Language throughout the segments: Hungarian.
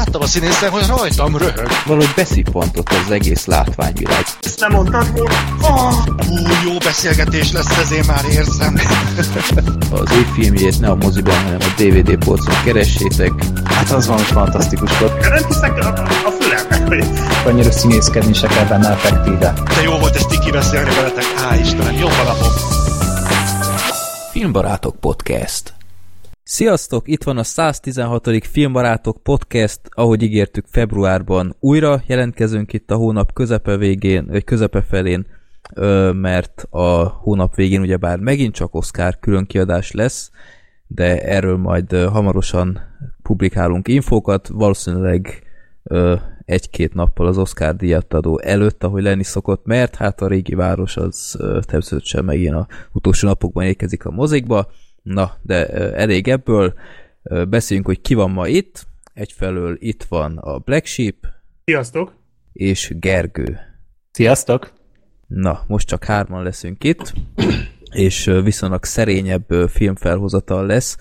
láttam a színészen, hogy rajtam röhög. Valahogy beszippantott az egész látványvilág. Ezt nem mondtad volna? Jó beszélgetés lesz, ezért már érzem. Az ő filmjét ne a moziban, hanem a DVD polcon keressétek. Hát az valami fantasztikus volt. Nem hiszek a fülemnek, hogy... Annyira színészkedni se kell benne effektíve. De jó volt ezt Tiki beszélni veletek. Istenem, jó van napom. Filmbarátok Podcast. Sziasztok, itt van a 116. Filmbarátok Podcast, ahogy ígértük februárban. Újra jelentkezünk itt a hónap közepe végén, vagy közepe felén, mert a hónap végén ugyebár megint csak Oscar különkiadás lesz, de erről majd hamarosan publikálunk infókat, valószínűleg egy-két nappal az Oscar díjátadó előtt, ahogy lenni szokott, mert hát a régi város az természetesen megint a utolsó napokban érkezik a mozikba. Na, de elég ebből. Beszéljünk, hogy ki van ma itt. Egyfelől itt van a Black Sheep. Sziasztok! És Gergő. Sziasztok! Na, most csak hárman leszünk itt, és viszonylag szerényebb filmfelhozatal lesz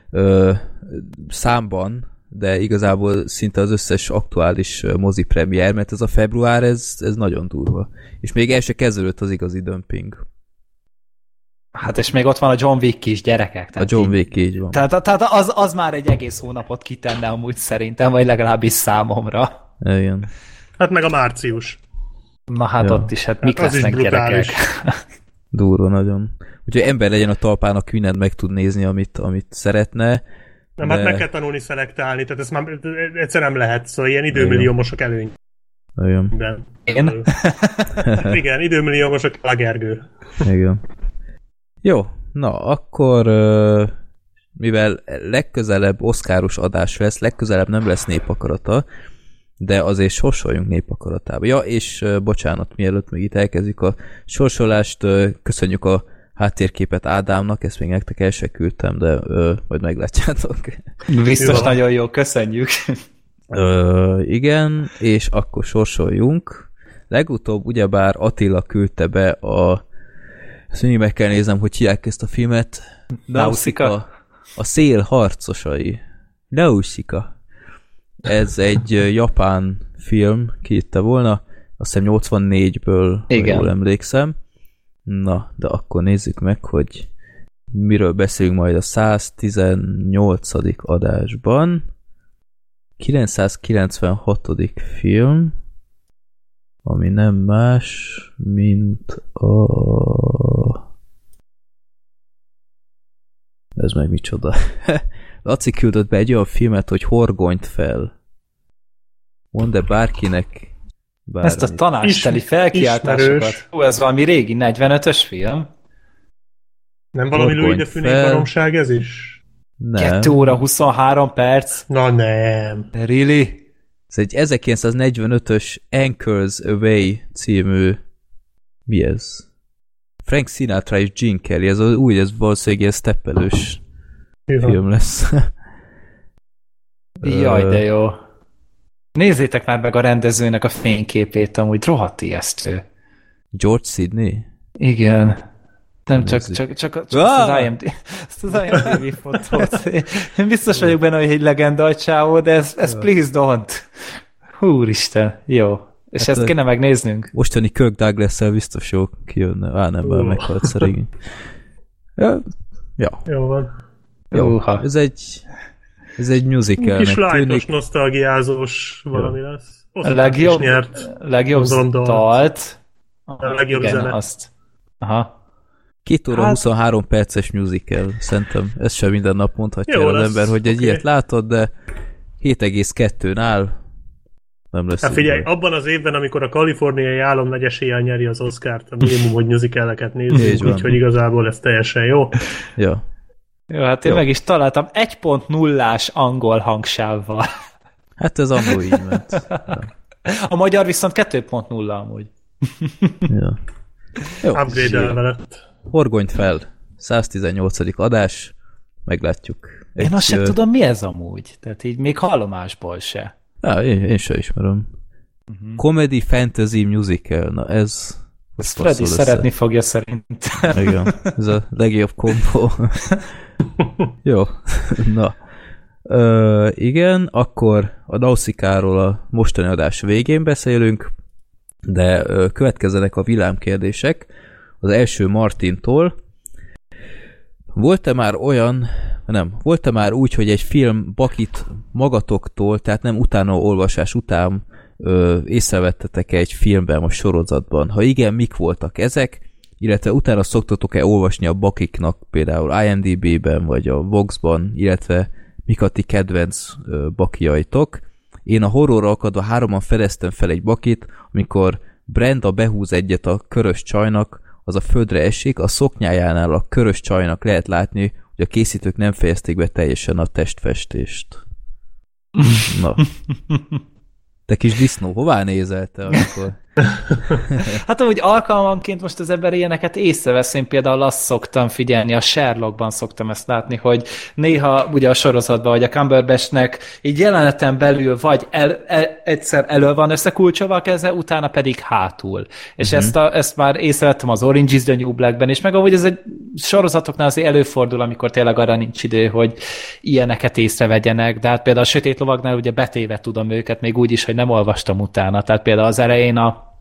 számban, de igazából szinte az összes aktuális mozi premier, mert ez a február, ez nagyon durva. És még el se kezdődött az igazi dömping. Hát és még ott van a John Wick is, gyerekek. A John Wick így van. Tehát az már egy egész hónapot kitenne amúgy szerintem, vagy legalábbis számomra. Igen. Hát meg a március. Na hát ott is, hát mik lesznek gyerekek? Durva nagyon. Úgyhogy ember legyen a talpán, a mindent meg tud nézni, amit szeretne. Nem, hát meg kell tanulni szelektálni, tehát ezt már egyszer nem lehet, szóval ilyen időmilliómosok előny. Igen. Én? Igen, időmilliómosok a Gergő. Igen. Jó, na akkor mivel legközelebb Oscaros adás lesz, legközelebb nem lesz népakarata, de azért sorsoljunk népakaratába. Ja, és bocsánat, mielőtt még itt elkezdjük a sorsolást, köszönjük a háttérképet Ádámnak, ezt még nektek el se küldtem, de majd meglátjátok. Biztos nagyon jó, köszönjük. Igen, és akkor sorsoljunk. Legutóbb ugyebár Attila küldte be ezt mindig meg kell néznem, hogy hívják ezt a filmet. Nausicaa. A szél harcosai. Nausicaa. Ez egy japán film, ki hitte volna, azt hiszem 84-ből, jól emlékszem. Na, de akkor nézzük meg, hogy miről beszélünk majd a 118. adásban. 996. film, ami nem más, mint Ez meg micsoda? Laci küldött be egy olyan filmet, hogy Horgonyt fel. Mondd-e bárkinek bármit. Ezt a tanácsteli felkiáltásokat. Ez valami régi 45-ös film. Nem valami Louis de Funès baromság ez is? Nem. 2 óra 23 perc. Na nem. Really? Ez egy 1945-ös Anchors Away című... Mi ez? Frank Sinatra és Gene Kelly. Ez ez valószínűleg ez steppelős film lesz. Jaj, de jó. Nézzétek már meg a rendezőnek a fényképét, amúgy rohadt ijesztő. George Sidney? Igen. Nem csak az IMDb fotót. Én biztos vagyok benne, hogy egy legenda a csávó, de ez please don't. Húristen, jó. És hát ezt kéne megnéznünk? Mostani Kirk Douglas-szel biztos jó kijönne. Nem, bár meghalt szerint. Ja. Jó van. Jó. Ez egy musicalnek kis lájtos, nosztalgiázós valami lesz. A legjobb dalt. A legjobb zene. Azt. Aha. 2 óra 23 perces musical. Szerintem ez sem minden nap mondhatja el az ember, hogy egy ilyet látod, de 7,2-n áll. Nem lesz. Hát figyelj, abban az évben, amikor a kaliforniai állam nagy eséllyel nyeri az Oscart, a minimum, hogy musicaleket nézzünk, úgyhogy igazából ez teljesen jó. Ja. Jó, hát én meg is találtam 1.0-ás angol hangsávval. Hát ez annól így ment. Ja. A magyar viszont 2.0 amúgy. Ja. Jó. Upgrade-elve lett. Horgonyt fel. 118. adás. Meglátjuk. Én azt sem tudom, mi ez amúgy. Tehát így még hallomásból se. Én sem ismerem. Comedy Fantasy Musical. Na ez... Ezt Freddy szeretni fogja szerintem. Igen. Ez a legjobb kompó. Jó. Na. Igen, akkor a Nausicaa-ról a mostani adás végén beszélünk, de következzenek a villámkérdések. Az első Martintól. Volt-e már úgy, hogy egy film bakit magatoktól, tehát nem utána olvasás után észrevettetek egy filmben, vagy sorozatban? Ha igen, mik voltak ezek? Illetve utána szoktatok-e olvasni a bakiknak, például IMDb-ben, vagy a Vox-ban, illetve mik a ti kedvenc bakijaitok? Én a Horrorra akadva 3-an fedeztem fel egy bakit, amikor Brenda behúz egyet a körös csajnak, az a földre esik, a szoknyájánál a körös csajnak lehet látni, hogy a készítők nem fejezték be teljesen a testfestést. Na. Te kis disznó, hová nézel te amikor? Hát amúgy alkalmanként most az ember ilyeneket észrevesz, én például azt szoktam figyelni, a Sherlockban szoktam ezt látni, hogy néha ugye a sorozatban, vagy a Cumberbatchnek így jeleneten belül vagy egyszer elő van összekulcsolva a keze, utána pedig hátul. És ezt már észrevettem az Orange is the New Blackben, és meg ahogy ez egy sorozatoknál azért előfordul, amikor tényleg arra nincs idő, hogy ilyeneket észrevegyenek, de hát például a Sötét Lovagnál ugye betéve tudom őket, még úgy is, hogy nem olvastam utána. Tehát például az elején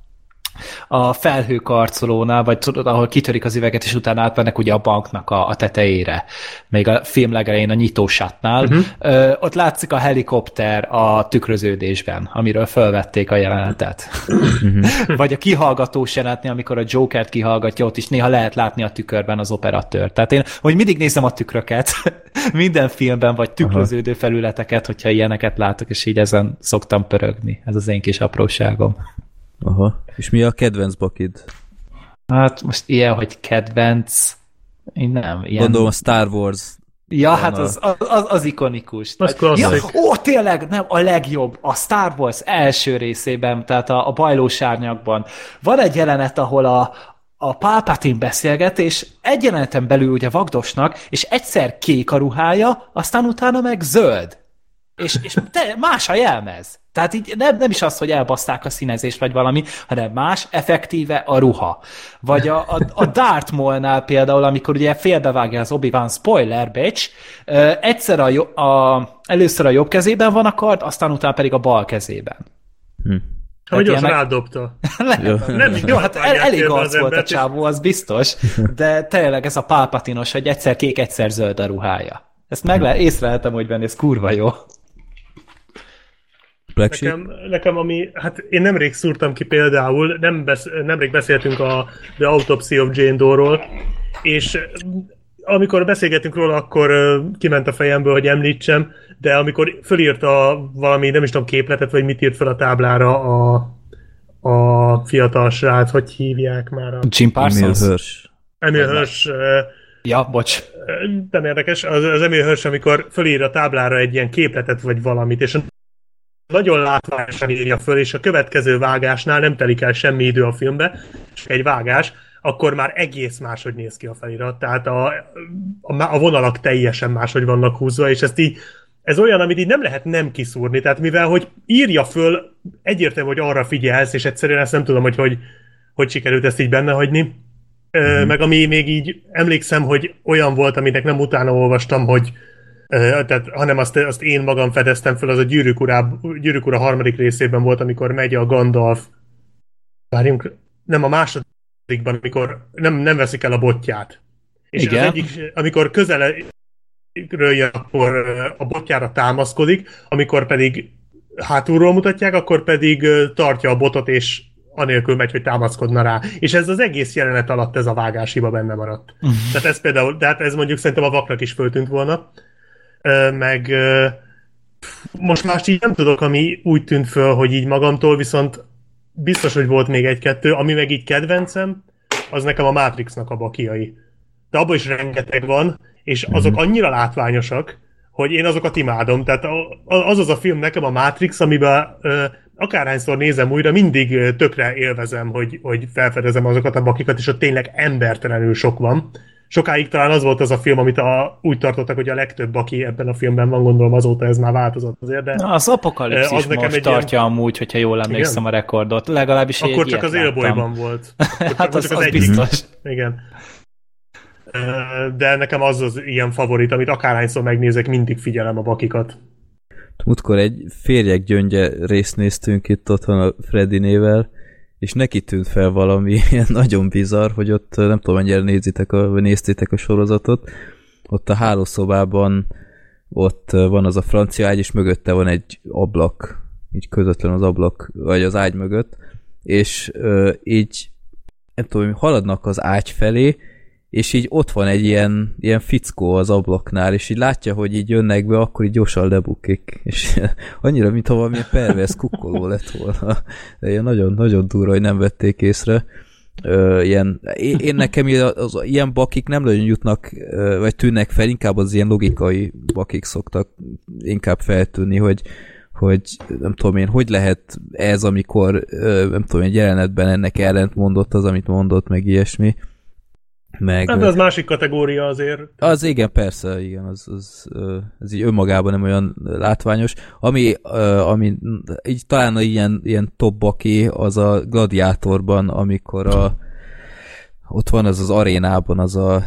a felhőkarcolónál, vagy tudod, ahol kitörik az üveget, és utána átmennek ugye a banknak a tetejére. Még a film legelején a nyitósátnál. Ott látszik a helikopter a tükröződésben, amiről felvették a jelenetet. Vagy a kihallgatós jelenetnél, amikor a Jokert kihallgatja, ott is néha lehet látni a tükörben az operatőrt. Tehát én, hogy mindig nézem a tükröket, minden filmben, vagy tükröződő felületeket, hogyha ilyeneket látok, és így ezen szoktam pörögni. Ez az én kis apróságom. Aha. És mi a kedvenc bakid? Hát most ilyen, hogy kedvenc... Én nem. Ilyen... Gondolom a Star Wars. Ja, hát az ikonikus. Az klasszik. Ja, tényleg, nem, a legjobb. A Star Wars első részében, tehát a bajlós árnyakban. Van egy jelenet, ahol a Palpatine beszélget, és egy jeleneten belül ugye vagdosnak, és egyszer kék a ruhája, aztán utána meg zöld. És más a jelmez. Tehát így nem is az, hogy elbaszták a színezést, vagy valami, hanem más, effektíve a ruha. Vagy a Darth Maul-nál például, amikor ugye félbevágja az Obi-Wan, spoiler, bitch, egyszer először a jobb kezében van a kard, aztán utána pedig a bal kezében. Hogy az rádobta. Jó, hát elég arc volt a csávó, az biztos, de tényleg ez a Palpatinos, hogy egyszer kék, egyszer zöld a ruhája. Ezt észrelhetem, hogy benne, ez kurva jó. Nekem ami, hát én nemrég szúrtam ki például, nemrég beszéltünk a The Autopsy of Jane Doe-ról, és amikor beszélgetünk róla, akkor kiment a fejemből, hogy említsem, de amikor fölírta valami, nem is tudom, képletet, vagy mit írt fel a táblára a fiatal srác, hogy hívják már? Jim Parsons? Emil Hirsch. Ja, bocs. Nem érdekes. Az Emil Hirsch, amikor fölír a táblára egy ilyen képletet, vagy valamit, és nagyon látványosan írja föl, és a következő vágásnál nem telik el semmi idő a filmbe, csak egy vágás, akkor már egész máshogy néz ki a felirat. Tehát a vonalak teljesen máshogy vannak húzva, és ez olyan, amit így nem lehet nem kiszúrni. Tehát mivel, hogy írja föl, egyértelmű, hogy arra figyelsz, és egyszerűen ezt nem tudom, hogy sikerült ezt így benne hagyni. Meg ami még így emlékszem, hogy olyan volt, aminek nem utána olvastam, hogy hanem azt én magam fedeztem fel, az a Gyűrűk Ura harmadik részében volt, amikor megy a Gandalf. Várjunk, nem a másodikban, amikor nem veszik el a botját. És igen. Az egyik, amikor közelről jön, akkor a botjára támaszkodik, amikor pedig hátulról mutatják, akkor pedig tartja a botot, és anélkül megy, hogy támaszkodna rá. És ez az egész jelenet alatt ez a vágáshiba benne maradt. Tehát ez például, de hát ez mondjuk szerintem a vaknak is föltűnt volna. Meg most más így nem tudok, ami úgy tűnt föl, hogy így magamtól, viszont biztos, hogy volt még egy-kettő, ami meg így kedvencem, az nekem a Matrixnak a bakijai. De abban is rengeteg van, és azok annyira látványosak, hogy én azokat imádom. Tehát az a film nekem a Matrix, amiben akárhányszor nézem újra, mindig tökre élvezem, hogy felfedezem azokat a bakikat, és ott tényleg embertelenül sok van. Sokáig talán az volt az a film, amit úgy tartottak, hogy a legtöbb baki ebben a filmben van, gondolom azóta ez már változott azért, de... Na, az Apokalipszis az most tartja ilyen... amúgy, hogyha jól emlékszem igen? A rekordot. Legalábbis akkor csak az Élbolyban volt. Hát az biztos. Igen. de nekem az ilyen favorit, amit akárhányszor megnézek, mindig figyelem a bakikat. Múltkor egy Férjek gyöngye részt néztünk itt otthon a Freddinével, és neki tűnt fel valami ilyen nagyon bizarr, hogy ott nem tudom, mennyire néztétek a sorozatot, ott a hálószobában ott van az a francia ágy, és mögötte van egy ablak, így közvetlen az ablak, vagy az ágy mögött, és így nem tudom, haladnak az ágy felé, és így ott van egy ilyen fickó az ablaknál, és így látja, hogy így jönnek be, akkor így gyorsan lebukik. És annyira, mintha valamilyen pervers kukkoló lett volna. De ilyen nagyon durva, hogy nem vették észre. Én nekem ilyen bakik nem nagyon jutnak, vagy tűnnek fel, inkább az ilyen logikai bakik szoktak inkább feltűnni, hogy nem tudom én, hogy lehet ez, amikor nem tudom, egy jelenetben ennek ellent mondott az, amit mondott, meg ilyesmi. Meg, hát az másik kategória azért. Az igen, persze, igen, ez így önmagában nem olyan látványos. Ami így talán ilyen top baki, az a Gladiátorban, amikor ott van az arénában, az a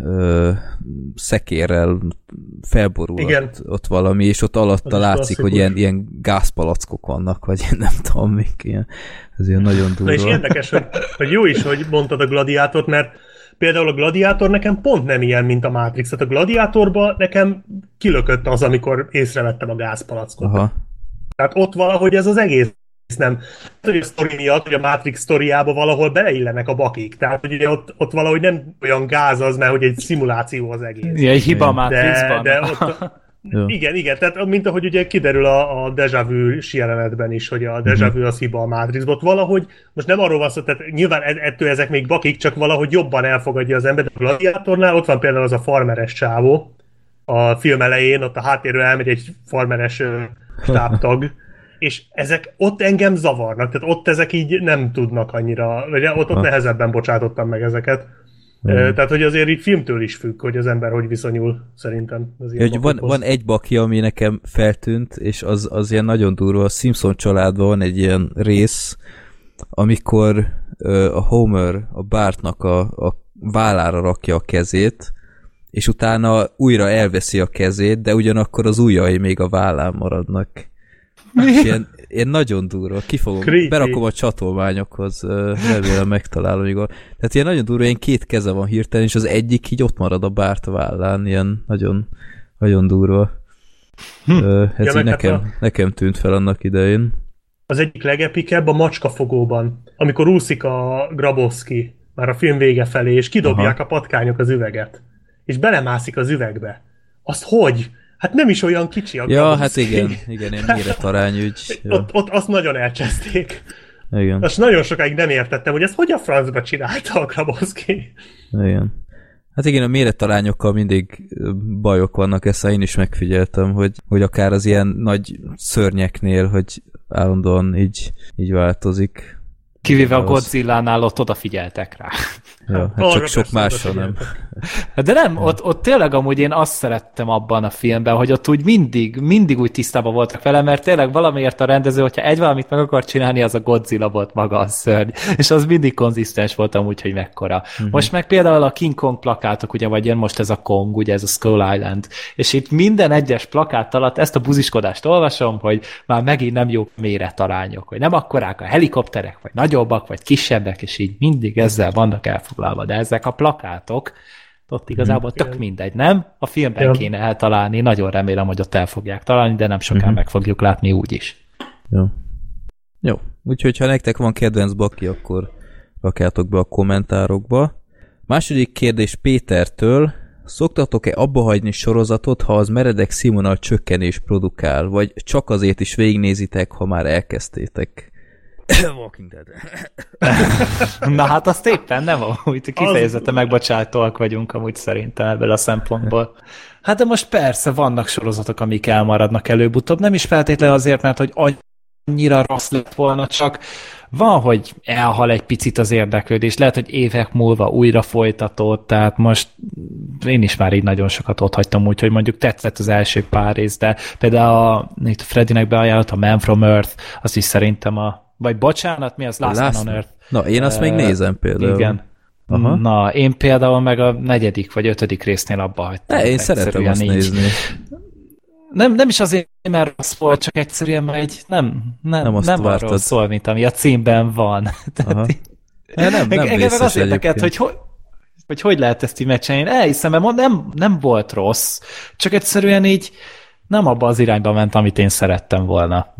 szekérrel felborul ott valami, és ott alatta látszik, hogy ilyen gázpalackok vannak, vagy én nem tudom, még ilyen. Ez ilyen nagyon durva. Na és érdekes, hogy jó is, hogy mondtad a Gladiátort, mert például a Gladiátor nekem pont nem ilyen, mint a Matrix. Tehát a Gladiátorban nekem kilökött az, amikor észrevettem a gázpalackot. Aha. Tehát ott valahogy ez az egész nem. Hogy a sztori miatt, hogy a Matrix sztoriába valahol beleillenek a bakik. Tehát, hogy ugye ott valahogy nem olyan gáz az, mert hogy egy szimuláció az egész. Ja, egy hiba a Matrixban. De ott, igen, tehát mint ahogy ugye kiderül a Deja Vu-s jelenetben is, hogy a Deja Vu az hiba a Matrixban. Valahogy, most nem arról van szó, tehát nyilván ettől ezek még bakik, csak valahogy jobban elfogadja az ember. De a Gladiátornál ott van például az a farmeres csávó a film elején, ott a háttérről elmegy egy farmeres stábtag, és ezek ott engem zavarnak, tehát ott ezek így nem tudnak annyira, vagy ott nehezebben bocsátottam meg ezeket. Tehát, hogy azért így filmtől is függ, hogy az ember hogy viszonyul, szerintem. Van egy baki, ami nekem feltűnt, és az ilyen nagyon durva. A Simpson családban van egy ilyen rész, amikor a Homer a Bartnak a vállára rakja a kezét, és utána újra elveszi a kezét, de ugyanakkor az ujjai még a vállán maradnak. Ilyen nagyon durva. Berakom a csatolmányokhoz, remélem megtalálom, igaz. Tehát ilyen nagyon durva, ilyen két keze van hirtelen, és az egyik így ott marad a Bart vállán, ilyen nagyon, nagyon durva. Ez így nekem tűnt fel annak idején. Az egyik legepikebb a macskafogóban, amikor úszik a Grabowski, már a film vége felé, és kidobják a patkányok az üveget, és belemászik az üvegbe. Azt hogy? Hát nem is olyan kicsi a Grabowski. Ja, hát igen, ilyen méretarányügy. Ja. Ott azt nagyon elcseszték. Igen. Azt nagyon sokáig nem értettem, hogy ezt hogy a francba csinálta a Grabowski. Igen. Hát igen, a méretarányokkal mindig bajok vannak, ezt én is megfigyeltem, hogy akár az ilyen nagy szörnyeknél, hogy állandóan így változik. Kivéve a Godzilla-nál ott odafigyeltek rá. Ja, hát csak sok másra nem. De nem, ott tényleg amúgy én azt szerettem abban a filmben, hogy ott úgy mindig úgy tisztában voltak vele, mert tényleg valamiért a rendező, hogyha egy valamit meg akar csinálni, az a Godzilla volt maga a szörny. És az mindig konzisztens volt amúgy, hogy mekkora. Most meg például a King Kong plakátok, ugye, vagy jön most ez a Kong, ugye ez a Skull Island, és itt minden egyes plakát alatt ezt a buziskodást olvasom, hogy már megint nem jó méretarányok, hogy nem akkorák a helikopterek, vagy nagyobbak, vagy kisebbek, és így mindig ezzel vannak elfoglalva. De ezek a plakátok, ott igazából tök mindegy, nem? A filmben kéne eltalálni, nagyon remélem, hogy ott el fogják találni, de nem sokan meg fogjuk látni úgy is. Jó. Úgyhogy ha nektek van kedvenc baki, akkor rakjátok be a kommentárokba. Második kérdés Pétertől: szoktatok-e abbahagyni sorozatot, ha az meredek színvonal csökkenés produkál, vagy csak azért is végignézitek, ha már elkezdtétek? Walking Dead. Na hát azt éppen nem, amúgy kifejezetten megbocsátóak vagyunk amúgy szerintem ebből a szempontból. Hát de most persze vannak sorozatok, amik elmaradnak előbb-utóbb, nem is feltétlenül azért, mert hogy annyira rossz lett volna, csak van, hogy elhal egy picit az érdeklődés, lehet, hogy évek múlva újra folytatód, tehát most én is már így nagyon sokat ott hagytam úgy, hogy mondjuk tetszett az első pár rész, de például itt a Freddynek beajánlott a Man from Earth, azt is szerintem vagy bocsánat, mi az? Last Man on Earth. Na, én azt még nézem például. Igen. Aha. Na, én például meg a 4. vagy 5. résznél abba hagytam. Én szeretem azt nézni. Nem is azért, mert rossz volt, csak egyszerűen mert nem arról szól, mint ami a címben van. Nem engem meg az érdekelt, hogy lehet ezt így megcsinálni. Elhiszem, mert nem volt rossz, csak egyszerűen így nem abba az irányba ment, amit én szerettem volna.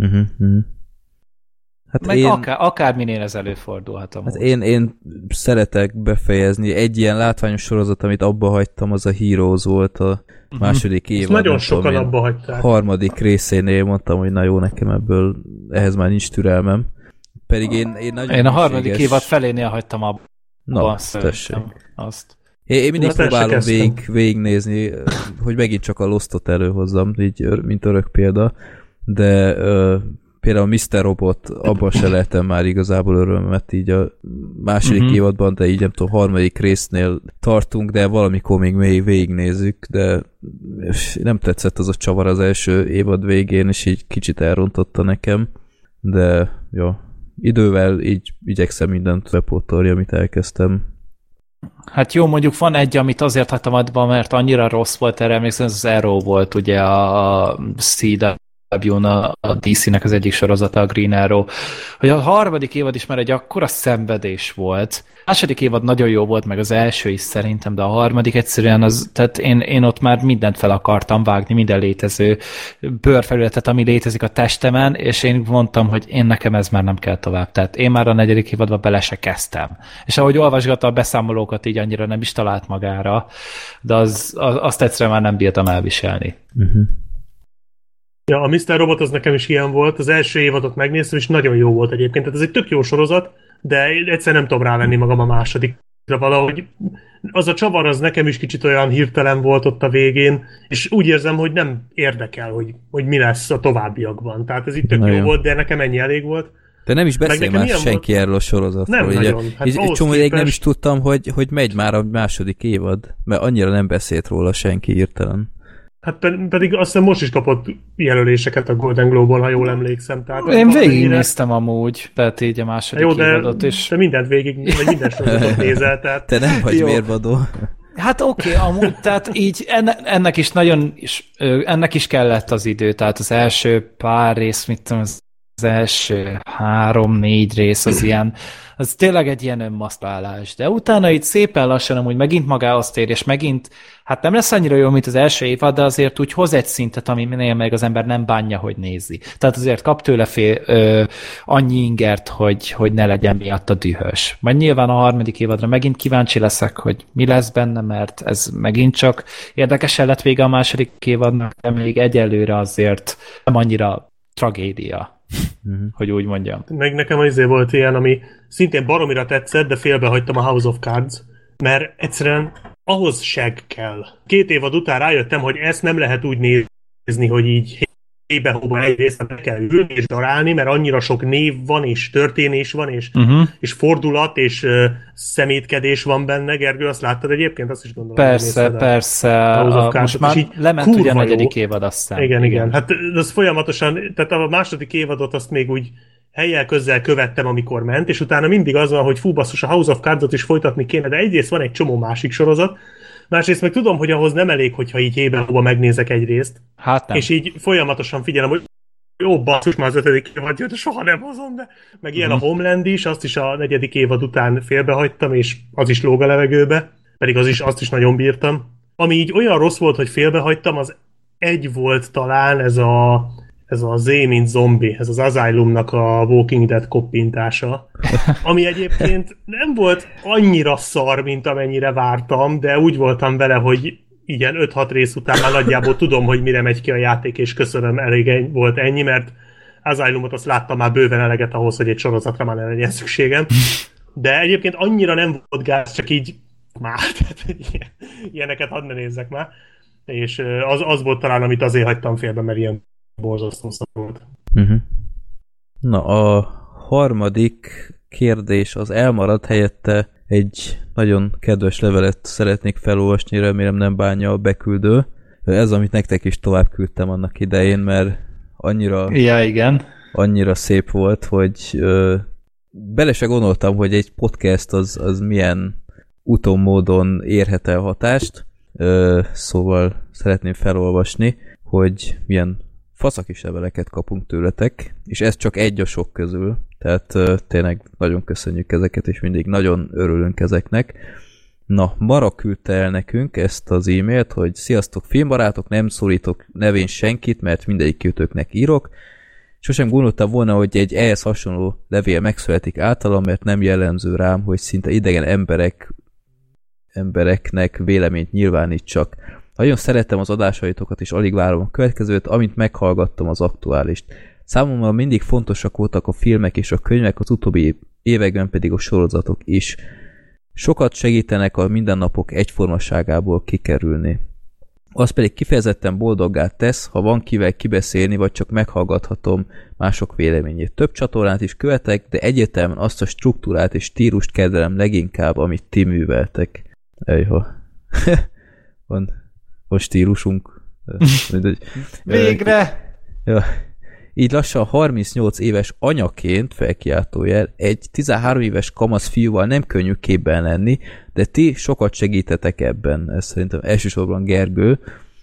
Hát meg akárminél ez előfordulhatom. Hát én szeretek befejezni. Egy ilyen látványos sorozat, amit abba hagytam, az a Heroes volt a második évad. Nagyon sokan abba hagyták. Harmadik részénél mondtam, hogy na jó, nekem ehhez már nincs türelmem. Pedig én nagyon én a harmadik évad felénél hagytam abba. Na, tessék. Én mindig próbálom végignézni, hogy megint csak a Lostot előhozzam, így, mint örök példa, de például Mr. Robot, abban se lehetem már igazából örömet így a második évadban, de így nem tudom, harmadik résznél tartunk, de valamikor még végignézzük, de nem tetszett az a csavar az első évad végén, és így kicsit elrontotta nekem, de jó, idővel így igyekszem mindent bepótolni, amit elkezdtem. Hát jó, mondjuk van egy, amit azért hagytam adba, mert annyira rossz volt, erre emlékszem, az Arrow volt, ugye a a DC-nek az egyik sorozata, a Green Arrow, hogy a harmadik évad is már egy akkora szenvedés volt. A második évad nagyon jó volt, meg az első is szerintem, de a harmadik egyszerűen tehát én ott már mindent fel akartam vágni, minden létező bőrfelületet, ami létezik a testemen, és én mondtam, hogy nekem ez már nem kell tovább. Tehát én már a 4. évadban bele se kezdtem. És ahogy olvasgatta a beszámolókat, így annyira nem is talált magára, de azt egyszerűen már nem bírtam elviselni. Ja, a Mr. Robot az nekem is ilyen volt, az első évadot megnéztem, és nagyon jó volt egyébként, tehát ez egy tök jó sorozat, de egyszer nem tudom rávenni magam a másodikra valahogy. Az a csavar az nekem is kicsit olyan hirtelen volt ott a végén, és úgy érzem, hogy nem érdekel, hogy mi lesz a továbbiakban. Tehát ez itt tök jó volt, de nekem ennyi elég volt. De nem is beszél már senki erről a sorozatról. Nem nagyon. Hát egy csomó ideig nem is tudtam, hogy megy már a második évad, mert annyira nem beszélt róla senki hirtelen. Hát pedig azt hiszem most is kapott jelöléseket a Golden Globe-ból, ha jól emlékszem. Tehát én végignéztem amúgy, tehát így a második évadot is. Te mindent végig, vagy minden sorozatot nézel, tehát... Te nem vagy mérvadó. Hát oké, amúgy, tehát így ennek is kellett az idő, tehát az első pár rész, mit tudom, az első 3-4 rész az ilyen, az tényleg egy ilyen önmasztálás, de utána itt szépen lassan amúgy megint magához tér, és megint, hát nem lesz annyira jó, mint az első évad, de azért úgy hoz egy szintet, aminél meg az ember nem bánja, hogy nézi. Tehát azért kap tőle annyi ingert, hogy ne legyen miatta dühös. Majd nyilván a harmadik évadra megint kíváncsi leszek, hogy mi lesz benne, mert ez megint csak érdekesen lett vége a második évadnak, de még egyelőre azért nem annyira tragédia. Hogy úgy mondjam. Meg nekem azért volt ilyen, ami szintén baromira tetszett, de félbehagytam a House of Cards, mert egyszerűen ahhoz seg kell. 2 évad után rájöttem, hogy ezt nem lehet úgy nézni, hogy így hébe-hóba egy részt be kell ülni és darálni, mert annyira sok név van, és történés van, és fordulat, és szemétkedés van benne. Gergő, azt láttad egyébként? Azt is gondolom. Persze. Most már lement ugye a 4. évad, aztán. Igen. Hát az folyamatosan, tehát a második évadot azt még úgy helyjel közzel követtem, amikor ment, és utána mindig az van, hogy fú basszus, a House of Cards-ot is folytatni kéne, de egyrészt van egy csomó másik sorozat, másrészt meg tudom, hogy ahhoz nem elég, hogyha így hébe-hóba megnézek egy részt. Hát nem. És így folyamatosan figyelem, hogy jó, basszus, már az 5. évad jött, de soha nem hozom be. Meg ilyen a Homeland is, azt is a 4. évad után félbehagytam, és az is lóg a levegőbe, pedig azt is nagyon bírtam. Ami így olyan rossz volt, hogy félbehagytam, az egy volt talán ez a Z, mint zombi, ez az Asylumnak a Walking Dead koppintása, ami egyébként nem volt annyira szar, mint amennyire vártam, de úgy voltam vele, hogy igen, 5-6 rész után már nagyjából tudom, hogy mire megy ki a játék, és köszönöm, elég volt ennyi, mert Asylumot azt láttam már bőven eleget ahhoz, hogy egy sorozatra már ne legyen szükségem. De egyébként annyira nem volt gáz, csak így már, tehát ilyeneket hadd ne nézzek már. És az volt talán, amit azért hagytam félbe, mert ilyen borzasztó szar volt. Na, a harmadik kérdés az elmaradt, helyette egy nagyon kedves levelet szeretnék felolvasni, remélem nem bánja a beküldő. Ez, amit nektek is tovább küldtem annak idején, mert annyira szép volt, hogy bele se gondoltam, hogy egy podcast az milyen utómódon érhet el hatást. Szóval szeretném felolvasni, hogy milyen faszakis leveleket kapunk tőletek, és ez csak egy a sok közül, tehát tényleg nagyon köszönjük ezeket, és mindig nagyon örülünk ezeknek. Na, Mara küldte el nekünk ezt az e-mailt, hogy sziasztok filmbarátok, nem szólítok nevén senkit, mert mindegyik kötőknek írok. Sosem gondoltam volna, hogy egy ehhez hasonló levél megszületik általam, mert nem jellemző rám, hogy szinte idegen embereknek véleményt nyilvánítsak. Nagyon szerettem az adásaitokat, és alig várom a következőt, amint meghallgattam az aktuálist. Számomra mindig fontosak voltak a filmek és a könyvek, az utóbbi években pedig a sorozatok is. Sokat segítenek a mindennapok egyformaságából kikerülni. Az pedig kifejezetten boldoggá tesz, ha van kivel kibeszélni, vagy csak meghallgathatom mások véleményét. Több csatornát is követek, de egyértelműen azt a struktúrát és stílust kedvelem leginkább, amit ti műveltek. Ejha. van stílusunk. Végre! Ja. Így lassan 38 éves anyaként, felkiáltójel, egy 13 éves kamasz fiúval nem könnyű képben lenni, de ti sokat segítetek ebben. Ez szerintem elsősorban Gergő.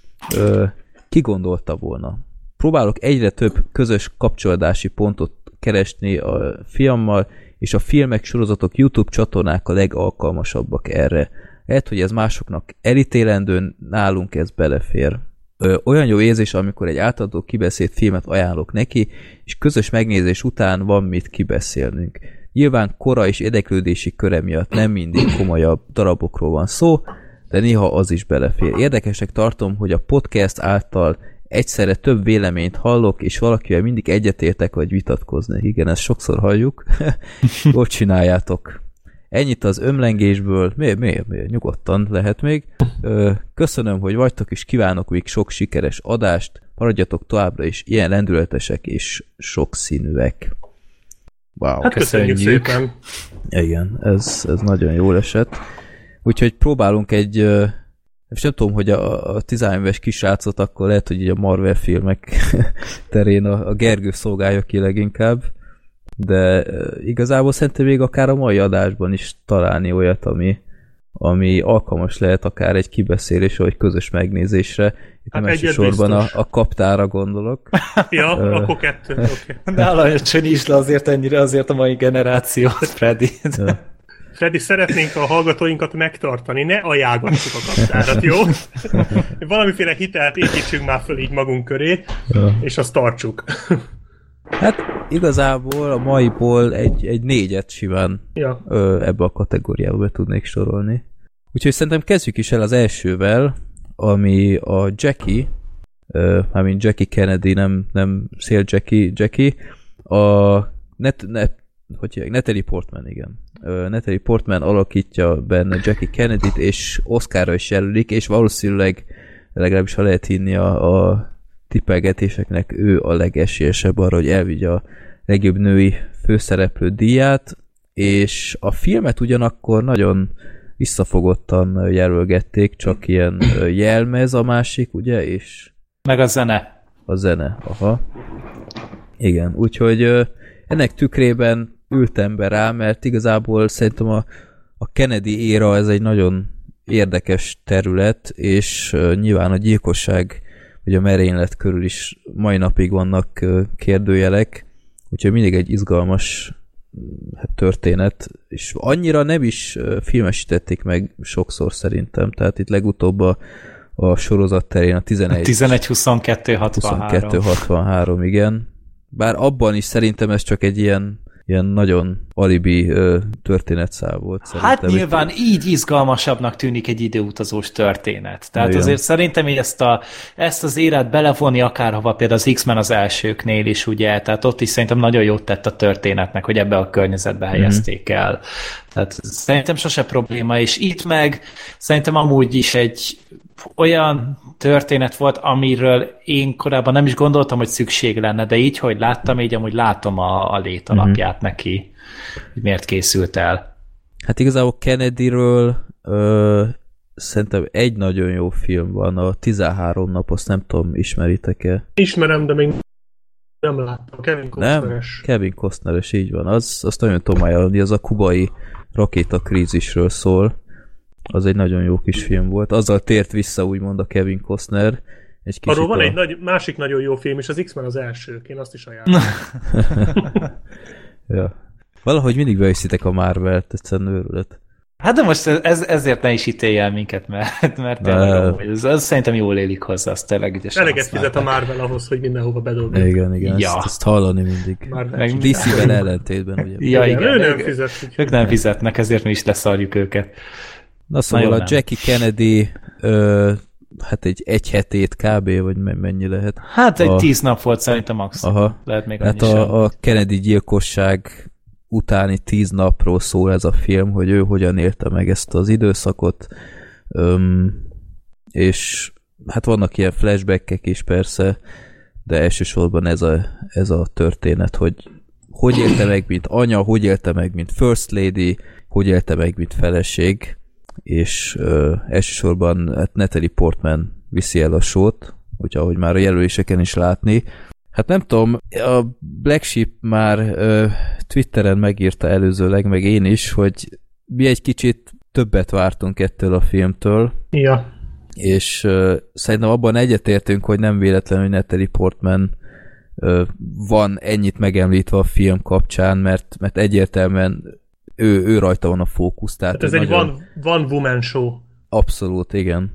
Ki gondolta volna? Próbálok egyre több közös kapcsolódási pontot keresni a filmmal, és a filmek, sorozatok, YouTube csatornák a legalkalmasabbak erre. Lehet, hogy ez másoknak elítélendő, nálunk ez belefér. Olyan jó érzés, amikor egy átadó kibeszélt filmet ajánlok neki, és közös megnézés után van mit kibeszélnünk. Nyilván kora és érdeklődési köre miatt nem mindig komolyabb darabokról van szó, de néha az is belefér. Érdekesnek tartom, hogy a podcast által egyszerre több véleményt hallok, és valakivel mindig egyetértek, vagy vitatkozni. Igen, ezt sokszor halljuk. Jól csináljátok. Ennyit az ömlengésből. Miért? Nyugodtan lehet még. Köszönöm, hogy vagytok, és kívánok még sok sikeres adást. Maradjatok továbbra is ilyen lendületesek és sokszínűek. Wow. Hát köszönjük szépen. Igen, ez nagyon jól esett. Úgyhogy próbálunk egy... És nem tudom, hogy a 13 éves kisrácot akkor lehet, hogy így a Marvel filmek terén a Gergő szolgálja ki leginkább. De igazából szerintem még akár a mai adásban is találni olyat, ami alkalmas lehet akár egy kibeszélésre, vagy közös megnézésre. Itt hát nem elsősorban a kaptára gondolok. Ja, akkor kettő. Okay. Ne alacsony is le azért a mai generáció, Freddy. Ja. Freddy, szeretnénk a hallgatóinkat megtartani, ne ajánlgassuk a kaptárat, jó? Valamiféle hitelt építsünk már föl így magunk köré, ja. És azt tartsuk. Hát igazából a maiból egy 4-et simán ebbe a kategóriába be tudnék sorolni. Úgyhogy szerintem kezdjük is el az elsővel, ami a Jackie, mármint Jackie Kennedy, nem Szél Jackie, a Natalie Portman, igen. Natalie Portman alakítja benne Jackie Kennedyt, és Oscarra is jelölik, és valószínűleg, legalábbis ha lehet hinni a tippelgetéseknek, ő a legesélyesebb arra, hogy elvigye a legjobb női főszereplő díját, és a filmet ugyanakkor nagyon visszafogottan jelölgették, csak ilyen jelmez a másik, ugye, és... Meg a zene. A zene, aha. Igen, úgyhogy ennek tükrében ültem be rá, mert igazából szerintem a Kennedy éra ez egy nagyon érdekes terület, és nyilván a gyilkosság hogy a merénylet körül is mai napig vannak kérdőjelek, úgyhogy mindig egy izgalmas történet, és annyira nem is filmesítették meg sokszor szerintem, tehát itt legutóbb a sorozat terén a 11-22-63, igen. Bár abban is szerintem ez csak egy ilyen nagyon alibi történetszál volt. Szerintem. Hát nyilván így izgalmasabbnak tűnik egy időutazós történet. Tehát igen. Azért szerintem ezt az érát belevonni akárhova, például az X-Men az elsőknél is, ugye, tehát ott is szerintem nagyon jót tett a történetnek, hogy ebbe a környezetbe helyezték el. Tehát szerintem sose probléma, és itt meg szerintem amúgy is egy olyan történet volt, amiről én korábban nem is gondoltam, hogy szükség lenne, de így, hogy láttam, így amúgy látom a létalapját neki, hogy miért készült el. Hát igazából Kennedyről szerintem egy nagyon jó film van, a 13 nap, azt nem tudom, ismeritek-e? Ismerem, de még nem láttam. Kevin Costneres. Nem? Kevin Costneres, így van. Azt nagyon tudom ajánlani, az a kubai rakétakrízisről szól. Az egy nagyon jó kis film volt. Azzal tért vissza úgymond a Kevin Costner. Egy arról van egy másik nagyon jó film, és az X-Men az első. Én azt is ajánlom. Ja. Valahogy mindig beviszitek a Marvelt, egyszerűen őrület. Hát de most ezért ne is ítélj el minket, mert tényleg az szerintem jól élik hozzá, azt tényleg ügyesen. Eleget fizet a Marvel ahhoz, hogy mindenhova bedolgozik. Igen, ja. ezt hallani mindig. DC-vel ellentétben, ugye. Ja, igen. Ő nem fizet. Ők nem fizetnek, ezért mi is leszarjuk őket. Na szóval a Jackie Kennedy hát egy hetét kb. Vagy mennyi lehet? Hát egy 10 nap volt szerintem maximum. Aha. Lehet még hát a Kennedy gyilkosság utáni 10 napról szól ez a film, hogy ő hogyan élte meg ezt az időszakot, és hát vannak ilyen flashbackek is persze, de elsősorban ez a történet, hogy élte meg, mint anya, hogy élte meg, mint first lady, hogy élte meg, mint feleség, és elsősorban hát Natalie Portman viszi el a sót, ahogy már a jelöléseken is látni. Hát nem tudom, a Black Sheep már Twitteren megírta előzőleg, meg én is, hogy mi egy kicsit többet vártunk ettől a filmtől. Ja. És szerintem abban egyetértünk, hogy nem véletlen, hogy Natalie Portman van ennyit megemlítve a film kapcsán, mert egyértelműen ő rajta van a fókusz. Tehát hát ez egy nagyon... one woman show. Abszolút, igen.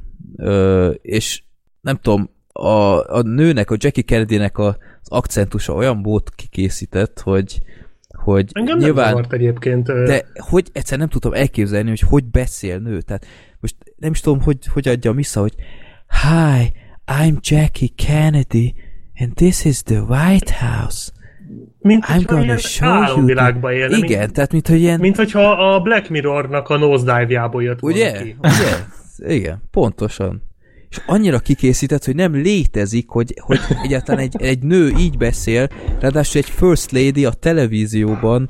És nem tudom, a nőnek, a Jackie Kennedy-nek az akcentusa olyan volt kikészített, hogy engem nyilván... nem zavart egyébként. De hogy egyszer nem tudtam elképzelni, hogy beszél nő. Tehát most nem is tudom, hogy adjam vissza, hogy Hi, I'm Jackie Kennedy, and this is the White House. Mint I'm gonna show you. Élne, igen, tehát mint hogy ilyen... Mint hogyha a Black Mirrornak a nosedive-jából jött ugye? volna ki. Ugye? Igen, pontosan. És annyira kikészített, hogy nem létezik, hogy egyáltalán egy nő így beszél, ráadásul egy first lady a televízióban,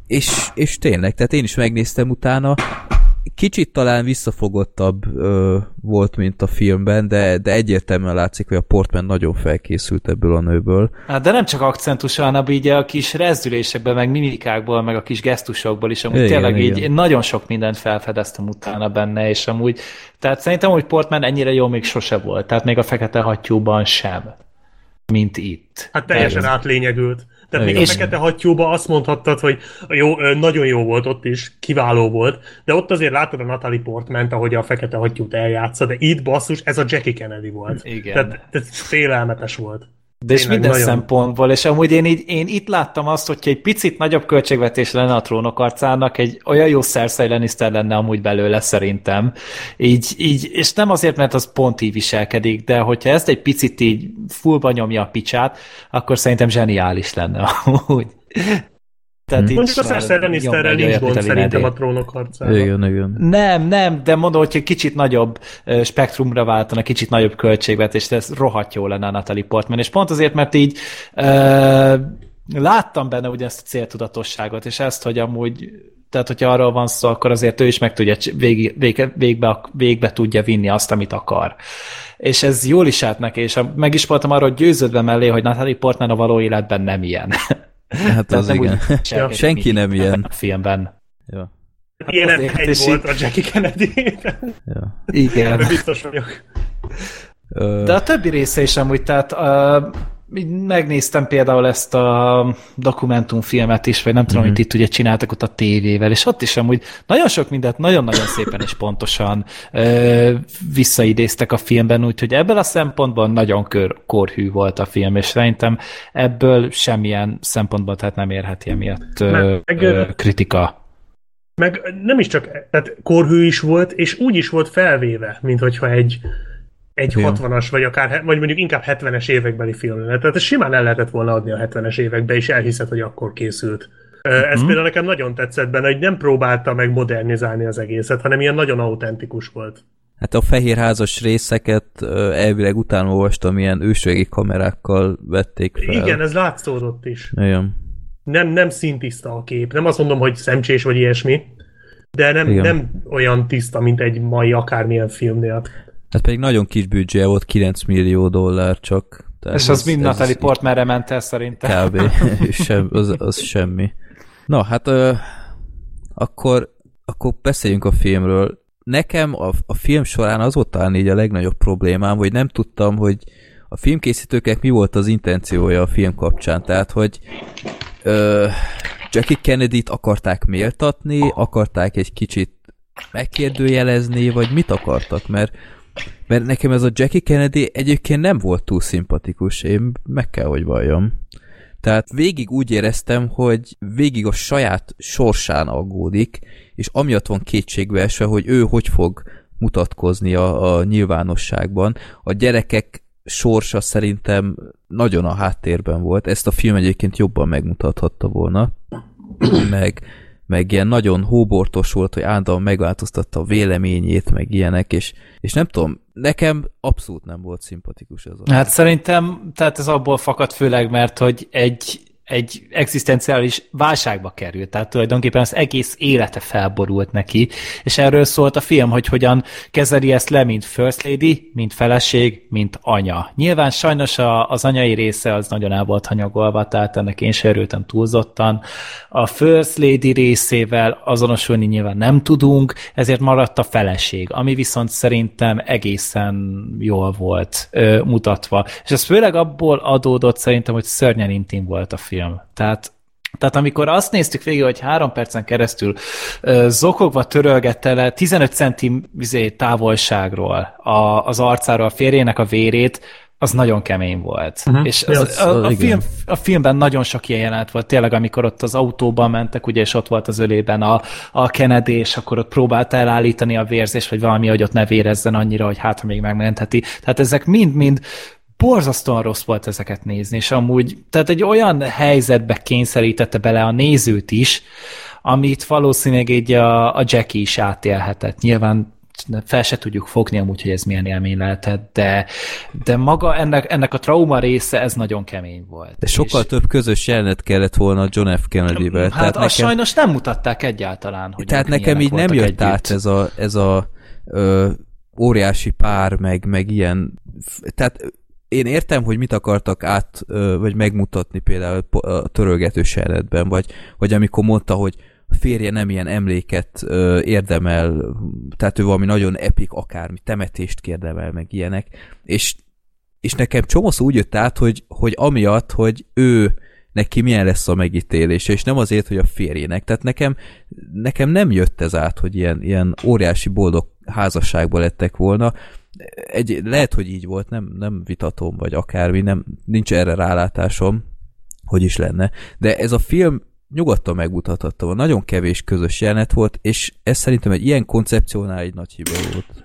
és tényleg, tehát én is megnéztem utána, kicsit talán visszafogottabb volt, mint a filmben, de egyértelműen látszik, hogy a Portman nagyon felkészült ebből a nőből. Hát de nem csak akcentusa, hanem így a kis rezdülésekben, meg mimikákból, meg a kis gesztusokból is, amúgy tényleg igen. Így nagyon sok mindent felfedeztem utána benne, és amúgy, tehát szerintem, hogy Portman ennyire jó még sose volt, tehát még a Fekete Hattyúban sem, mint itt. Hát teljesen átlényegült. Tehát még a Fekete Hattyúban azt mondhattad, hogy jó, nagyon jó volt ott is, kiváló volt, de ott azért látod a Natalie Portmant, ahogy a Fekete Hattyút eljátsza, de itt basszus, ez a Jackie Kennedy volt. Igen. Tehát félelmetes volt. De és minden nagyon... szempontból, és amúgy én itt láttam azt, hogyha egy picit nagyobb költségvetés lenne a Trónok arcának, egy olyan jó Cersei Lannister lenne amúgy belőle szerintem. Így, és nem azért, mert az pont így viselkedik, de hogyha ezt egy picit így fullba nyomja a picsát, akkor szerintem zseniális lenne amúgy. Tehát mondjuk a Cersei Lannisterrel nincs gond szerintem a Trónok harcában. Igen. Nem, de mondom, hogyha kicsit nagyobb spektrumra váltana, kicsit nagyobb költségvetést, ez rohadt jó lenne a Natalie Portman, és pont azért, mert így láttam benne ugye ezt a céltudatosságot, és ezt, hogy amúgy, tehát hogyha arról van szó, akkor azért ő is meg tudja, végbe tudja vinni azt, amit akar. És ez jól is állt neki, és meg is voltam arról győződve mellé, hogy Natalie Portman a való életben nem ilyen. Hát az igen. Senki nem ilyen. A filmben. Ja. Ilyen egy volt a Jackie Kennedy. Ja. Igen. Biztos vagyok. De a többi része is amúgy, tehát megnéztem például ezt a dokumentumfilmet is, vagy nem tudom, hogy itt ugye csináltak ott a tévével, és ott is amúgy nagyon sok mindent nagyon-nagyon szépen és pontosan visszaidéztek a filmben, úgyhogy ebből a szempontból nagyon korhű volt a film, és szerintem ebből semmilyen szempontból tehát nem érheti emiatt kritika. Meg nem is csak, tehát korhű is volt, és úgy is volt felvéve, mint hogyha egy 60-as, vagy mondjuk inkább 70-es évekbeli film lenne. Tehát simán el lehetett volna adni a 70-es évekbe, és elhiszed, hogy akkor készült. Ez például nekem nagyon tetszett benne, hogy nem próbálta meg modernizálni az egészet, hanem ilyen nagyon autentikus volt. Hát a fehérházas részeket elvileg utána olvastam, ilyen ősrégi kamerákkal vették fel. Igen, ez látszódott is. Igen. Nem színtiszta a kép. Nem azt mondom, hogy szemcsés vagy ilyesmi, de nem olyan tiszta, mint egy mai akármilyen filmnél. Hát pedig nagyon kis büdzsé volt, $9 millió csak. Tehát és az mind Natalie Portmanre ment el szerintem. Kb. az semmi. Na, hát akkor beszéljünk a filmről. nekem a film során az volt talán így a legnagyobb problémám, hogy nem tudtam, hogy a filmkészítőknek mi volt az intenciója a film kapcsán. Tehát, hogy Jackie Kennedy-t akarták méltatni, akarták egy kicsit megkérdőjelezni, vagy mit akartak, mert nekem ez a Jackie Kennedy egyébként nem volt túl szimpatikus, én meg kell, hogy valljam. Tehát végig úgy éreztem, hogy végig a saját sorsán aggódik, és amiatt van kétségbe esve, hogy ő hogy fog mutatkozni a nyilvánosságban. A gyerekek sorsa szerintem nagyon a háttérben volt. Ezt a film egyébként jobban megmutathatta volna. Meg ilyen nagyon hóbortos volt, hogy állandóan megváltoztatta a véleményét, meg ilyenek, és nem tudom, nekem abszolút nem volt szimpatikus ez a... Hát szerintem, tehát ez abból fakad főleg, mert hogy egy egzisztenciális válságba került, tehát tulajdonképpen az egész élete felborult neki, és erről szólt a film, hogy hogyan kezeli ezt le, mint First Lady, mint feleség, mint anya. Nyilván sajnos az anyai része az nagyon el volt hanyagolva, tehát ennek én sem örültem túlzottan. A First Lady részével azonosulni nyilván nem tudunk, ezért maradt a feleség, ami viszont szerintem egészen jól volt mutatva. És ez főleg abból adódott szerintem, hogy szörnyen intim volt a film. Tehát amikor azt néztük végig, hogy 3 percen keresztül zokogva törölgette le 15 centi távolságról az arcáról a férjének a vérét, az nagyon kemény volt. És a filmben nagyon sok ilyen jelenet volt, tényleg, amikor ott az autóban mentek, ugye, és ott volt az ölében a Kennedy, és akkor ott próbálta elállítani a vérzést, vagy valami, hogy ott ne vérezzen annyira, hogy hát, ha még megmentheti. Tehát ezek mind-mind borzasztóan rossz volt ezeket nézni, és amúgy, tehát egy olyan helyzetbe kényszerítette bele a nézőt is, amit valószínűleg így a Jackie is átélhetett. Nyilván fel se tudjuk fogni amúgy, hogy ez milyen élmény lehetett, de maga ennek a trauma része, ez nagyon kemény volt. De sokkal több közös jelenet kellett volna John F. Kennedy-vel. Hát azt sajnos nem mutatták egyáltalán, hogy tehát nekem így nem jött együtt át ez a óriási pár, meg ilyen, tehát én értem, hogy mit akartak vagy megmutatni például a törölgetős jelenetben, vagy amikor mondta, hogy a férje nem ilyen emléket érdemel, tehát ő valami nagyon epik akármi, temetést kérdemel, meg ilyenek, és nekem csomószor úgy jött át, hogy amiatt, hogy ő neki milyen lesz a megítélése, és nem azért, hogy a férjének. Tehát nekem nem jött ez át, hogy ilyen óriási boldog házasságban lettek volna. Lehet, hogy így volt, nem vitatom, vagy akármi, nincs erre rálátásom, hogy is lenne. De ez a film nyugodtan megmutathatta volna. Nagyon kevés közös jelenet volt, és ez szerintem egy ilyen koncepciónál egy nagy hiba volt.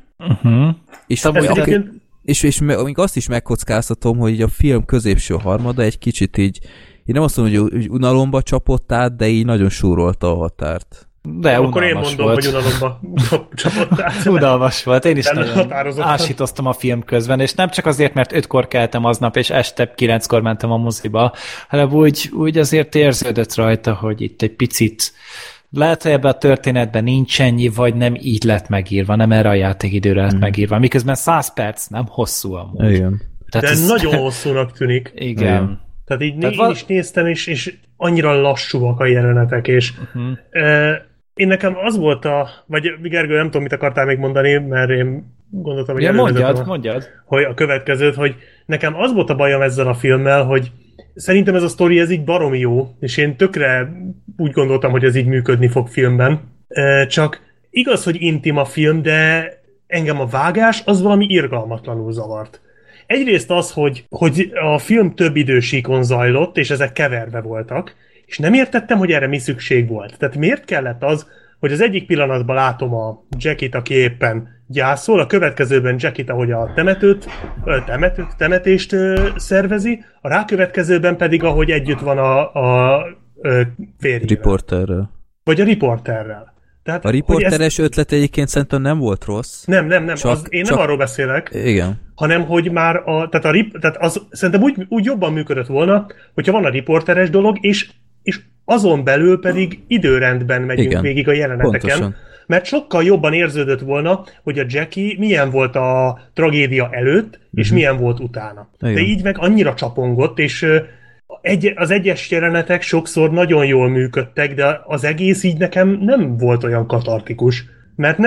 És még azt is megkockáztatom, hogy így a film középső harmada egy kicsit így, én nem azt mondom, hogy unalomba csapott át, de így nagyon súrolta a határt. De akkor én mondom, hogy unalomba csapott át. Unalmas volt. Én is nagyon ásítoztam a film közben, és nem csak azért, mert 5-kor keltem aznap, és este 9-kor mentem a moziba, hanem úgy azért érződött rajta, hogy itt egy picit lehet, hogy ebben a történetben nincs ennyi, vagy nem így lett megírva, nem erre a játékidőre lett megírva. Miközben 100 perc nem hosszú amúgy. Igen. Tehát de nagyon hosszúnak tűnik. Igen. Tehát így én is néztem, és annyira lassúak a jelenetek, és én nekem az volt vagy Gergő, nem tudom, mit akartál még mondani, mert én gondoltam, hogy mondjad. Hogy a következőt, hogy nekem az volt a bajom ezzel a filmmel, hogy szerintem ez a sztori, ez így baromi jó, és én tökre úgy gondoltam, hogy ez így működni fog filmben. Csak igaz, hogy intim a film, de engem a vágás az valami irgalmatlanul zavart. Egyrészt az, hogy a film több idősíkon zajlott, és ezek keverve voltak, és nem értettem, hogy erre mi szükség volt. Tehát miért kellett az, hogy az egyik pillanatban látom a Jackie-t, aki éppen gyászol, a következőben Jackie-t, ahogy a temetést szervezi, a rákövetkezőben pedig, ahogy együtt van a férjével. Riporterrel. Vagy a riporterrel. Tehát, a riporteres ötlet egyébként szerintem nem volt rossz. Nem. Én nem arról beszélek. Igen. Hanem, hogy már tehát az szerintem úgy jobban működött volna, hogyha van a riporteres dolog, és azon belül pedig időrendben megyünk végig a jeleneteken. Pontosan. Mert sokkal jobban érződött volna, hogy a Jackie milyen volt a tragédia előtt, és milyen volt utána. Igen. De így meg annyira csapongott, és az egyes jelenetek sokszor nagyon jól működtek, de az egész így nekem nem volt olyan katartikus. Mert nem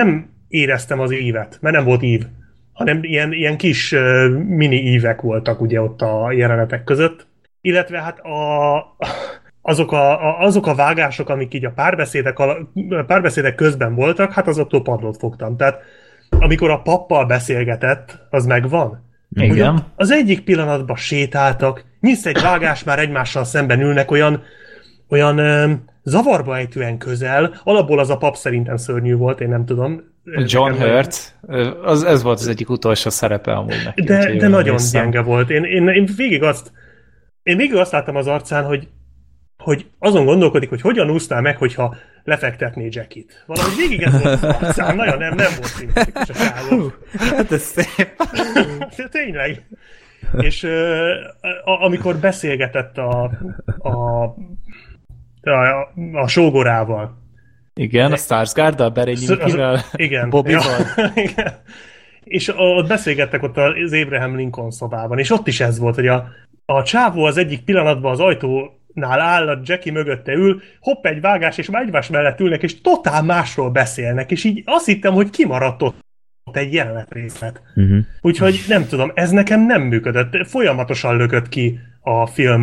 éreztem az ívet, mert nem volt ív, hanem ilyen kis mini ívek voltak ugye ott a jelenetek között, illetve hát azok a vágások, amik így a párbeszédek közben voltak, hát azoktól padlót fogtam. Tehát amikor a pappal beszélgetett, az megvan. Igen. Az egyik pillanatban sétáltak, nyisz egy vágás, már egymással szemben ülnek, olyan zavarba ejtően közel. Alapból az a pap szerintem szörnyű volt, én nem tudom. John Hurt, ez volt az egyik utolsó szerepe amúgy neki. De nagyon gyenge volt. Én végig azt láttam az arcán, hogy azon gondolkodik, hogy hogyan úsztál meg, hogyha lefektetné Jackit. Valahogy végig ez volt az arcán, nagyon nem volt szimpatikus a csávó. Hát ez szép. Tényleg. És amikor beszélgetett a sógorával. Igen, a Skarsgård-dal, Berényi Mikivel, igen, Bobbyval. Ja, igen. És ott beszélgettek ott az Abraham Lincoln szobában, és ott is ez volt, hogy a csávó az egyik pillanatban az ajtónál áll, a Jackie mögötte ül, hopp egy vágás, és már egymás mellett ülnek, és totál másról beszélnek, és így azt hittem, hogy kimaradt ott egy jelenetrészlet. Úgyhogy nem tudom, ez nekem nem működött. Folyamatosan lökött ki a film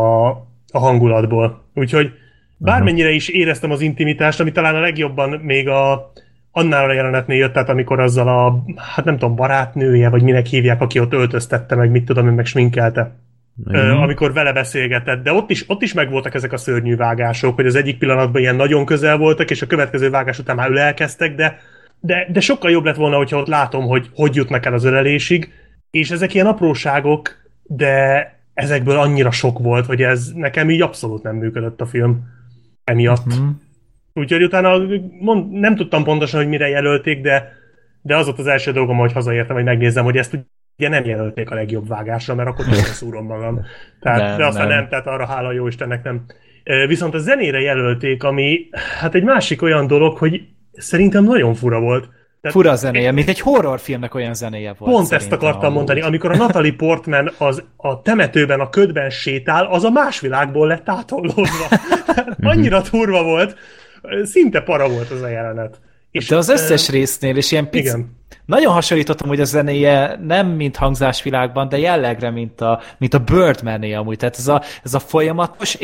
a hangulatból. Úgyhogy bármennyire is éreztem az intimitást, ami talán a legjobban még annál a jelenetnél jött, tehát amikor azzal hát nem tudom, barátnője, vagy minek hívják, aki ott öltöztette, meg mit tudom, meg sminkelte. Amikor vele beszélgetett, de ott is megvoltak ezek a szörnyű vágások, hogy az egyik pillanatban ilyen nagyon közel voltak, és a következő vágás után már ölelkeztek, de sokkal jobb lett volna, hogyha ott látom, hogy jutnak el az ölelésig, és ezek ilyen apróságok, de ezekből annyira sok volt, hogy ez nekem így abszolút nem működött a film emiatt. Úgyhogy utána nem tudtam pontosan, hogy mire jelölték, de az volt az első dolgom, hogy hazaértem, hogy megnézzem, hogy ezt ugye nem jelölték a legjobb vágásra, mert akkor nagyon szúrom magam. Tehát, de aztán nem, tehát arra hála jó Istennek nem. Viszont a zenére jelölték, ami hát egy másik olyan dolog, hogy szerintem nagyon fura volt. Tehát fura zenéje, mint egy horrorfilmnek olyan zenéje volt. Pont ezt akartam mondani, amikor a Natalie Portman a temetőben, a ködben sétál, az a más világból lett áthollódva. Annyira turva volt, szinte para volt az a jelenet. De az összes résznél, és ilyen pici... Igen. Nagyon hasonlítottam, hogy a zenéje nem mint hangzásvilágban, de jellegre, mint a Birdman-é amúgy. Tehát ez a folyamatos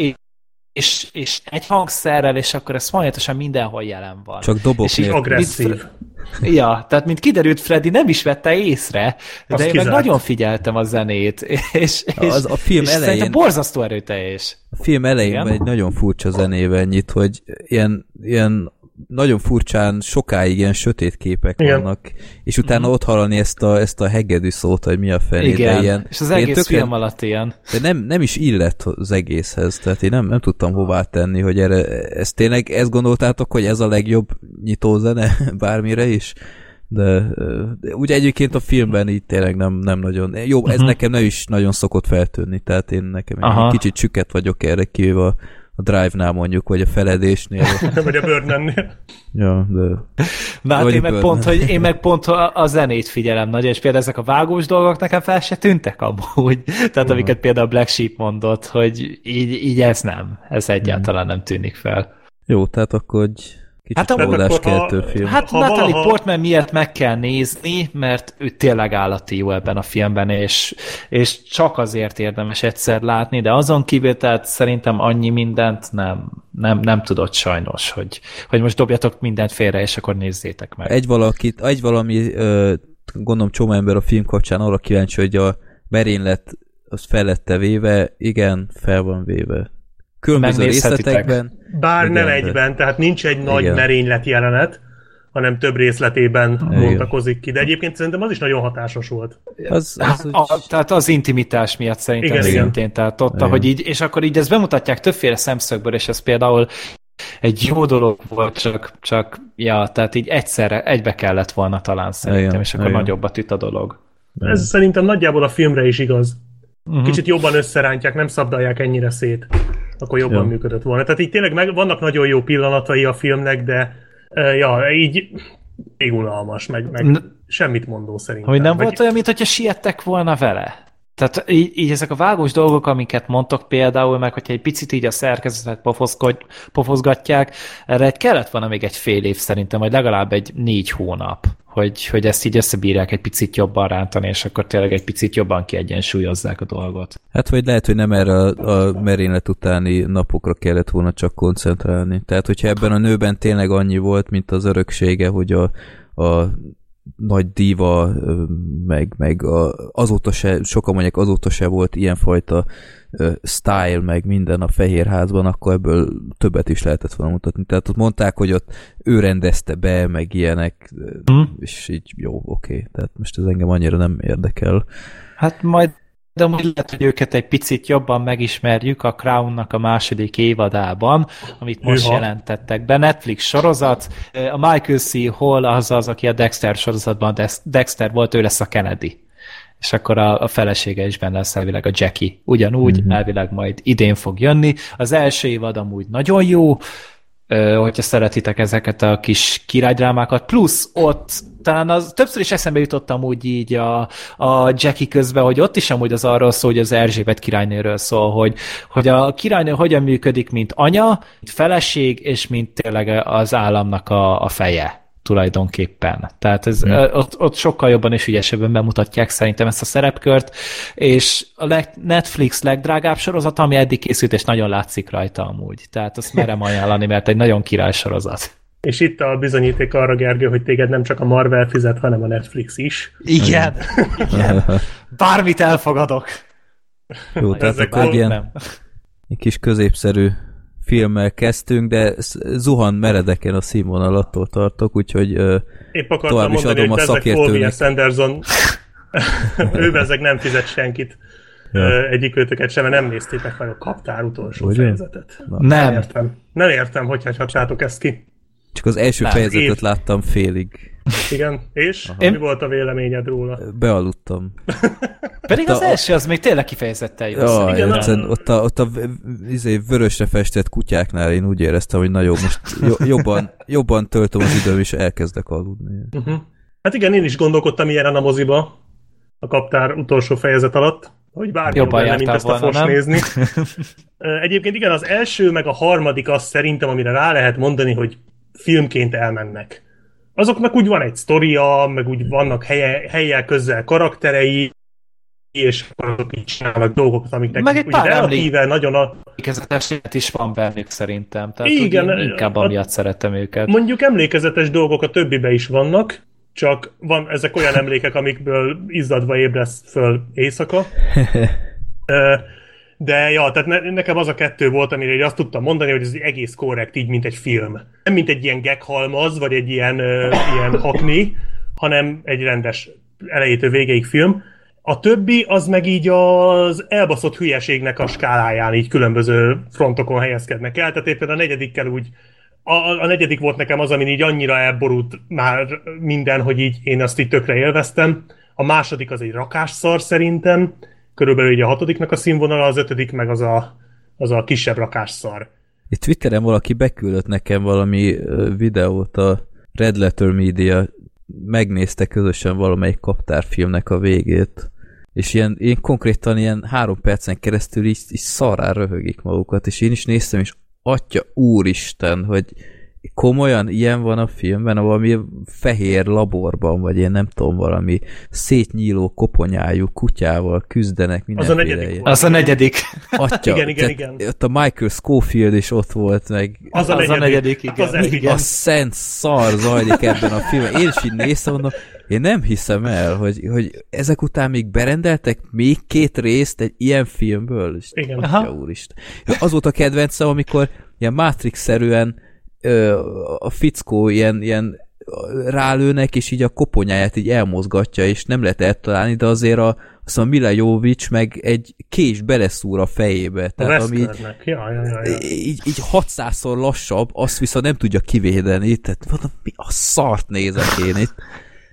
és egy hangszerrel, és akkor ez folyamatosan mindenhol jelen van. Csak dobok és így agresszív. Ja, tehát mint kiderült, Freddy nem is vette észre, de én meg nagyon figyeltem a zenét, és a film elején, szerintem borzasztó erőteljes. A film elején egy nagyon furcsa zenével nyit, hogy ilyen nagyon furcsán sokáig ilyen sötét képek vannak, és utána ott hallani ezt a hegedű szót, hogy mi a fené. Igen, ilyen, és az egész film alatt ilyen. De nem is illett az egészhez, tehát én nem tudtam hová tenni, hogy ezt tényleg ezt gondoltátok, hogy ez a legjobb nyitózene bármire is, de ugye egyébként a filmben így tényleg nem nagyon. Jó, ez nekem nem is nagyon szokott feltűnni, tehát nekem egy kicsit csüket vagyok erre, kivéve a Drive-nál mondjuk, vagy a Feledésnél. Vagy a Birdman-nél. Ja, de... Na hát én meg pont a zenét figyelem nagyon, és például ezek a vágós dolgok nekem fel se tűntek amúgy. Tehát amiket például Black Sheep mondott, hogy így ez egyáltalán nem tűnik fel. Jó, tehát akkor kicsit forráskeltő film. Hát Natalie Portman miért meg kell nézni, mert ő tényleg állati jó ebben a filmben, és csak azért érdemes egyszer látni, de azon kívül, tehát szerintem annyi mindent nem tudott sajnos, hogy most dobjatok mindent félre, és akkor nézzétek meg. Egy valami, gondolom csomó ember a film kapcsán arra kíváncsi, hogy a merénylet az fel lett véve, igen, fel van véve. Különböző részletekben. Bár nem egyben, tehát nincs egy nagy merénylet jelenet, hanem több részletében bontakozik ki. De egyébként szerintem az is nagyon hatásos volt. Tehát az intimitás miatt szerintem szintén. Tehát ott, ahogy így, és akkor így ezt bemutatják többféle szemszögből, és ez például egy jó dolog volt, csak tehát így egybe kellett volna talán szerintem, és akkor nagyobbat üt a dolog. Ez szerintem nagyjából a filmre is igaz. Kicsit jobban összerántják, nem szabdalják ennyire szét. Akkor jobban működött volna. Tehát így tényleg vannak nagyon jó pillanatai a filmnek, de így unalmas, meg semmit mondó szerintem. Hogy nem volt olyan, mint hogyha siettek volna vele? Tehát így ezek a vágós dolgok, amiket mondtok például, meg hogyha egy picit így a szerkezetet pofozgatják, erre kellett volna még egy fél év szerintem, vagy legalább egy 4 hónap, hogy ezt így összebírják egy picit jobban rántani, és akkor tényleg egy picit jobban kiegyensúlyozzák a dolgot. Hát vagy lehet, hogy nem erre a merénylet utáni napokra kellett volna csak koncentrálni. Tehát, hogyha ebben a nőben tényleg annyi volt, mint az öröksége, hogy a nagy díva, meg azóta se, sokan mondják, azóta se volt ilyenfajta style, meg minden a Fehérházban, akkor ebből többet is lehetett volna mutatni. Tehát ott mondták, hogy ott ő rendezte be, meg ilyenek, és így jó, oké. Tehát most ez engem annyira nem érdekel. Hát majd de amúgy lehet, hogy őket egy picit jobban megismerjük a Crown-nak a második évadában, amit most jelentettek be. Netflix sorozat, a Michael C. Hall az, aki a Dexter sorozatban Dexter volt, ő lesz a Kennedy. És akkor a felesége is benne lesz elvileg a Jackie. Ugyanúgy, elvileg majd idén fog jönni. Az első évad amúgy nagyon jó, hogyha szeretitek ezeket a kis királydrámákat, plusz ott talán az többször is eszembe jutottam úgy így a Jackie közben, hogy ott is amúgy az arról szól, hogy az Erzsébet királynőről szól, hogy a királynő hogyan működik, mint anya, mint feleség, és mint tényleg az államnak a feje tulajdonképpen. Tehát ott sokkal jobban és ügyesebben bemutatják szerintem ezt a szerepkört, és a Netflix legdrágább sorozat, ami eddig készült, és nagyon látszik rajta amúgy. Tehát azt merem ajánlani, mert egy nagyon király sorozat. És itt a bizonyíték arra, Gergő, hogy téged nem csak a Marvel fizet, hanem a Netflix is. Igen. Igen. Bármit elfogadok. Jó, tehát akkor egy ilyen kis középszerű filmmel kezdtünk, de zuhan meredeken a színvonal, attól tartok, úgyhogy épp akartam mondani, hogy ezek Paul Sanderson ezek nem fizet senkit. Ja. Egyik őtöket sem, mert nem néztétek meg a Kaptár utolsó fejezetet. Nem értem, hogy hagyhatsátok ezt ki. Csak az első fejezetet láttam félig. Igen, és? Mi volt a véleményed róla? Bealudtam. Pedig az első az még tényleg kifejezetten jó. Igen, ott a vörösre festett kutyáknál én úgy éreztem, hogy na jó, most jobban töltöm az időm, és elkezdek aludni. Hát igen, én is gondolkodtam ilyen a moziba, a Kaptár utolsó fejezet alatt, hogy bármi jobb lenne, mint ezt a fos nézni. Egyébként igen, az első meg a harmadik az szerintem, amire rá lehet mondani, hogy filmként elmennek. Azoknak úgy van egy sztoria, meg úgy vannak helyjel közel karakterei, és azok így csinálnak dolgokat, amiknek meg egy pár relatíve nagyon emlékezetes is van bennük szerintem. Tehát igen, inkább amiatt szeretem őket. Mondjuk emlékezetes dolgok a többibe is vannak, csak van ezek olyan emlékek, amikből izzadva ébresz föl éjszaka. De ja, tehát nekem az a kettő volt, amire azt tudtam mondani, hogy ez egész korrekt, így, mint egy film. Nem mint egy ilyen gaghalmaz, vagy egy ilyen hakni, hanem egy rendes elejétől végéig film. A többi az meg így az elbaszott hülyeségnek a skáláján így különböző frontokon helyezkednek el. Tehát éppen a negyedikkel úgy, a negyedik volt nekem az, amin így annyira elborult már minden, hogy így én azt így tökre élveztem. A második az egy rakásszar szerintem, körülbelül így a hatodiknak a színvonala, az ötödik meg az a kisebb rakásszar. Itt Twitteren valaki beküldött nekem valami videót, a Red Letter Media megnézte közösen valamelyik kaptárfilmnek a végét, és én konkrétan ilyen 3 percen keresztül így szarrá röhögik magukat, és én is néztem, és atya úristen, hogy komolyan ilyen van a filmben, valami fehér laborban, vagy én nem tudom, valami szétnyíló koponyájú kutyával küzdenek mindenféle. Az a negyedik. Atya, igen. Ott a Michael Scofield is ott volt, meg az a negyedik, igen. A szent szar zajlik ebben a filmben. Én is így néztem, mondom, én nem hiszem el, hogy ezek után még berendeltek még 2 részt egy ilyen filmből. Igen. Atya úristen. Az volt a kedvencem, amikor ilyen Matrix-szerűen a fickó ilyen rálőnek, és így a koponyáját így elmozgatja, és nem lehet eltalálni, de azért azt a Mila Jovovich meg egy kést beleszúr a fejébe. Tehát ami így 600-szor lassabb, azt viszont nem tudja kivédeni, tehát mondom, mi a szart nézek én itt.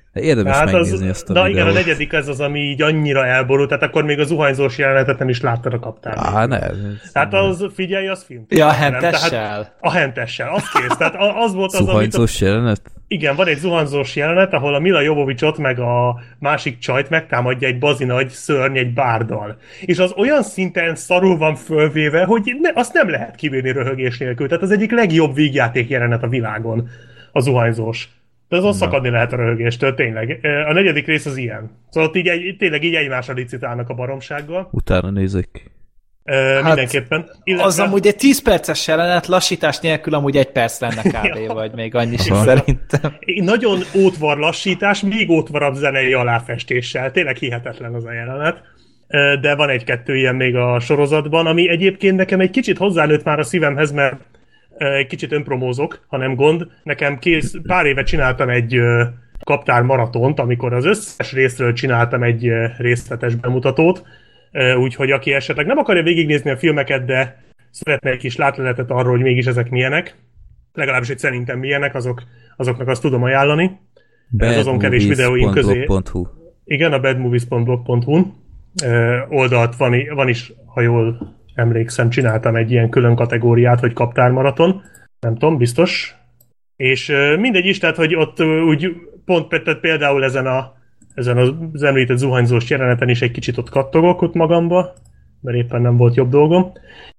Érdemes hát megnézni ezt a videót. videót. Igen, a negyedik ez az, ami így annyira elborult, tehát akkor még a zuhanyzós jelenetet nem is láttad a kaptár. Nem. Tehát az, figyelj, az film. Ja, a hentessel. A hentessel, az kész. Tehát az volt az, zuhanyzós jelenet? Igen, van egy zuhanyzós jelenet, ahol a Mila Jovovicsot meg a másik csajt megtámadja egy bazinagy szörny egy bárdal. És az olyan szinten szarul van fölvéve, hogy azt nem lehet kibírni röhögés nélkül. Tehát az egyik legjobb vígjáték jelenet a világon, a zuhanyzós. De azon szakadni lehet a röhögéstől, tényleg. A negyedik rész az ilyen. Szóval ott így tényleg így egymásra licitálnak a baromsággal. Utána nézek. Mindenképpen. Illetve... Az amúgy egy 10 perces jelenet, lassítás nélkül amúgy 1 perc lenne kb. Vagy még annyi is szerintem. Nagyon ótvar lassítás, még ótvarabb zenei aláfestéssel. Tényleg hihetetlen az a jelenet. De van egy-kettő ilyen még a sorozatban, ami egyébként nekem egy kicsit hozzánőtt már a szívemhez, mert egy kicsit önpromózok, ha nem gond. Nekem pár éve csináltam egy kaptár maratont, amikor az összes részről csináltam egy részletes bemutatót, úgyhogy aki esetleg nem akarja végignézni a filmeket, de szeretne egy kis látleletet arról, hogy mégis ezek milyenek, legalábbis, hogy szerintem milyenek, azoknak azt tudom ajánlani. Ez azon kevés videóink közé. Igen, a badmovies.blog.hu oldalt van is, ha jól emlékszem, csináltam egy ilyen külön kategóriát, hogy kaptármaraton. Nem tudom, biztos. És mindegy is, tehát, hogy ott úgy pont például ezen az említett zuhanyzós jeleneten is egy kicsit ott kattogok ott magamba, mert éppen nem volt jobb dolgom.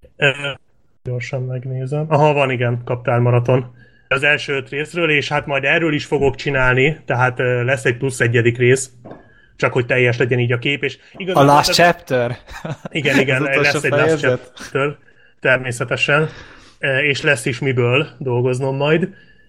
Gyorsan megnézem. Aha, van, igen, kaptármaraton. Az első 5 részről, és hát majd erről is fogok csinálni, tehát lesz egy plusz 1. rész, csak hogy teljes legyen így a kép. És a last chapter? Igen, lesz egy last chapter, természetesen, és lesz is miből dolgoznom majd.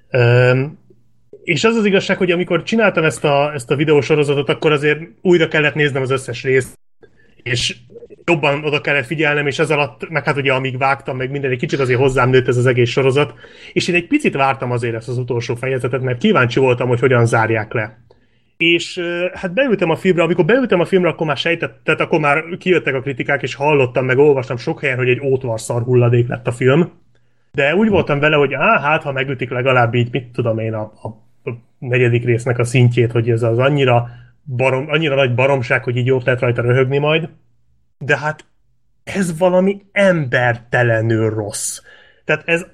És az az igazság, hogy amikor csináltam ezt a videósorozatot, akkor azért újra kellett néznem az összes részt, és jobban oda kellett figyelnem, és ez alatt, meg hát ugye amíg vágtam, meg minden, egy kicsit azért hozzám nőtt ez az egész sorozat, és én egy picit vártam azért ezt az utolsó fejezetet, mert kíváncsi voltam, hogy hogyan zárják le. És hát beültem a filmre, amikor beültem a filmre, akkor már tehát akkor már kijöttek a kritikák, és hallottam, meg olvastam sok helyen, hogy egy ótvarszar hulladék lett a film. De úgy voltam vele, hogy hát ha megütik legalább így, mit tudom én, a 4. résznek a szintjét, hogy ez az annyira nagy baromság, hogy így jobb lehet rajta röhögni majd. De hát ez valami embertelenül rossz. Tehát ez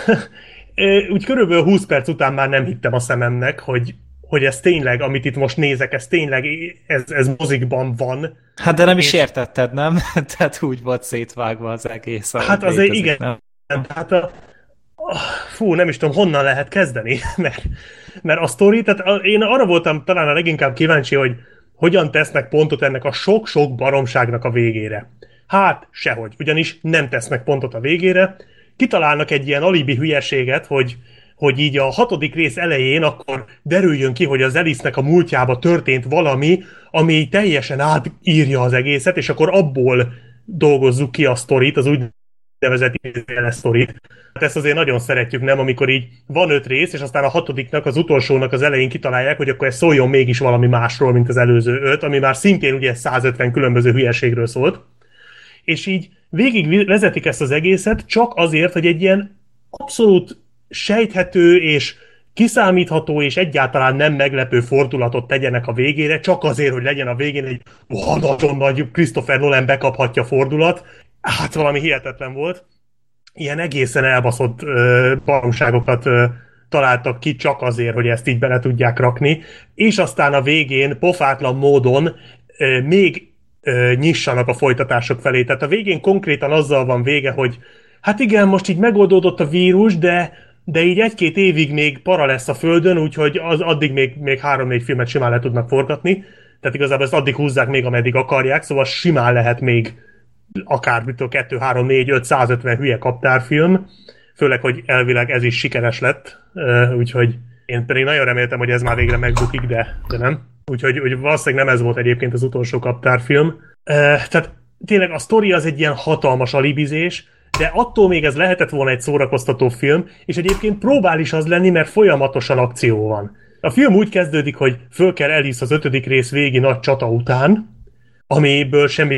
úgy körülbelül 20 perc után már nem hittem a szememnek, hogy ez tényleg, amit itt most nézek, ez tényleg, ez mozikban van. Hát de nem is értetted, nem? Tehát úgy volt szétvágva az egész. Hát azért igen. Nem? Hát nem is tudom, honnan lehet kezdeni, mert a sztori, tehát én arra voltam talán a leginkább kíváncsi, hogy hogyan tesznek pontot ennek a sok-sok baromságnak a végére. Hát sehogy, ugyanis nem tesznek pontot a végére, kitalálnak egy ilyen alibi hülyeséget, hogy így a 6. rész elején akkor derüljön ki, hogy az Alice-nek a múltjába történt valami, ami teljesen átírja az egészet, és akkor abból dolgozzuk ki a sztorit, az úgynevezett sztorit. Hát ezt azért nagyon szeretjük, nem? Amikor így van 5 rész, és aztán a 6. az utolsónak az elején kitalálják, hogy akkor ez szóljon mégis valami másról, mint az előző 5, ami már szintén ugye 150 különböző hülyeségről szólt. És így végig vezetik ezt az egészet, csak azért, hogy egy ilyen abszolút sejthető és kiszámítható és egyáltalán nem meglepő fordulatot tegyenek a végére, csak azért, hogy legyen a végén egy nagyon nagy Christopher Nolan bekaphatja fordulat. Hát valami hihetetlen volt. Ilyen egészen elbaszott baromságokat találtak ki csak azért, hogy ezt így bele tudják rakni, és aztán a végén pofátlan módon még nyissanak a folytatások felé. Tehát a végén konkrétan azzal van vége, hogy hát igen, most így megoldódott a vírus, de így 1-2 évig még para lesz a Földön, úgyhogy addig még 3-4 filmet simán le tudnak forgatni. Tehát igazából ezt addig húzzák még, ameddig akarják, szóval simán lehet még akár 2, 3, 4, 5, 150 hülye kaptárfilm, főleg, hogy elvileg ez is sikeres lett, úgyhogy én pedig nagyon reméltem, hogy ez már végre megbukik, de nem. Úgyhogy valószínűleg nem ez volt egyébként az utolsó kaptárfilm. Tehát tényleg a sztori az egy ilyen hatalmas alibizés, de attól még ez lehetett volna egy szórakoztató film, és egyébként próbál is az lenni, mert folyamatosan akció van. A film úgy kezdődik, hogy föl kell Alice az 5. rész végi nagy csata után, amiből semmi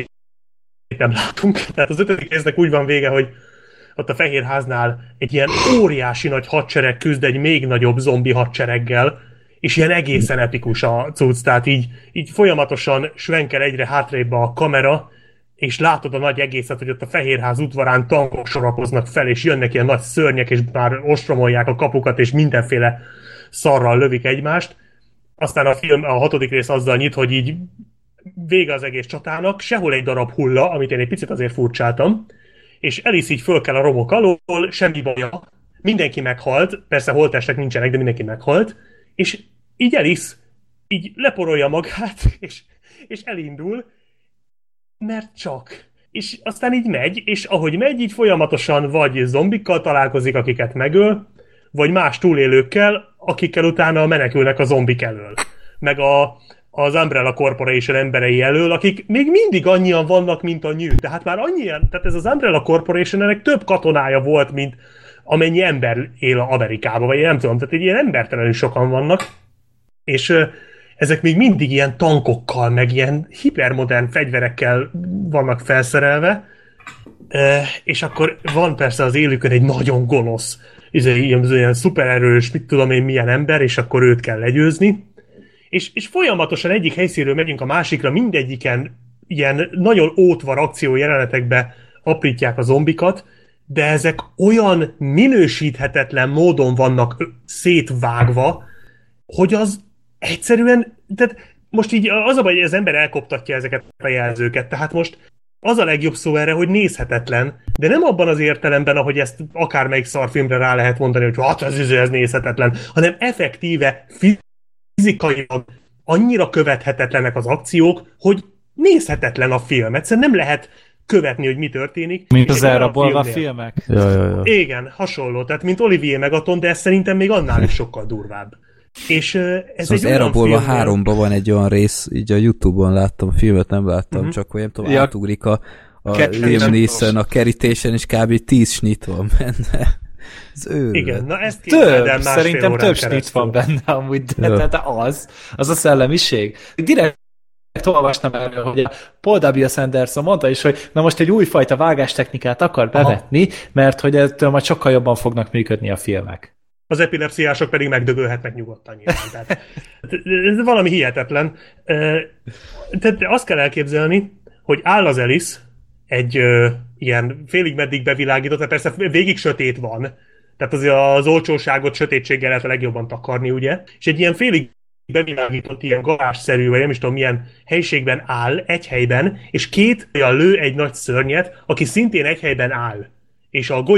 nem látunk. Tehát az 5. résznek úgy van vége, hogy ott a Fehérháznál egy ilyen óriási nagy hadsereg küzd egy még nagyobb zombi hadsereggel, és ilyen egészen epikus a cucc, tehát így folyamatosan svenkel egyre hátrébb a kamera, és látod a nagy egészet, hogy ott a Fehérház udvarán tankok sorakoznak fel, és jönnek ilyen nagy szörnyek, és már ostromolják a kapukat, és mindenféle szarral lövik egymást. Aztán a film, a 6. rész azzal nyit, hogy így vége az egész csatának, sehol egy darab hulla, amit én egy picit azért furcsáltam, és Alice így föl kell a romok alól, semmi baja, mindenki meghalt, persze holttestek nincsenek, de mindenki meghalt, és így Alice így leporolja magát, és elindul, mert csak. És aztán így megy, és ahogy megy, így folyamatosan vagy zombikkal találkozik, akiket megöl, vagy más túlélőkkel, akikkel utána menekülnek a zombik elől. Meg az Umbrella Corporation emberei elől, akik még mindig annyian vannak, mint a nyű. Tehát már annyian, tehát ez az Umbrella Corporation-nek több katonája volt, mint amennyi ember él Amerikában, vagy én nem tudom, tehát egy ilyen embertelenül sokan vannak, és ezek még mindig ilyen tankokkal, meg ilyen hipermodern fegyverekkel vannak felszerelve, és akkor van persze az élükön egy nagyon gonosz, ilyen szupererős, mit tudom én milyen ember, és akkor őt kell legyőzni, és folyamatosan egyik helyszínről megyünk a másikra, mindegyiken ilyen nagyon ótvar akció jelenetekbe aprítják a zombikat, de ezek olyan minősíthetetlen módon vannak szétvágva, hogy az egyszerűen, tehát most így az a baj, hogy az ember elkoptatja ezeket a jelzőket, tehát most az a legjobb szó erre, hogy nézhetetlen, de nem abban az értelemben, ahogy ezt akármelyik szarfilmre rá lehet mondani, hogy hát ez nézhetetlen, hanem effektíve, fizikailag annyira követhetetlenek az akciók, hogy nézhetetlen a film. Egyszerűen nem lehet követni, hogy mi történik. Mint az elrabolva filmek? Ja. Igen, hasonló. Tehát mint Olivier Megaton, de ez szerintem még annál is sokkal durvább. És ez szóval egy olyan Elrabolva film, 3-ban van egy olyan rész, így a Youtube-on láttam, a filmet nem láttam, csak hogy nem tudom, átugrik a Liam Neeson a kerítésen, és kb. 10 snit van benne. Ez őrület. Igen, na ezt több, szerintem több snit van benne amúgy, de az a szellemiség. Direkt olvastam erről, hogy a Paul W. Anderson mondta is, hogy na most egy újfajta vágástechnikát akar bevetni, mert hogy ettől majd sokkal jobban fognak működni a filmek. Az epilepsziások pedig megdögölhetnek nyugodtan nyilván. Tehát, ez valami hihetetlen. Tehát azt kell elképzelni, hogy áll az Alice egy ilyen félig meddig bevilágított, de persze végig sötét van. Tehát az olcsóságot sötétséggel lehet a legjobban takarni, ugye? És egy ilyen félig bevilágított, ilyen garázsszerű, vagy nem is tudom milyen helyiségben áll, egy helyben, és két olyan lő egy nagy szörnyet, aki szintén egy helyben áll. És a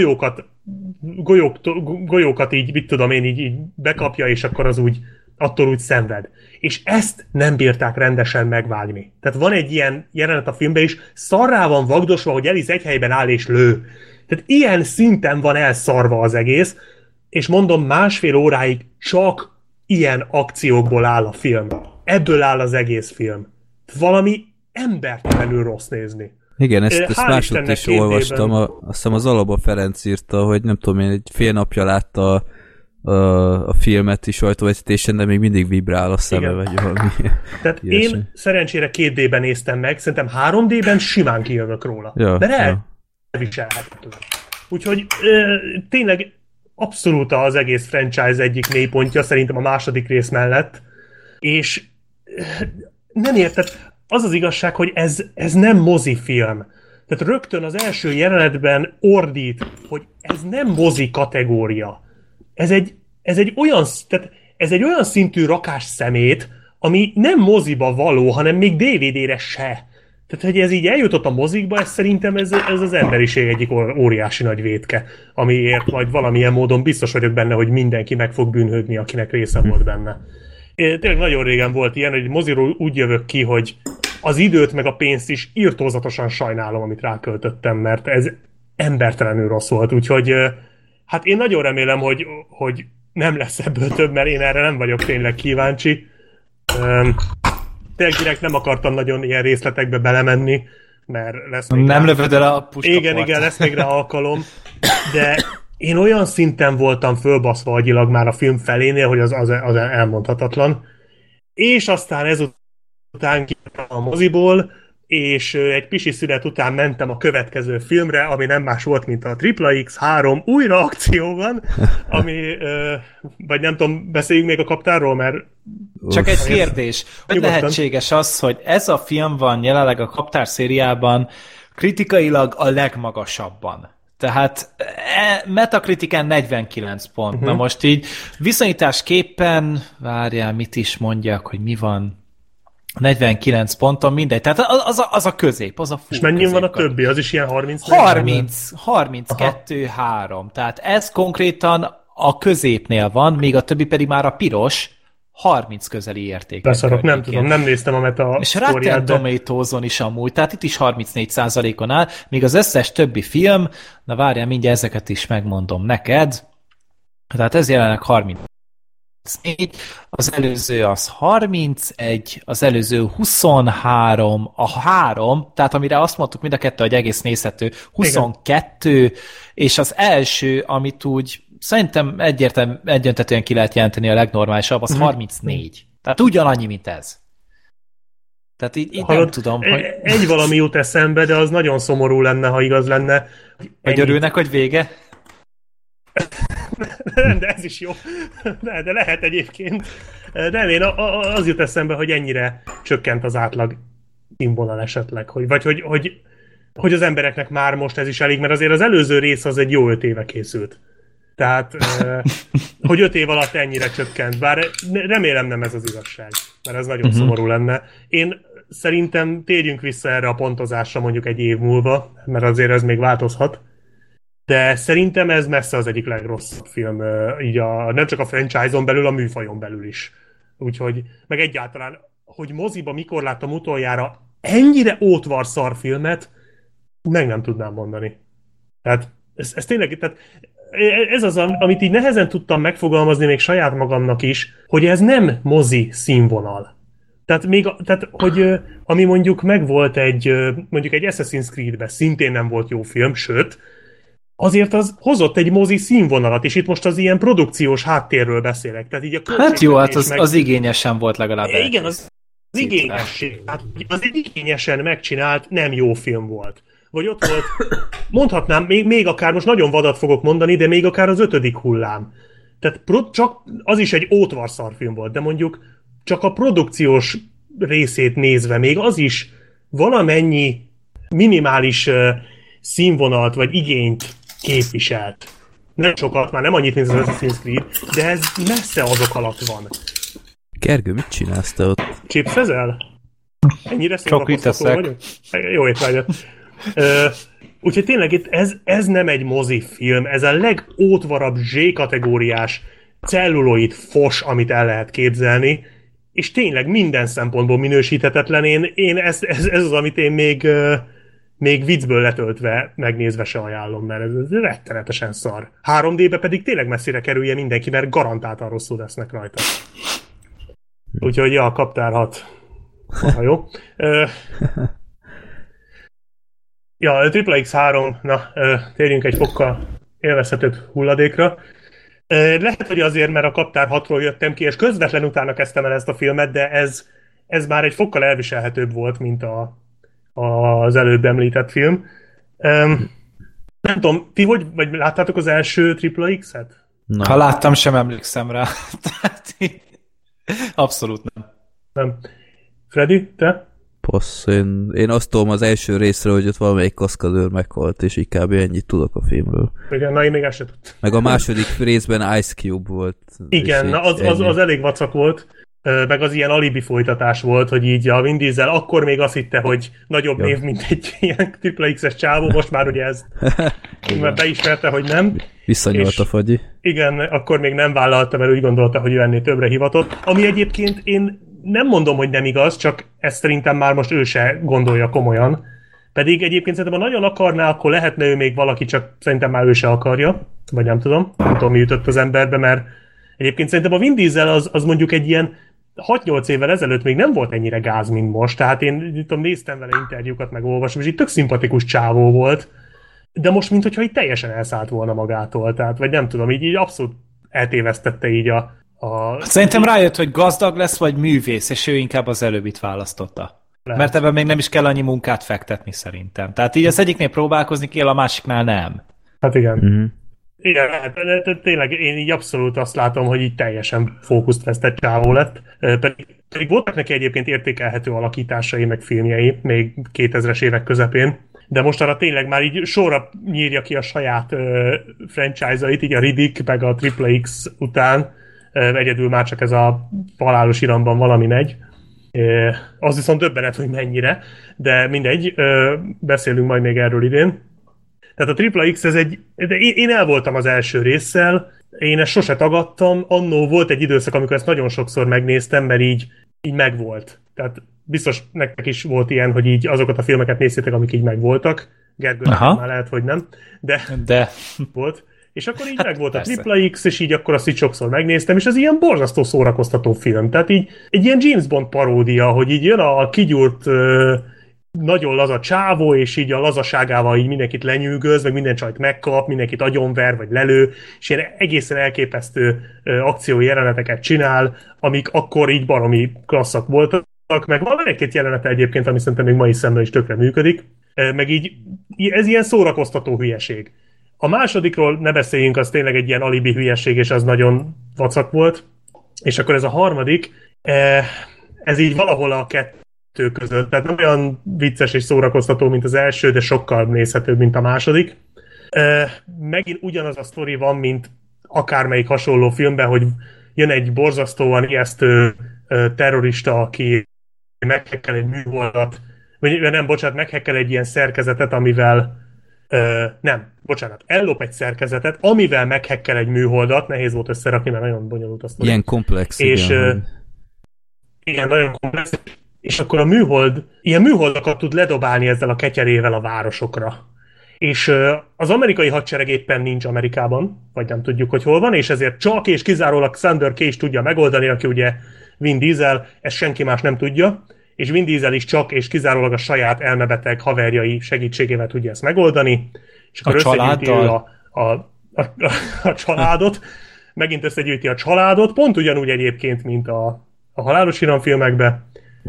golyókat így, mit tudom én, így bekapja, és akkor az úgy, attól úgy szenved. És ezt nem bírták rendesen megvágni. Tehát van egy ilyen jelenet a filmben is, szarrá van vagdosva, hogy Alice egy helyben áll és lő. Tehát ilyen szinten van elszarva az egész, és mondom, 1,5 óráig csak ilyen akciókból áll a film. Ebből áll az egész film. Valami embertelenül rossz nézni. Igen, ezt máshogy is olvastam, azt hiszem az Alaba Ferenc írta, hogy nem tudom én, egy fél napja látta a filmet is sajtóvetítésen, de még mindig vibrál a szeme, vagy valami. Tehát én szerencsére 2D-ben néztem meg, szerintem 3D-ben simán kijövök róla. Ja, de elviselhetetlen. Úgyhogy tényleg abszolút az egész franchise egyik mélypontja, szerintem a második rész mellett, és nem érted, az az igazság, hogy ez nem mozifilm. Tehát rögtön az első jelenetben ordít, hogy ez nem mozi kategória. Ez egy olyan szintű rakás szemét, ami nem moziba való, hanem még DVD-re se. Tehát, hogy ez így eljutott a mozikba, ez szerintem ez az emberiség egyik óriási nagy vétke, amiért majd valamilyen módon biztos vagyok benne, hogy mindenki meg fog bűnhődni, akinek része volt benne. Tényleg nagyon régen volt ilyen, hogy moziról úgy jövök ki, hogy az időt meg a pénzt is irtózatosan sajnálom, amit ráköltöttem, mert ez embertelenül rossz volt. Úgyhogy hát én nagyon remélem, hogy nem lesz ebből több, mert én erre nem vagyok tényleg kíváncsi. Tényleg direkt nem akartam nagyon ilyen részletekbe belemenni, mert lesz még nem lövöd el a puskapart. Igen, lesz még rá alkalom, de én olyan szinten voltam fölbaszva agyilag már a film felénél, hogy az elmondhatatlan. És aztán ezután kijöttem a moziból, és egy pisi szünet után mentem a következő filmre, ami nem más volt, mint a XXX3 újra akcióban, ami, vagy nem tudom, beszéljünk még a kaptárról, mert... Csak egy kérdés, hogy lehetséges az, hogy ez a film van jelenleg a kaptár szériában kritikailag a legmagasabban. Tehát Metacritiken 49 pont. Na most így viszonyításképpen, várjál, mit is mondjak, hogy mi van... 49 ponton, mindegy. Tehát az a közép, az a full. És mennyi van a többi? Az is ilyen 30? 32-3. Tehát ez konkrétan a középnél van, míg a többi pedig már a piros 30 közeli érték. Beszarok, nem tudom, nem néztem a meta és Rotten Tomatoes-on is amúgy, tehát itt is 34%-on áll, míg az összes többi film, na várjál, mindjárt ezeket is megmondom neked, tehát ez jelenleg 30. Az előző az 31, az előző 23, a 3, tehát amire azt mondtuk mind a kettő, hogy egész nézhető, 22, igen. És az első, amit úgy szerintem egyöntetően ki lehet jelenteni a legnormálisabb, az 34. Tehát ugyanannyi, mint ez. Tehát így nem tudom, hogy... Egy valami jut eszembe, de az nagyon szomorú lenne, ha igaz lenne. Hogy örülnek, hogy vége? De ez is jó. De lehet egyébként. Nem, én az jut eszembe, hogy ennyire csökkent az átlag színvonal esetleg. Hogy az embereknek már most ez is elég, mert azért az előző rész az egy jó 5 éve készült. Tehát, hogy 5 év alatt ennyire csökkent. Bár remélem nem ez az igazság, mert ez nagyon szomorú lenne. Én szerintem térjünk vissza erre a pontozásra mondjuk egy év múlva, mert azért ez még változhat. De szerintem ez messze az egyik legrosszabb film, így nem csak a franchise-on belül, a műfajon belül is. Úgyhogy, meg egyáltalán, hogy moziba mikor láttam utoljára ennyire ótvar szarfilmet, meg nem tudnám mondani. Tehát ez tényleg, tehát ez az, amit így nehezen tudtam megfogalmazni még saját magamnak is, hogy ez nem mozi színvonal. Tehát hogy ami mondjuk megvolt mondjuk egy Assassin's Creed-ben szintén nem volt jó film, sőt, azért az hozott egy mozi színvonalat, és itt most az ilyen produkciós háttérről beszélek. Tehát így a hát jó, hát az igényesen volt legalább. Igen, az igényesség. Hát az egy igényesen megcsinált, nem jó film volt. Vagy ott volt, mondhatnám, még akár, most nagyon vadat fogok mondani, de még akár az 5. hullám. Tehát csak az is egy ótvarszarfilm volt, de mondjuk csak a produkciós részét nézve még az is valamennyi minimális színvonalt vagy igényt képviselt. Nem sokat, már nem annyit, mint az Assassin's Creed, de ez messze azok alatt van. Gergő, mit csinálsz te ott? Chipszezel? Ennyire szórakoztató vagyok? Jó étvágyat. Úgyhogy tényleg itt ez nem egy mozifilm, ez a legótvarabb Z-kategóriás celluloid fos, amit el lehet képzelni, és tényleg minden szempontból minősíthetetlen. Én ez az, amit én még viccből letöltve, megnézve se ajánlom, mert ez rettenetesen szar. 3D-be pedig tényleg messzire kerülje mindenki, mert garantáltan rosszul lesznek rajta. Úgyhogy ja, kaptár 6. Aha, jó. Ja, XXX3, na, térjünk egy fokkal élvezhetőbb hulladékra. Lehet, hogy azért, mert a kaptár 6-ról jöttem ki, és közvetlen utána kezdtem el ezt a filmet, de ez már egy fokkal elviselhetőbb volt, mint az előbb említett film. Nem tudom, ti vagy láttátok az első XXX-et? Ha láttam, sem emlékszem rá. Abszolút nem. Nem. Freddy, te? Passz, én azt tudom az első részről, hogy ott valamelyik kaszkadőr meghalt, és így kb. Ennyit tudok a filmről. Igen, na én még ezt sem tudtam. Meg a második részben Ice Cube volt. Igen, na az elég vacak volt, meg az ilyen alibi folytatás volt, hogy így a Vin Diesel akkor még azt hitte, hogy nagyobb név, mint egy ilyen XXX-es csávó, most már ugye ezt beismerte, hogy nem. Visszanyalt a fagyi. Igen, akkor még nem vállalta, mert úgy gondolta, hogy ő ennél többre hivatott. Ami egyébként én nem mondom, hogy nem igaz, csak ezt szerintem már most ő se gondolja komolyan. Pedig egyébként szerintem, ha nagyon akarná, akkor lehetne ő még valaki, csak szerintem már ő se akarja. Vagy nem tudom mi ütött az emberbe, mert egyébként szerintem a Vin Diesel az mondjuk egy ilyen 6-8 évvel ezelőtt még nem volt ennyire gáz, mint most. Tehát én néztem vele interjúkat, meg olvasom, és így tök szimpatikus csávó volt. De most, mintha így teljesen elszállt volna magától. Tehát, vagy nem tudom, így abszolút eltévesztette így a... Szerintem rájött, hogy gazdag lesz, vagy művész, és ő inkább az előbbit választotta. Lehet. Mert ebben még nem is kell annyi munkát fektetni szerintem. Tehát így az egyiknél próbálkozni kell, a másiknál nem. Hát igen. Igen, hát, tényleg én így abszolút azt látom, hogy így teljesen fókuszt vesztett csávó lett. Pedig voltak neki egyébként értékelhető alakításai, meg filmjei, még 2000-es évek közepén. De mostanra tényleg már így sorra nyírja ki a saját franchise-ait, így a Riddick, meg a Triple X után. Egyedül már csak ez a halálos iramban valami megy. Az viszont döbbenet, hogy mennyire, de mindegy, beszélünk majd még erről idén. Tehát a Triple X, én el voltam az első résszel, én ezt sose tagadtam, annó volt egy időszak, amikor ezt nagyon sokszor megnéztem, mert így megvolt. Tehát biztos nektek is volt ilyen, hogy így azokat a filmeket néztétek, amik így megvoltak. Gergőnek már lehet, hogy nem, de volt. És akkor így megvolt a Triple X, és így akkor azt így sokszor megnéztem, és ez ilyen borzasztó szórakoztató film. Tehát így egy ilyen James Bond paródia, hogy így jön a kigyúrt nagyon laza csávó, és így a lazaságával így mindenkit lenyűgöz, meg minden csajt megkap, mindenkit agyonver, vagy lelő, és ilyen egészen elképesztő akciói jeleneteket csinál, amik akkor így baromi klasszak voltak, meg van egy-két jelenete egyébként, ami szerintem még mai szemmel is tökre működik, meg így ez ilyen szórakoztató hülyeség. A másodikról ne beszéljünk, az tényleg egy ilyen alibi hülyeség, és az nagyon vacak volt, és akkor ez a harmadik, ez így valahol a kettő között, tehát nem olyan vicces és szórakoztató, mint az első, de sokkal nézhetőbb, mint a második. Megint ugyanaz a sztori van, mint akármelyik hasonló filmben, hogy jön egy borzasztóan ijesztő terrorista, aki meghekkel egy műholdat, vagy nem, bocsánat, meghekkel egy ilyen szerkezetet, amivel ellop egy szerkezetet, amivel meghekkel egy műholdat, nehéz volt összerakni, mert nagyon bonyolult a sztori. Ilyen komplex, és, igen, nagyon komplex, és akkor a műhold, ilyen műholdakat tud ledobálni ezzel a ketyerével a városokra. És az amerikai hadsereg éppen nincs Amerikában, vagy nem tudjuk, hogy hol van, és ezért csak és kizárólag Thunder Cage tudja megoldani, aki ugye Vin Diesel, ezt senki más nem tudja, és Vin Diesel is csak és kizárólag a saját elmebeteg haverjai segítségével tudja ezt megoldani, és akkor összegyűjti a családot, megint összegyűjti a családot, pont ugyanúgy egyébként, mint a halálos iram filmekben,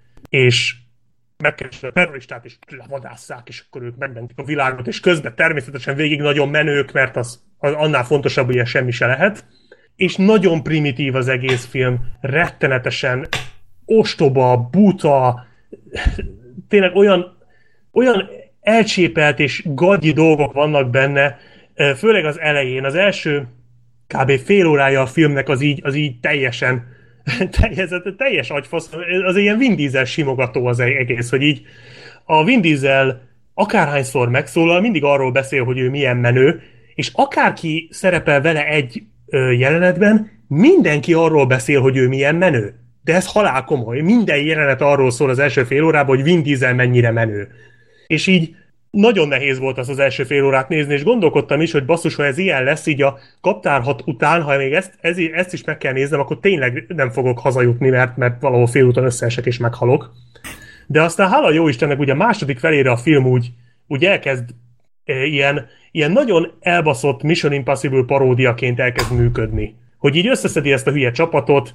és megkeresik a terroristát, és levadásszák, és akkor ők megmentik a világot, és közben természetesen végig nagyon menők, mert az annál fontosabb, ugye semmi se lehet. És nagyon primitív az egész film, rettenetesen ostoba, buta, tényleg olyan elcsépelt és gagyi dolgok vannak benne, főleg az elején. Az első kb. Fél órája a filmnek az így teljesen teljes agyfasz, az ilyen Vin Diesel simogató az egész, hogy így a Vin Diesel akárhányszor megszólal, mindig arról beszél, hogy ő milyen menő, és akárki szerepel vele egy jelenetben, mindenki arról beszél, hogy ő milyen menő. De ez halál komoly. Minden jelenet arról szól az első fél órában, hogy Vin Diesel mennyire menő. És így nagyon nehéz volt az első fél órát nézni, és gondolkodtam is, hogy basszus, ha ez ilyen lesz, így a Kaptár 6 után, ha még ezt is meg kell néznem, akkor tényleg nem fogok hazajutni, mert valahol félúton összeesek és meghalok. De aztán hála jó Istennek, ugye a második felére a film úgy elkezd ilyen nagyon elbaszott Mission Impossible paródiaként elkezd működni. Hogy így összeszedi ezt a hülye csapatot,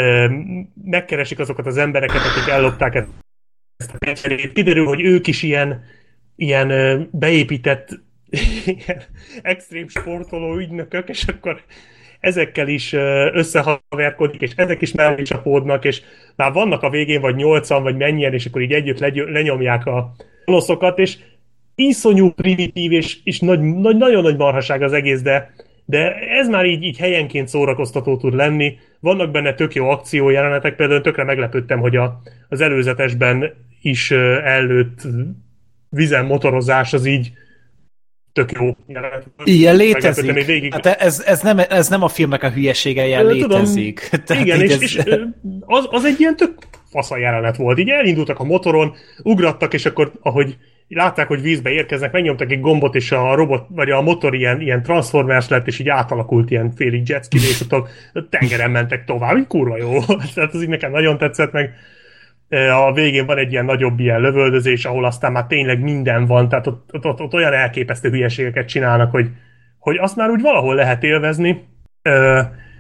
megkeresik azokat az embereket, akik ellopták ezt a ketyerét. Kiderül, hogy ők is ilyen beépített ilyen extrém sportoló ügynökök, és akkor ezekkel is összehaverkodik, és ezek is mellé csapódnak, és már vannak a végén vagy 8-an, vagy mennyien, és akkor így együtt lenyomják a gonoszokat, és iszonyú primitív, és nagyon nagy marhaság az egész, de ez már így helyenként szórakoztató tud lenni. Vannak benne tök jó akciójelenetek, például tökre meglepődtem, hogy az előzetesben is ellőtt vizen motorozás az így tök jó jelenet. Ilyen létezik. Végig... Hát ez nem a filmnek a hülyesége, ilyen létezik. Tudom, igen, és az egy ilyen tök fasza jelenet volt. Így elindultak a motoron, ugrattak, és akkor, ahogy látták, hogy vízbe érkeznek, megnyomtak egy gombot, és a robot, vagy a motor ilyen transformers lett, és így átalakult ilyen félig jetski, és ott a tengeren mentek tovább. Így kurva jó. Tehát az így nekem nagyon tetszett, meg a végén van egy ilyen nagyobb ilyen lövöldözés, ahol aztán már tényleg minden van, tehát ott olyan elképesztő hülyeségeket csinálnak, hogy azt már úgy valahol lehet élvezni.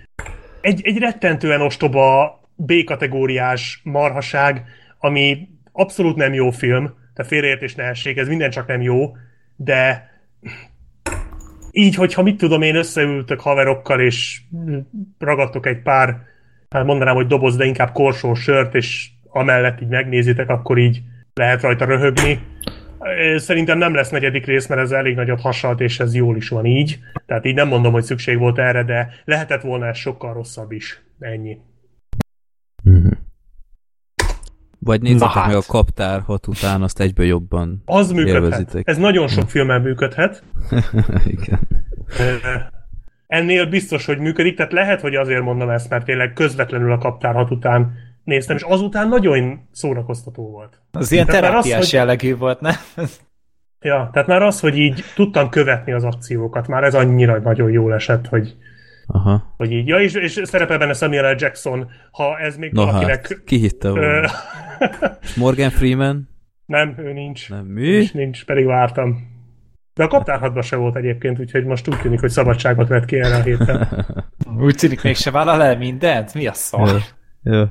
Egy rettentően ostoba B-kategóriás marhaság, ami abszolút nem jó film, tehát félreértés ne essék, ez minden csak nem jó, de így, hogyha mit tudom én, összeültök haverokkal, és ragadtok egy pár, hát mondanám, hogy doboz, de inkább korsós sört, és amellett így megnézitek, akkor így lehet rajta röhögni. Szerintem nem lesz negyedik rész, mert ez elég nagyot hasalt, és ez jól is van így. Tehát így nem mondom, hogy szükség volt erre, de lehetett volna ez sokkal rosszabb is. Ennyi. Vagy nézzetek meg a Kaptár 6 után, azt egyből jobban az működhet. Élvezitek. Ez nagyon sok filmmel működhet. Igen. Ennél biztos, hogy működik, tehát lehet, hogy azért mondom ezt, mert tényleg közvetlenül a Kaptár 6 után néztem, és azután nagyon szórakoztató volt. Az ilyen terápiás jellegű volt, nem? Ja, tehát már az, hogy így tudtam követni az akciókat, már ez annyira nagyon jól esett, hogy így. Ja, és szerepel benne Samuel L. Jackson, ha ez még valakinek... Hát, ki hitte volna? Morgan Freeman? Nem, ő nincs. Nem, mi? Nincs, pedig vártam. De a Kaptár 6-ban se volt egyébként, úgyhogy most úgy tűnik, hogy szabadságot vett ki erre a héten. Úgy tűnik, mégse vállal el mindent? Mi a szar? Jó.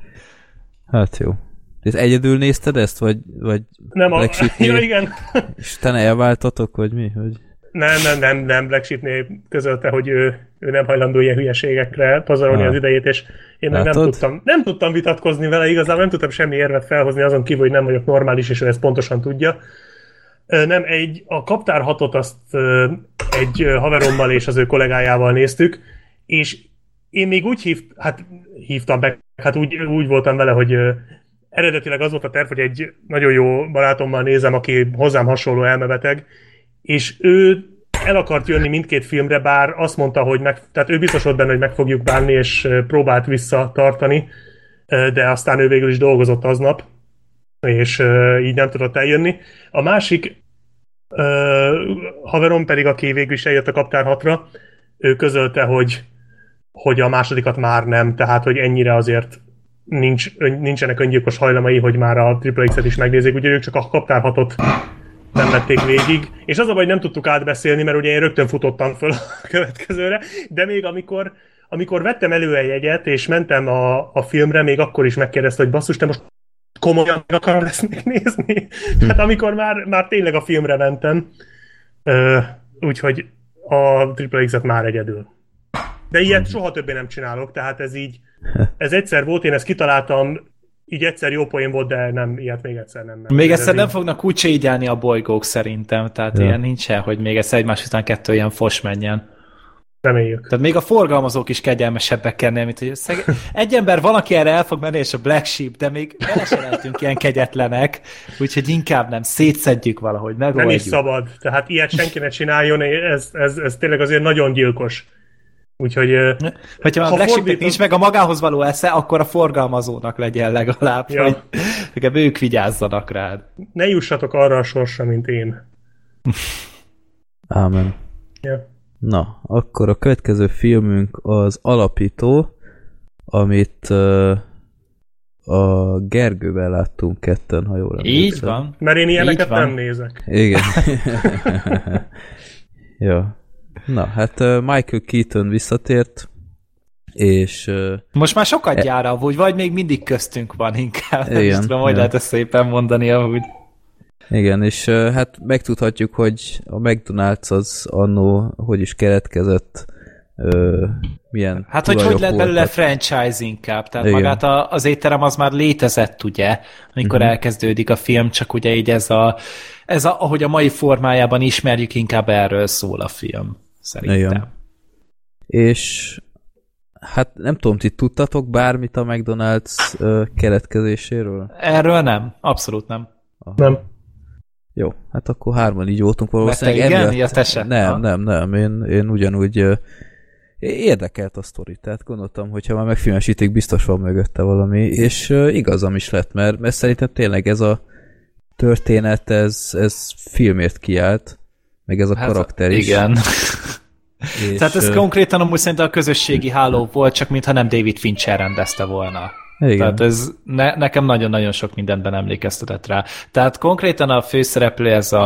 Hát jó. És egyedül nézted ezt, vagy nem, ja, igen. És te elváltatok, vagy mi? Hogy... Nem, Black Sheepnél közölte, hogy ő nem hajlandó ilyen hülyeségekre pazarolni az idejét, és én meg nem tudtam vitatkozni vele, igazából nem tudtam semmi érvet felhozni azon kívül, hogy nem vagyok normális, és ő ezt pontosan tudja. Nem, a Kaptár 6-ot azt egy haverommal és az ő kollégájával néztük, és én még úgy hívtam be, hát úgy voltam vele, hogy eredetileg az volt a terv, hogy egy nagyon jó barátommal nézem, aki hozzám hasonló elmebeteg, és ő el akart jönni mindkét filmre, bár azt mondta, hogy tehát ő biztos volt benne, hogy meg fogjuk bánni, és próbált visszatartani, de aztán ő végül is dolgozott aznap, és így nem tudott eljönni. A másik haverom pedig, aki végül is eljött a Kaptár 6-ra, ő közölte, hogy a másodikat már nem, tehát hogy ennyire azért nincsenek öngyilkos hajlamai, hogy már a XXX-et is megnézik, úgyhogy ők csak a Kaptár 6-ot nem vették végig. És az a baj, hogy nem tudtuk átbeszélni, mert ugye én rögtön futottam föl a következőre, de még amikor vettem elő egy jegyet, és mentem a filmre, még akkor is megkérdezte, hogy basszus, te most komolyan akarom ezt még nézni? Hát amikor már tényleg a filmre mentem, úgyhogy a XXX-et már egyedül. De ilyet soha többé nem csinálok, tehát ez egyszer volt, én ezt kitaláltam, így egyszer jó poén volt, de nem, ilyet még egyszer nem. Még egyszer nem fognak úgy ségyelni a bolygók szerintem, tehát ilyen nincsen, hogy még egyszer egymás után kettő ilyen fos menjen. Reméljük. Tehát még a forgalmazók is kegyelmesebbek kennél, mint hogy egy ember van, aki erre el fog menni, és a Black Sheep, de még vele se lehetünk ilyen kegyetlenek, úgyhogy inkább nem, szétszedjük valahogy, megoldjuk. Nem is szabad, tehát ilyet senki ne csináljon, ez tényleg azért nagyon gyilkos. Úgyhogy... Hogyha a Black Sheepnek nincs meg a magához való esze, akkor a forgalmazónak legyen legalább, hogy legalább ők vigyázzanak rád. Ne jussatok arra a sorsra, mint én. Ámen. Ja. Na, akkor a következő filmünk az Alapító, amit a Gergővel láttunk ketten, ha jól emlékszem. Így van. Mert én ilyeneket nem nézek. Igen. Ja. Na, hát Michael Keaton visszatért, és... Most már sokat gyár amúgy, vagy még mindig köztünk van inkább. Igen. Nem tudom, hogy lehet ezt szépen mondani amúgy. Igen, és hát megtudhatjuk, hogy a McDonald's az annó, hogy is keletkezett, milyen hát, hogy lett belőle franchise inkább, tehát igen. Magát az étterem az már létezett, ugye, amikor elkezdődik a film, csak ugye így ez ahogy a mai formájában ismerjük, inkább erről szól a film, szerintem. Igen. És hát nem tudom, ti tudtatok bármit a McDonald's keletkezéséről? Erről nem, abszolút nem. Aha. Nem. Jó, hát akkor hárman így voltunk valószínűleg. Nem, én ugyanúgy érdekelt a sztori, tehát gondoltam, hogyha már megfilmesítik, biztos van mögötte valami, és igazam is lett, mert szerintem tényleg ez a történet, ez filmért kiállt, meg ez a karakter is. Igen. És tehát ez konkrétan amúgy szerintem a közösségi háló volt, csak mintha nem David Fincher rendezte volna. Igen. Tehát ez nekem nagyon-nagyon sok mindenben emlékeztetett rá. Tehát konkrétan a főszereplő ez a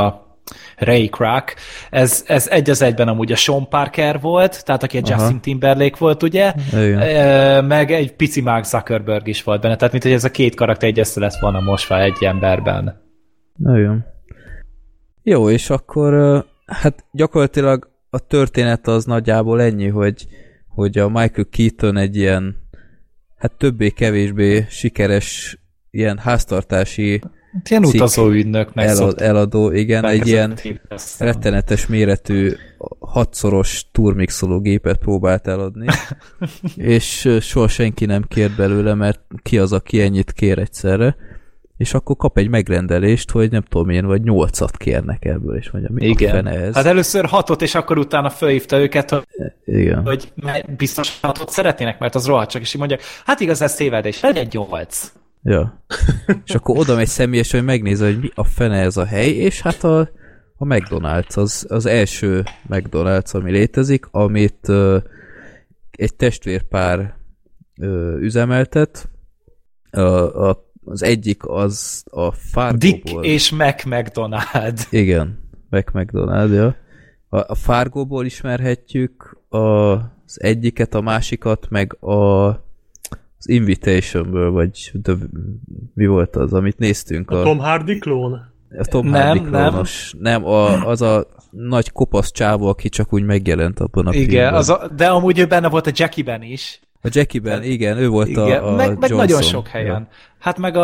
Ray Kroc, ez egy az egyben amúgy a Sean Parker volt, tehát aki a Justin Timberlake volt, ugye? Meg egy pici Mark Zuckerberg is volt benne, tehát mint hogy ez a két karakter egy össze lett volna mosva egy emberben. Nagyon. Jó, és akkor hát gyakorlatilag a történet az nagyjából ennyi, hogy a Michael Keaton egy ilyen hát többé-kevésbé sikeres ilyen háztartási ilyen utazóügynöknek eladó, igen, egy ilyen rettenetes méretű 6-szoros turmixológépet próbált eladni, és soha senki nem kért belőle, mert ki az, aki ennyit kér egyszerre, és akkor kap egy megrendelést, hogy nem tudom én, vagy 8-at kérnek ebből, és mondja, mi a fene ez? Hát először 6-ot, és akkor utána fölhívta őket, hogy biztos 6-ot szeretnének, mert az rohadt csak, és így mondják, hát igaz, ez tévedés, legyen 8. Ja. És akkor oda megy személyes, hogy megnézze, hogy mi a fene ez a hely, és hát a McDonald's, az első McDonald's, ami létezik, amit egy testvérpár üzemeltet. Az egyik az a Fargo-ból. Dick és McDonald. Igen, McDonald, ja. A Fargo-ból ismerhetjük az egyiket, a másikat, meg az Invitationből, vagy mi volt az, amit néztünk? A Tom Hardy klón? A Tom Hardy klónos. Nem, az a nagy kopasz csávó, aki csak úgy megjelent abban a filmben. Igen, de amúgy ő benne volt a Jackie-ben is. A Jackie-ben, igen, ő volt igen, a meg Johnson. Nagyon sok helyen. Ja. Hát meg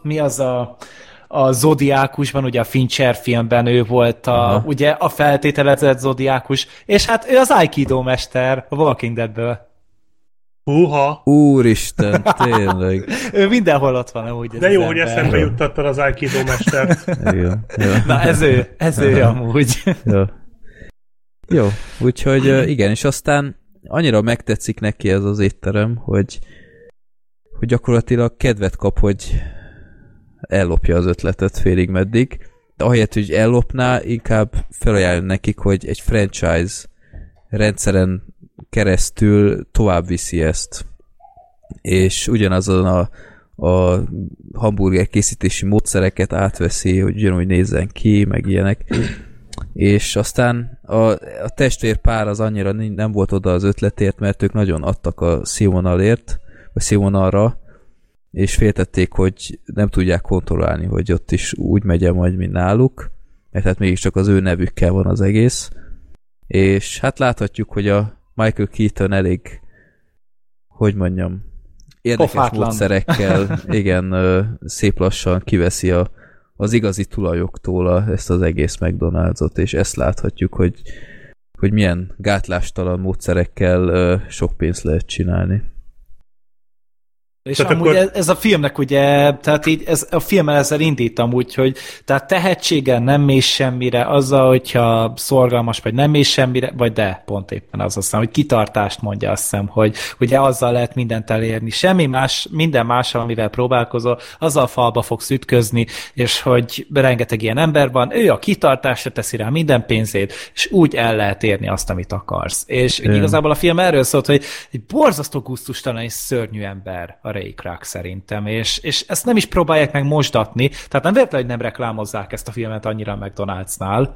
a Zodiákusban, ugye a Fincher filmben ő volt ugye a feltételezett Zodiákus, és hát ő az Aikido mester a Walking Deadből. Húha! Úristen, tényleg. Ő mindenhol ott van amúgy. De jó, hogy eszembe juttattad az Aikido mestert. Igen, ja. Na ez ő amúgy. Ja. Jó, úgyhogy igen, és aztán annyira megtetszik neki ez az étterem, hogy gyakorlatilag kedvet kap, hogy ellopja az ötletet félig meddig, de ahelyett, hogy ellopná, inkább felajánl nekik, hogy egy franchise rendszeren keresztül tovább viszi ezt. És ugyanazon a hamburger készítési módszereket átveszi, hogy ugyanúgy nézzen ki, meg ilyenek. És aztán a testvérpár az annyira nem volt oda az ötletért, mert ők nagyon adtak a színvonalért, vagy színvonalra, és féltették, hogy nem tudják kontrollálni, hogy ott is úgy megye majd, mint náluk, mert hát mégiscsak az ő nevükkel van az egész. És hát láthatjuk, hogy a Michael Keaton elég, hogy mondjam, érdekes módszerekkel, igen, szép lassan kiveszi az igazi tulajoktól ezt az egész McDonald's-ot, és ezt láthatjuk, hogy milyen gátlástalan módszerekkel sok pénzt lehet csinálni. És tehát amúgy akkor... ez a filmnek ugye, tehát így a filmmel ezzel indítam úgy, hogy tehát tehetséggel nem mész semmire, azzal, hogyha szorgalmas vagy nem mész semmire, vagy de, pont éppen az aztán, hogy kitartást mondja, azt hiszem, hogy ugye azzal lehet mindent elérni. Minden mással, amivel próbálkozol, azzal falba fogsz ütközni, és hogy rengeteg ilyen ember van, ő a kitartásra teszi rá minden pénzét, és úgy el lehet érni azt, amit akarsz. És igazából a film erről szólt, hogy egy borzasztó gusztustalan és szörnyű ember a Ray Kroc szerintem, és ezt nem is próbálják meg mosdatni, tehát nem véletlenül, hogy nem reklámozzák ezt a filmet annyira a McDonald's-nál,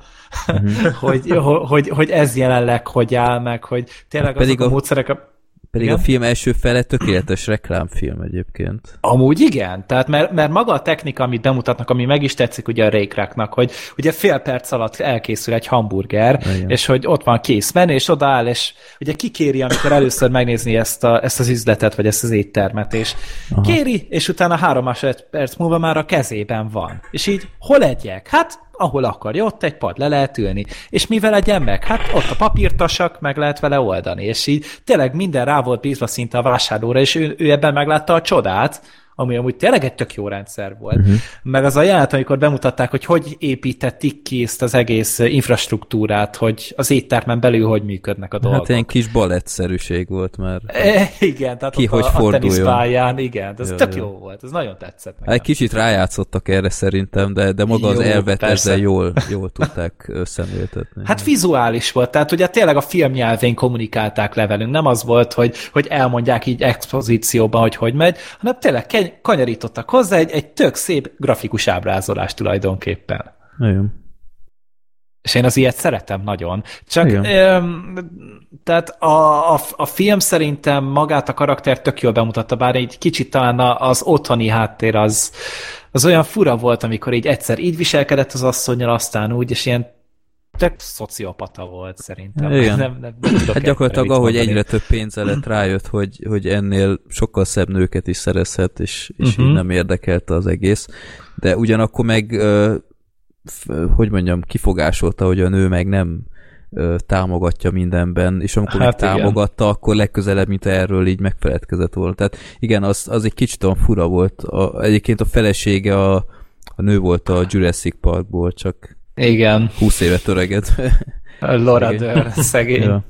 hogy ez jelenleg hogy áll meg, hogy tényleg hát azok a módszerek... Pedig igen? A film első fele tökéletes reklámfilm egyébként. Amúgy igen, tehát mert maga a technika, amit bemutatnak, ami meg is tetszik ugye a Ray Krocnak, hogy ugye fél perc alatt elkészül egy hamburger, igen. És hogy ott van kész menü, és odaáll, és ugye kikéri, amikor először megnézni ezt az üzletet, vagy ezt az éttermet, és kéri, és utána 3 másodperc múlva már a kezében van. És így, hol egyek? Hát ahol akarja, ott egy pad, le lehet ülni. És mivel legyen meg? Hát ott a papírtasak, meg lehet vele oldani. És így tényleg minden rá volt bízva szinte a vásárlóra, és ő ebben meglátta a csodát, ami amúgy tényleg egy tök jó rendszer volt. Meg az a jelenet, amikor bemutatták, hogy építették ki ezt az egész infrastruktúrát, hogy az éttermen belül hogy működnek a dolgok. Hát egy kis balettszerűség volt már. Igen, tehát ki, hogy a teniszpályán, igen, ez tök jó volt, ez nagyon tetszett. Egy kicsit rájátszottak erre szerintem, de maga jó, az elvet ezzel jól tudták szemléltetni. Hát vizuális volt, tehát ugye tényleg a film nyelvén kommunikálták le velünk, nem az volt, hogy elmondják így expozícióban, hogy megy, hanem tényleg kanyarítottak hozzá egy tök szép grafikus ábrázolás tulajdonképpen. Nagyon. És én az ilyet szeretem nagyon. Csak tehát a film szerintem magát a karaktert tök jól bemutatta, bár egy kicsit talán az otthoni háttér az olyan fura volt, amikor így egyszer így viselkedett az asszonnyal, aztán úgy, és ilyen tök szociopata volt szerintem. Nem hát gyakorlatilag ahogy egyre több pénze lett, rájött, hogy ennél sokkal szebb nőket is szerezhet, és így nem érdekelte az egész. De ugyanakkor meg hogy mondjam, kifogásolta, hogy a nő meg nem támogatja mindenben, és amikor meg támogatta, akkor legközelebb, mint erről így megfeledkezett volna. Tehát igen, az egy kicsit olyan fura volt. Egyébként a felesége a nő volt a Jurassic Parkból, csak igen. 20 évet öregedve. Laura Dern, szegény. Ja.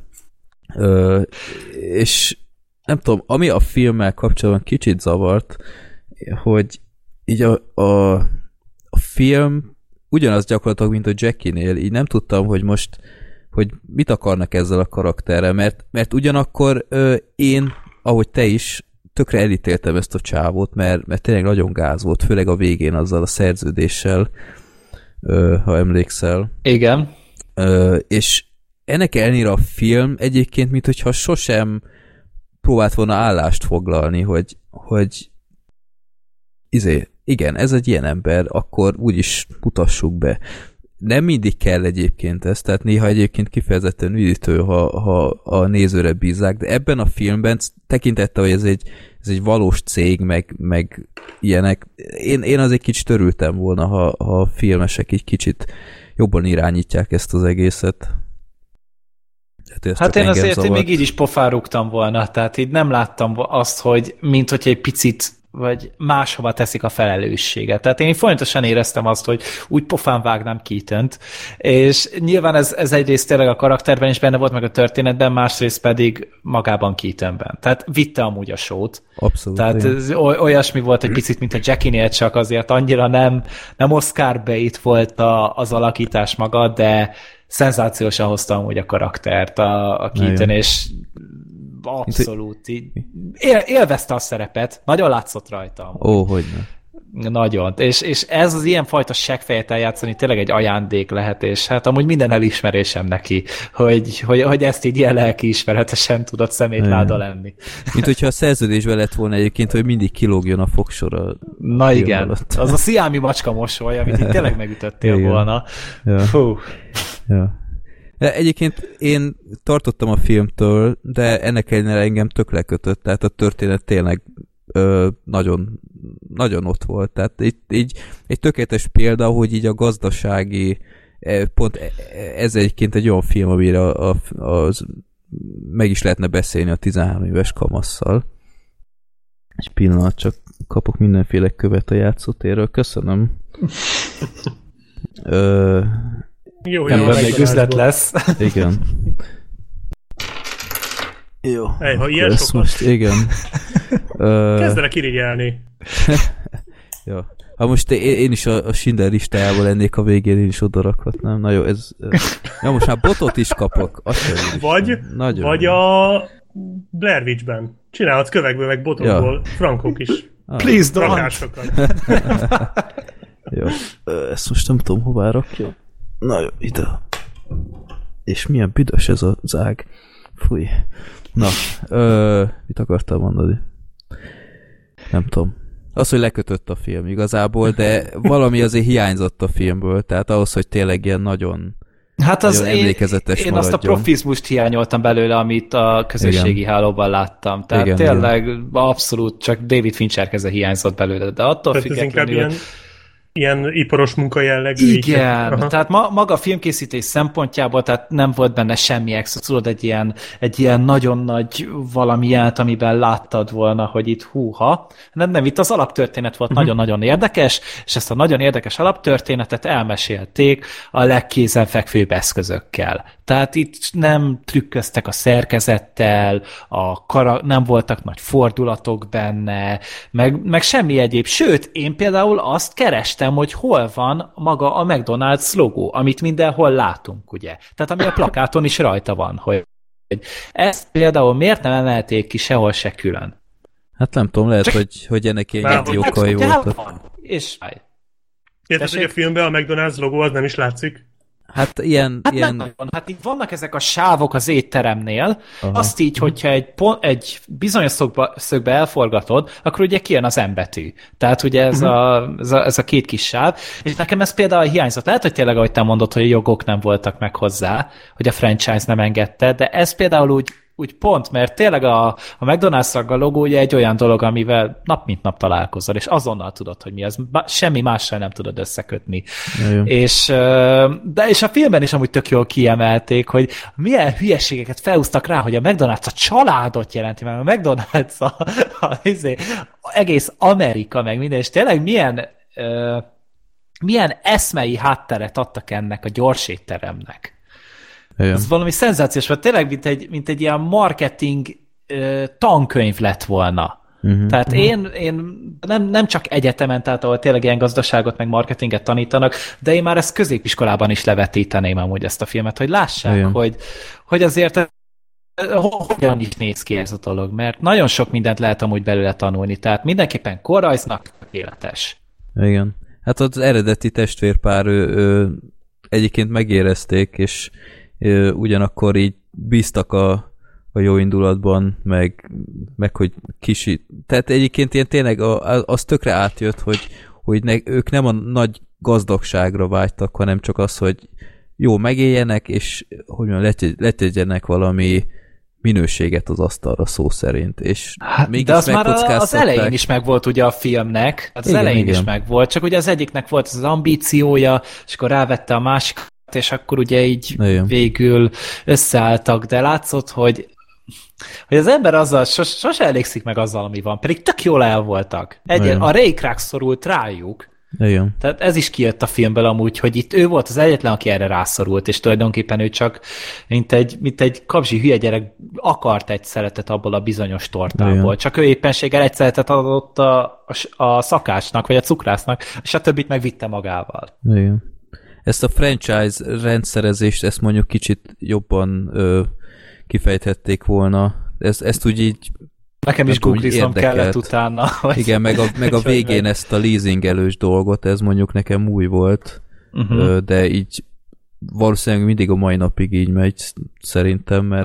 És nem tudom, ami a filmmel kapcsolatban kicsit zavart, hogy így a film ugyanaz gyakorlatilag, mint a Jackie-nél, így nem tudtam, hogy most hogy mit akarnak ezzel a karakterrel, mert ugyanakkor én, ahogy te is, tökre elítéltem ezt a csávót, mert tényleg nagyon gáz volt, főleg a végén azzal a szerződéssel, ha emlékszel. Igen. És ennek ellenére a film egyébként, mintha sosem próbált volna állást foglalni, hogy igen, ez egy ilyen ember, akkor úgyis mutassuk be. Nem mindig kell egyébként ez, tehát néha egyébként kifejezetten üdítő, ha a nézőre bízzák, de ebben a filmben tekintette, hogy ez egy valós cég, meg ilyenek. Én azért kicsit örültem volna, ha a filmesek egy kicsit jobban irányítják ezt az egészet. Hát én azért még így is pofán rúgtam volna, tehát így nem láttam azt, hogy mint hogy egy picit vagy máshova teszik a felelősséget. Tehát én így folyamatosan éreztem azt, hogy úgy pofán vágnám Keaton-t, és nyilván ez egyrészt tényleg a karakterben is benne volt, meg a történetben, másrészt pedig magában Keatonben. Tehát vitte amúgy a show-t. Abszolút. Tehát ez olyasmi volt egy picit, mint a Jackie-nél, csak azért annyira nem Oscar bait volt az alakítás maga, de szenzációsan hozta amúgy a karaktert a Keaton, és abszolút. Élvezte a szerepet, nagyon látszott rajta. Ó, hogyne. Nagyon. És ez az ilyenfajta seggfejet eljátszani tényleg egy ajándék lehet, és hát amúgy minden elismerésem neki, hogy ezt így ilyen lelkiismeretesen tudott szemétláda lenni. Mint hogyha a szerződésben lett volna egyébként, hogy mindig kilógjon a fogsora. Na igen, alatt. Az a sziámi macska mosoly, amit így tényleg megütöttél volna. Ja. Fú. Ja. De egyébként én tartottam a filmtől, de ennek ellenére engem tök lekötött, tehát a történet tényleg nagyon, nagyon ott volt. Tehát így egy tökéletes példa, hogy így a gazdasági, pont ez egyébként egy olyan film, amire meg is lehetne beszélni a 13 éves kamasszal. Egy pillanat, csak kapok mindenféle követ a játszótérről. Köszönöm. Jó, még üzlet lesz. Igen. Jó. Ha ilyen sokat... Most, igen. Kezdenek irigyelni. Jó. Ha most én is a Schindler listájával lennék a végén, én is odarakhatnám. Na jó, ez... Ja, most már botot is kapok. Vagy a Blair Witch-ben. Csinálhatsz kövekből, meg botokból. Ja. Frankok is. Please don't! Jó. Ezt most nem tudom, hová rakja. Na jó, ide. És milyen büdös ez az ág. Fúj. Na, mit akartál mondani? Nem tudom. Az, hogy lekötött a film igazából, de valami azért hiányzott a filmből, tehát ahhoz, hogy tényleg ilyen nagyon, hát az nagyon emlékezetes én maradjon. Azt a profizmust hiányoltam belőle, amit a közösségi hálóban láttam. Tehát igen, tényleg abszolút csak David Fincher keze hiányzott belőle, de attól tehát függetlenül... Ilyen iparos munka jellegű. Igen, tehát maga a filmkészítés szempontjából, tehát nem volt benne semmi extra, tudod, egy ilyen nagyon nagy valamilyet, amiben láttad volna, hogy itt húha. Nem, itt az alaptörténet volt nagyon-nagyon érdekes, és ezt a nagyon érdekes alaptörténetet elmesélték a legkézenfekvőbb eszközökkel. Tehát itt nem trükköztek a szerkezettel, nem voltak nagy fordulatok benne, meg semmi egyéb. Sőt, én például azt kerestem, hogy hol van maga a McDonald's logó, amit mindenhol látunk, ugye? Tehát ami a plakáton is rajta van, hogy ezt például miért nem emelték ki sehol se külön? Hát nem tudom, lehet, hogy ennek ilyen okai voltak. És... Érted, hogy a filmben a McDonald's logó az nem is látszik? Hát ilyen... Nem nagyon. Hát itt vannak ezek a sávok az étteremnél, azt így, hogyha egy bizonyos szögbe elforgatod, akkor ugye kijön az M betű. Tehát ugye ez a két kis sáv, és nekem ez például hiányzott. Lehet, hogy tényleg, ahogy te mondod, hogy jogok nem voltak meg hozzá, hogy a franchise nem engedte, de ez például úgy pont, mert tényleg a McDonald's logója egy olyan dolog, amivel nap mint nap találkozol, és azonnal tudod, hogy mi az. Semmi mással nem tudod összekötni. És a filmben is amúgy tök jól kiemelték, hogy milyen hülyeségeket felhúztak rá, hogy a McDonald's a családot jelenti, mert a McDonald's egész Amerika, meg minden, és tényleg milyen eszmei hátteret adtak ennek a gyorsétteremnek. Ez valami szenzációs, mert tényleg mint egy ilyen marketing tankönyv lett volna. Tehát én nem csak egyetemen, tehát ahol tényleg ilyen gazdaságot meg marketinget tanítanak, de én már ezt középiskolában is levetíteném amúgy ezt a filmet, hogy lássák, hogy azért hogyan is néz ki ez a dolog, mert nagyon sok mindent lehet amúgy belőle tanulni, tehát mindenképpen korrajznak életes. Igen. Hát az eredeti testvérpár egyébként megérezték, és ugyanakkor így bíztak a jó indulatban, meg hogy tehát egyébként ilyen tényleg az tökre átjött, hogy ők nem a nagy gazdagságra vágytak, hanem csak az, hogy jó megéljenek, és hogy letegyenek valami minőséget az asztalra szó szerint. És de az már az elején is megvolt ugye a filmnek, hát az elején is megvolt, csak ugye az egyiknek volt az ambíciója, és akkor rávette a másik, és akkor ugye így végül összeálltak, de látszott, hogy az ember azzal sose elégszik meg azzal, ami van, pedig tök jól el voltak. A Ray Kroc szorult rájuk. Igen. Tehát ez is kijött a filmből amúgy, hogy itt ő volt az egyetlen, aki erre rászorult, és tulajdonképpen ő csak mint egy kapzsi hülye gyerek akart egy szeletet abból a bizonyos tortából. Igen. Csak ő éppenséggel egy szeletet adott a szakácsnak, vagy a cukrásznak, és a többit megvitte magával. Igen. Ezt a franchise rendszerezést, ezt mondjuk kicsit jobban kifejthették volna. Ezt úgy így nekem is googliznom kellett utána. Igen, meg a végén ezt a leasingelős dolgot, ez mondjuk nekem új volt, de így valószínűleg mindig a mai napig így megy, szerintem, mert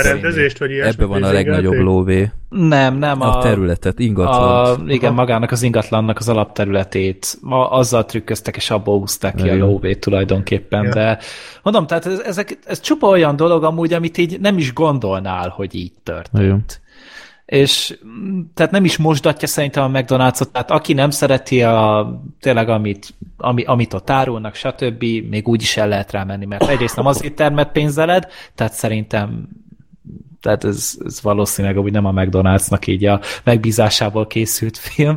ebbe van a legnagyobb lóvé. Nem. A területet, ingatlan. Igen, magának az ingatlannak az alapterületét. Azzal trükköztek, és abból húzták ki a lóvét tulajdonképpen, de mondom, tehát ez csupa olyan dolog amúgy, amit így nem is gondolnál, hogy így történt. És tehát nem is mosdatja szerintem a McDonald's-ot, tehát aki nem szereti tényleg amit ott árulnak, stb., még úgy is el lehet rá menni, mert egyrészt nem azért termett pénzeled, tehát szerintem ez valószínűleg úgy nem a McDonald's-nak így a megbízásából készült film,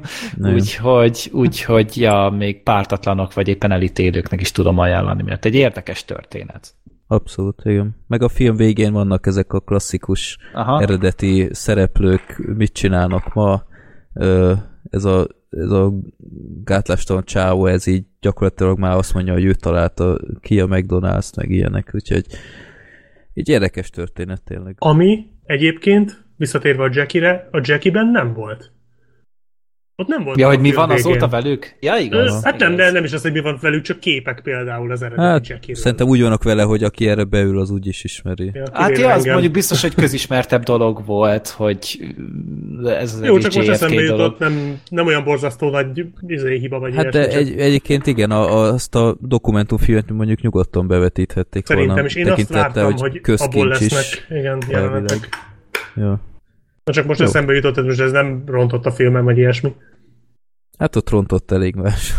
úgyhogy még pártatlanok vagy éppen elítélőknek is tudom ajánlani, mert egy érdekes történet. Abszolút, igen. Meg a film végén vannak ezek a klasszikus eredeti szereplők, mit csinálnak ma. Ez a gátlástalan csávó, ez így gyakorlatilag már azt mondja, hogy ő találta ki a McDonald's, meg ilyenek, úgyhogy így érdekes történet tényleg. Ami egyébként, visszatérve a Jackie-re, a Jackie-ben nem volt. Ott nem volt. Ja, hogy mi van azóta velük? Ja, igaz. Hát igaz. Nem is az, hogy mi van velük, csak képek például az eredeti Jackie-ről. Szerintem úgy vannak vele, hogy aki erre beül, az úgy is ismeri. Ja, az mondjuk biztos, hogy közismertebb dolog volt, hogy ez az jó, csak most eszembe jutott, nem olyan borzasztó nagy hiba vagy hát de egyébként igen, azt a dokumentumfilmet mondjuk nyugodtan bevetíthették volna. Szerintem is. Én azt láttam, hogy abból lesznek jelenetek. Ja. Na csak most eszembe jutott, hogy most ez nem rontott a filmen, vagy ilyesmi. Hát ott rontott elég más.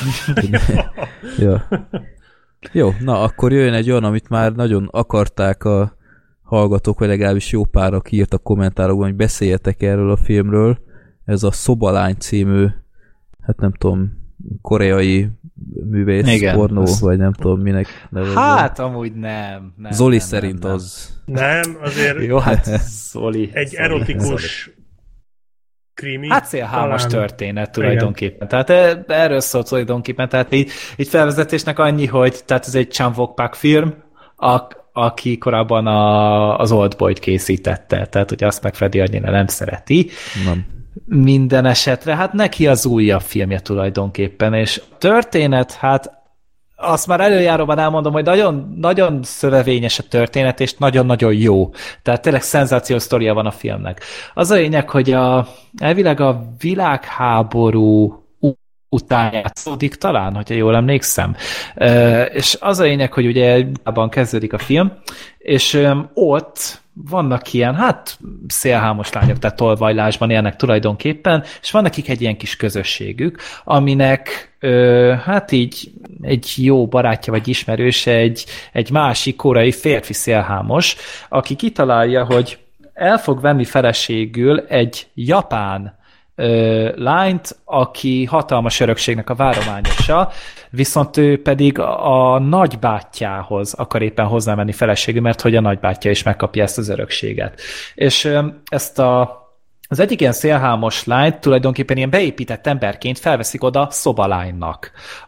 Ja. Jó, na akkor jöjjön egy olyan, amit már nagyon akarták a hallgatók, vagy legalábbis jó pár, aki írt a kommentárokban, hogy beszéljetek erről a filmről. Ez a Szobalány című, hát nem tudom, koreai művész, pornó, vagy nem tudom minek nevezni. Hát amúgy nem. Zoli szerint az. Nem, azért jó, hát Zoli. Egy erotikus krimi. Hát szélhámos történet tulajdonképpen. Igen. Tehát erről szólt tulajdonképpen. Tehát így felvezetésnek annyi, hogy tehát ez egy Chan Wook-pak film, aki korábban az Oldboy-t készítette. Tehát ugye azt meg Freddy annyira nem szereti. Nem. Minden esetre, hát neki az újabb filmje tulajdonképpen, és a történet, hát azt már előjáróban elmondom, hogy nagyon, nagyon szövevényes a történet, és nagyon-nagyon jó. Tehát tényleg szenzációs sztoria van a filmnek. Az a lényeg, hogy elvileg a világháború után játszódik talán, hogyha jól emlékszem. És az a lényeg, hogy ugye abban kezdődik a film, és ott vannak ilyen, szélhámos lányok, tehát tolvajlásban élnek tulajdonképpen, és van nekik egy ilyen kis közösségük, aminek így egy jó barátja vagy ismerőse, egy másik koreai férfi szélhámos, aki kitalálja, hogy el fog venni feleségül egy japán lányt, aki hatalmas örökségnek a várományosa, viszont ő pedig a nagybátyjához akar éppen hozzámenni feleségül, mert hogy a nagybátyja is megkapja ezt az örökséget. És ezt az egyik ilyen szélhámos lányt tulajdonképpen ilyen beépített emberként felveszik oda szobalánynak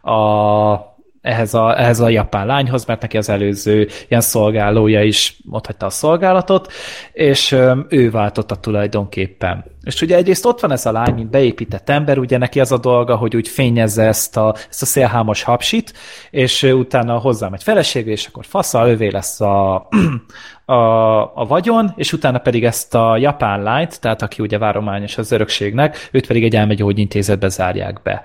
ehhez a japán lányhoz, mert neki az előző ilyen szolgálója is otthagyta a szolgálatot, és ő váltotta tulajdonképpen. És ugye egyrészt ott van ez a lány, mint beépített ember, ugye neki az a dolga, hogy úgy fényezze ezt a szélhámos hapsit, és utána hozzámegy feleségül, és akkor fasza, övé lesz a vagyon, és utána pedig ezt a japán lányt, tehát aki ugye várományos az örökségnek, őt pedig egy elmegyógyintézetbe zárják be.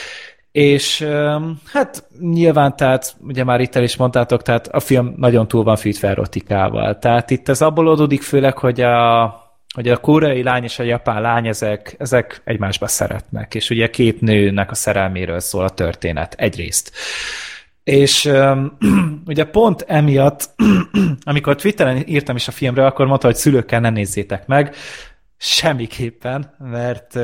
És hát nyilván, tehát ugye már itt el is mondtátok, tehát a film nagyon túl van fűtve erotikával. Tehát itt ez abból adódik főleg, hogy a koreai lány és a japán lány ezek egymásba szeretnek, és ugye két nőnek a szerelméről szól a történet egyrészt. És ugye pont emiatt, amikor Twitteren írtam is a filmről, akkor mondta, hogy szülőkkel ne nézzétek meg, semmiképpen, mert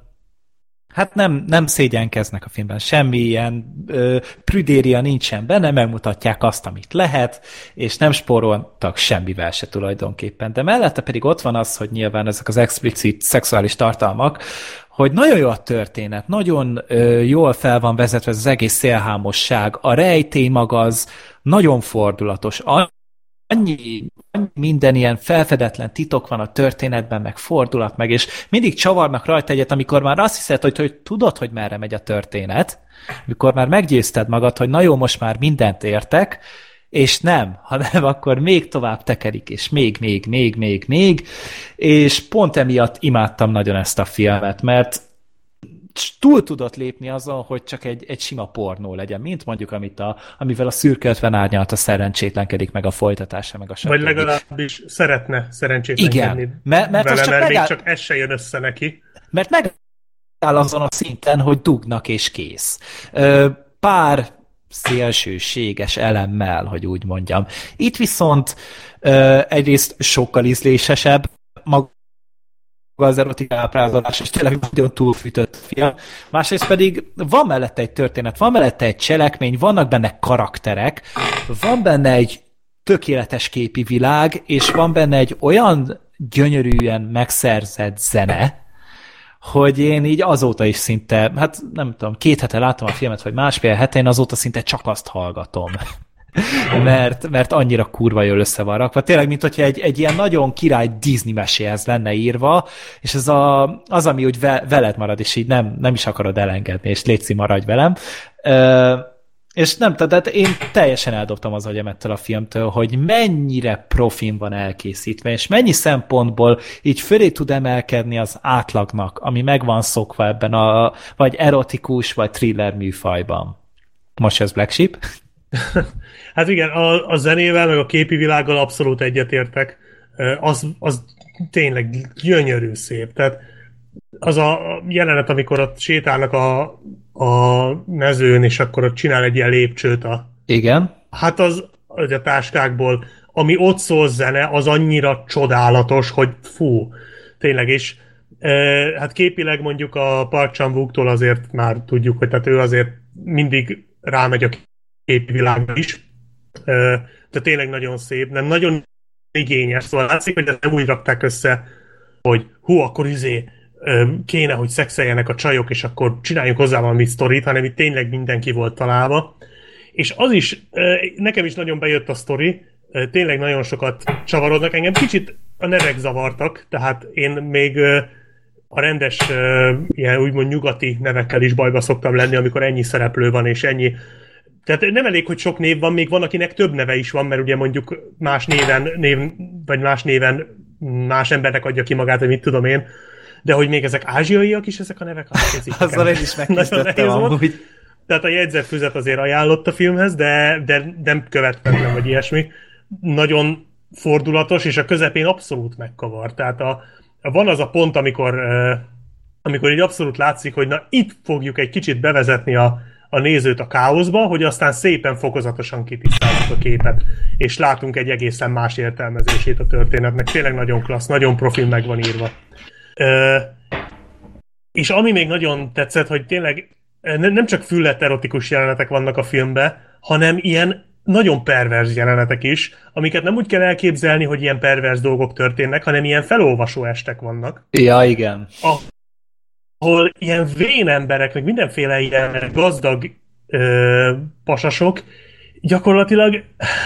hát nem szégyenkeznek a filmben, semmi ilyen prüdéria nincsen benne, megmutatják azt, amit lehet, és nem spóroltak semmivel se tulajdonképpen. De mellette pedig ott van az, hogy nyilván ezek az explicit szexuális tartalmak, hogy nagyon jó a történet, nagyon jól fel van vezetve az egész szélhámosság, a rejtély maga az nagyon fordulatos, annyi minden ilyen felfedetlen titok van a történetben, meg fordulat, meg, és mindig csavarnak rajta egyet, amikor már azt hiszed, hogy tudod, hogy merre megy a történet, amikor már meggyőzted magad, hogy na jó, most már mindent értek, és nem, hanem akkor még tovább tekerik, és még, és pont emiatt imádtam nagyon ezt a filmet, mert túl tudott lépni azon, hogy csak egy sima pornó legyen, mint mondjuk amivel a Szürke 50 árnyalata szerencsétlenkedik, meg a folytatása, meg a stb. Vagy legalábbis szeretne szerencsétlenkedni. Igen, mert még csak ez se jön össze neki. Mert megáll azon a szinten, hogy dugnak és kész. Pár szélsőséges elemmel, hogy úgy mondjam. Itt viszont egyrészt sokkal ízlésesebb, maga az erotika ábrázolás, és tényleg nagyon túlfűtött film. Másrészt pedig van mellette egy történet, van mellette egy cselekmény, vannak benne karakterek, van benne egy tökéletes képi világ, és van benne egy olyan gyönyörűen megszerzett zene, hogy én így azóta is szinte, hát nem tudom, 2 hete láttam a filmet, vagy másfél hete, én azóta szinte csak azt hallgatom. mert annyira kurva jól össze van rakva. Tényleg, mint hogyha egy ilyen nagyon király Disney meséhez lenne írva, és ez az, ami úgy veled marad, és így nem is akarod elengedni, és létszi, maradj velem. És nem tudom, én teljesen eldobtam az agyamat ettől a filmtől, hogy mennyire profin van elkészítve, és mennyi szempontból így fölé tud emelkedni az átlagnak, ami meg van szokva ebben vagy erotikus, vagy thriller műfajban. Most ez Black Sheep? Hát igen, a zenével, meg a képi világgal abszolút egyetértek. Az tényleg gyönyörű szép. Tehát az a jelenet, amikor ott sétálnak a mezőn, és akkor ott csinál egy ilyen lépcsőt Igen. Hát az a táskákból, ami ott szól zene, az annyira csodálatos, hogy fú, tényleg is. Hát képileg mondjuk a Park Chan-wook-tól azért már tudjuk, hogy tehát ő azért mindig rámegy a képi világba is. De tényleg nagyon szép, nem nagyon igényes, szóval látszik, hogy ezt nem úgy rakták össze, hogy akkor kéne, hogy szexeljenek a csajok, és akkor csináljunk hozzá valami sztorit, hanem itt tényleg mindenki volt találva. És az is, nekem is nagyon bejött a sztori, tényleg nagyon sokat csavarodnak. Engem kicsit a nevek zavartak, tehát én még a rendes, ilyen úgymond nyugati nevekkel is bajba szoktam lenni, amikor ennyi szereplő van, és ennyi Tehát nem elég, hogy sok név van, még van, akinek több neve is van, mert ugye mondjuk más néven más embernek adja ki magát, vagy mit tudom én, de hogy még ezek ázsiaiak is, ezek a nevek, azzal én is megküzdöttem amúgy. Tehát a jegyzetfüzet azért ajánlott a filmhez, de nem követtem, vagy ilyesmi. Nagyon fordulatos, és a közepén abszolút megkavar. Tehát van az a pont, amikor így abszolút látszik, hogy na itt fogjuk egy kicsit bevezetni a nézőt a káoszba, hogy aztán szépen fokozatosan kitisztáljuk a képet, és látunk egy egészen más értelmezését a történetnek. Tényleg nagyon klassz, nagyon profil meg van írva. És ami még nagyon tetszett, hogy tényleg nem csak füllett erotikus jelenetek vannak a filmben, hanem ilyen nagyon perverz jelenetek is, amiket nem úgy kell elképzelni, hogy ilyen perverz dolgok történnek, hanem ilyen felolvasó estek vannak. Ja, igen. Ahol ilyen vén emberek, meg mindenféle ilyen gazdag pasasok gyakorlatilag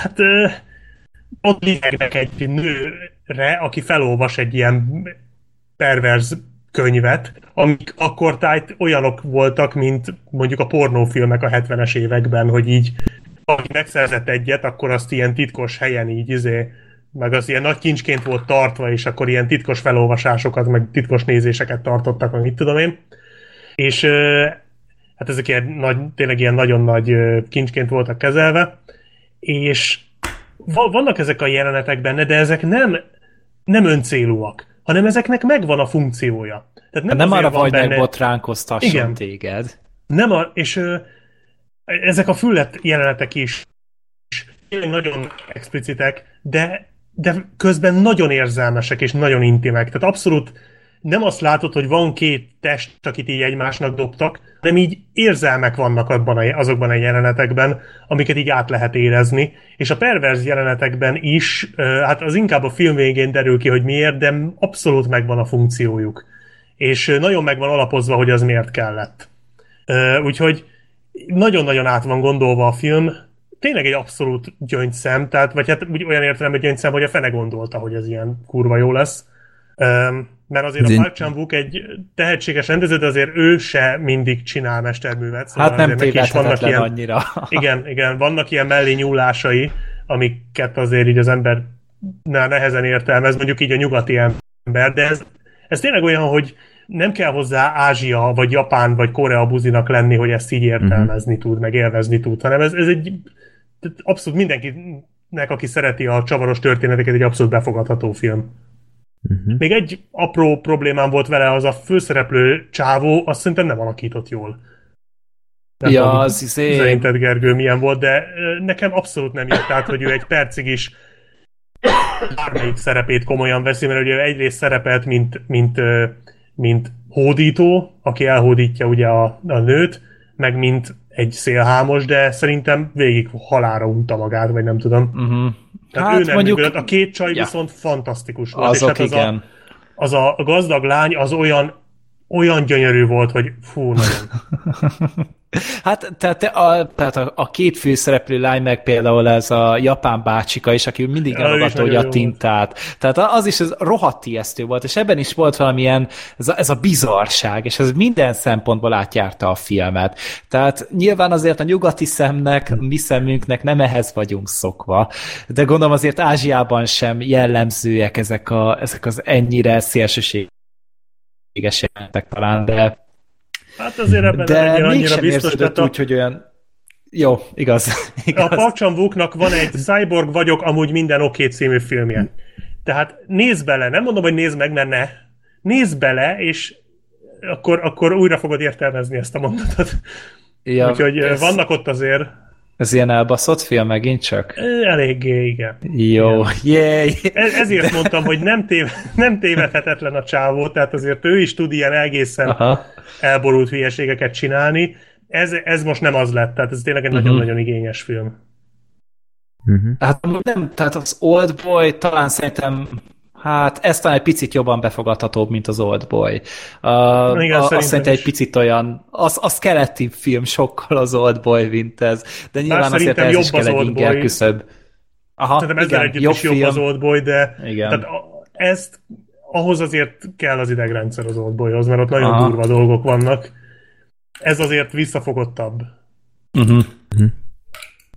ott liegnek egy nőre, aki felolvas egy ilyen perverz könyvet, amik akkortájt olyanok voltak, mint mondjuk a pornófilmek a 70-es években, hogy így aki megszerzett egyet, akkor azt ilyen titkos helyen így meg az ilyen nagy kincsként volt tartva, és akkor ilyen titkos felolvasásokat, meg titkos nézéseket tartottak, meg mit tudom én. És hát ezek tényleg ilyen nagyon nagy kincsként voltak kezelve, és vannak ezek a jelenetek benne, de ezek nem öncélúak, hanem ezeknek megvan a funkciója. Tehát nem arra vagy megbotránkoztasson téged. És ezek a füllett jelenetek is tényleg nagyon explicitek, de közben nagyon érzelmesek és nagyon intimek. Tehát abszolút nem azt látod, hogy van két test, akit így egymásnak dobtak, hanem így érzelmek vannak azokban a jelenetekben, amiket így át lehet érezni. És a perverz jelenetekben is, hát az inkább a film végén derül ki, hogy miért, de abszolút megvan a funkciójuk. És nagyon meg van alapozva, hogy az miért kellett. Úgyhogy nagyon-nagyon át van gondolva a film. Tényleg egy abszolút gyöngyszem, vagy hát olyan értelemben gyöngyszem, hogy a fene gondolta, hogy ez ilyen kurva jó lesz. Mert azért a Park Chan-wook egy tehetséges rendező, de azért ő se mindig csinál mesterművet. Szóval hát nem tévedhetetlen annyira. Igen, vannak ilyen mellé nyúlásai, amiket azért így az ember nehezen értelmez, mondjuk így a nyugati ember, de ez tényleg olyan, hogy nem kell hozzá Ázsia, vagy Japán, vagy Korea buzinak lenni, hogy ezt így értelmezni tud, meg élvezni tud, hanem ez egy abszolút mindenkinek, aki szereti a csavaros történeteket, egy abszolút befogadható film. Még egy apró problémám volt vele, az a főszereplő csávó, azt szerintem nem alakított jól. Szerinted, Gergő, milyen volt, de nekem abszolút nem jött át, hogy ő egy percig is bármelyik szerepét komolyan veszi, mert ugye egyrészt szerepelt, mint hódító, aki elhódítja ugye a nőt, meg mint egy szélhámos, de szerintem végig halálra unta magát, vagy nem tudom. Tehát hát ő nem mondjuk... működött. A két csaj viszont fantasztikus volt. Azok, és hát az a gazdag lány az olyan gyönyörű volt, hogy fú, nagyon. Hát tehát a két főszereplő lány, meg például ez a japán bácsika is, aki mindig elragadta ugye a tintát. Tehát az is ez rohadt ijesztő volt, és ebben is volt valamilyen ez a bizarság, és ez minden szempontból átjárta a filmet. Tehát nyilván azért a nyugati szemnek, mi szemünknek nem ehhez vagyunk szokva, de gondolom azért Ázsiában sem jellemzőek ezek az ennyire szélsőséges jelentek talán, de hát azért ebben de mégsem érződött úgy, hogy olyan... Jó, igaz. A Park Chan-wooknak van egy Cyborg vagyok, amúgy minden oké című filmje. Tehát nézd bele, nem mondom, hogy nézd meg, mert ne. Nézd bele, és akkor újra fogod értelmezni ezt a mondatot. Ja, úgyhogy vannak ott azért... Ez ilyen elbaszott film megint csak? Eléggé, igen. Jó, jéj! Ezért mondtam, hogy nem tévedhetetlen a csávó, tehát azért ő is tud ilyen egészen elborult hülyeségeket csinálni. Ez most nem az lett, tehát ez tényleg egy nagyon-nagyon igényes film. Hát nem, tehát az Oldboy talán szerintem ez talán egy picit jobban befogadhatóbb, mint az Oldboy. Azt szerintem egy picit olyan, az keleti film sokkal az Oldboy, mint ez. De nyilván azért ez is kell egy inger küszöb. Szerintem ezzel együtt is jobb az Oldboy, de tehát ezt ahhoz azért kell az idegrendszer az Oldboyhoz, mert ott nagyon durva dolgok vannak. Ez azért visszafogottabb.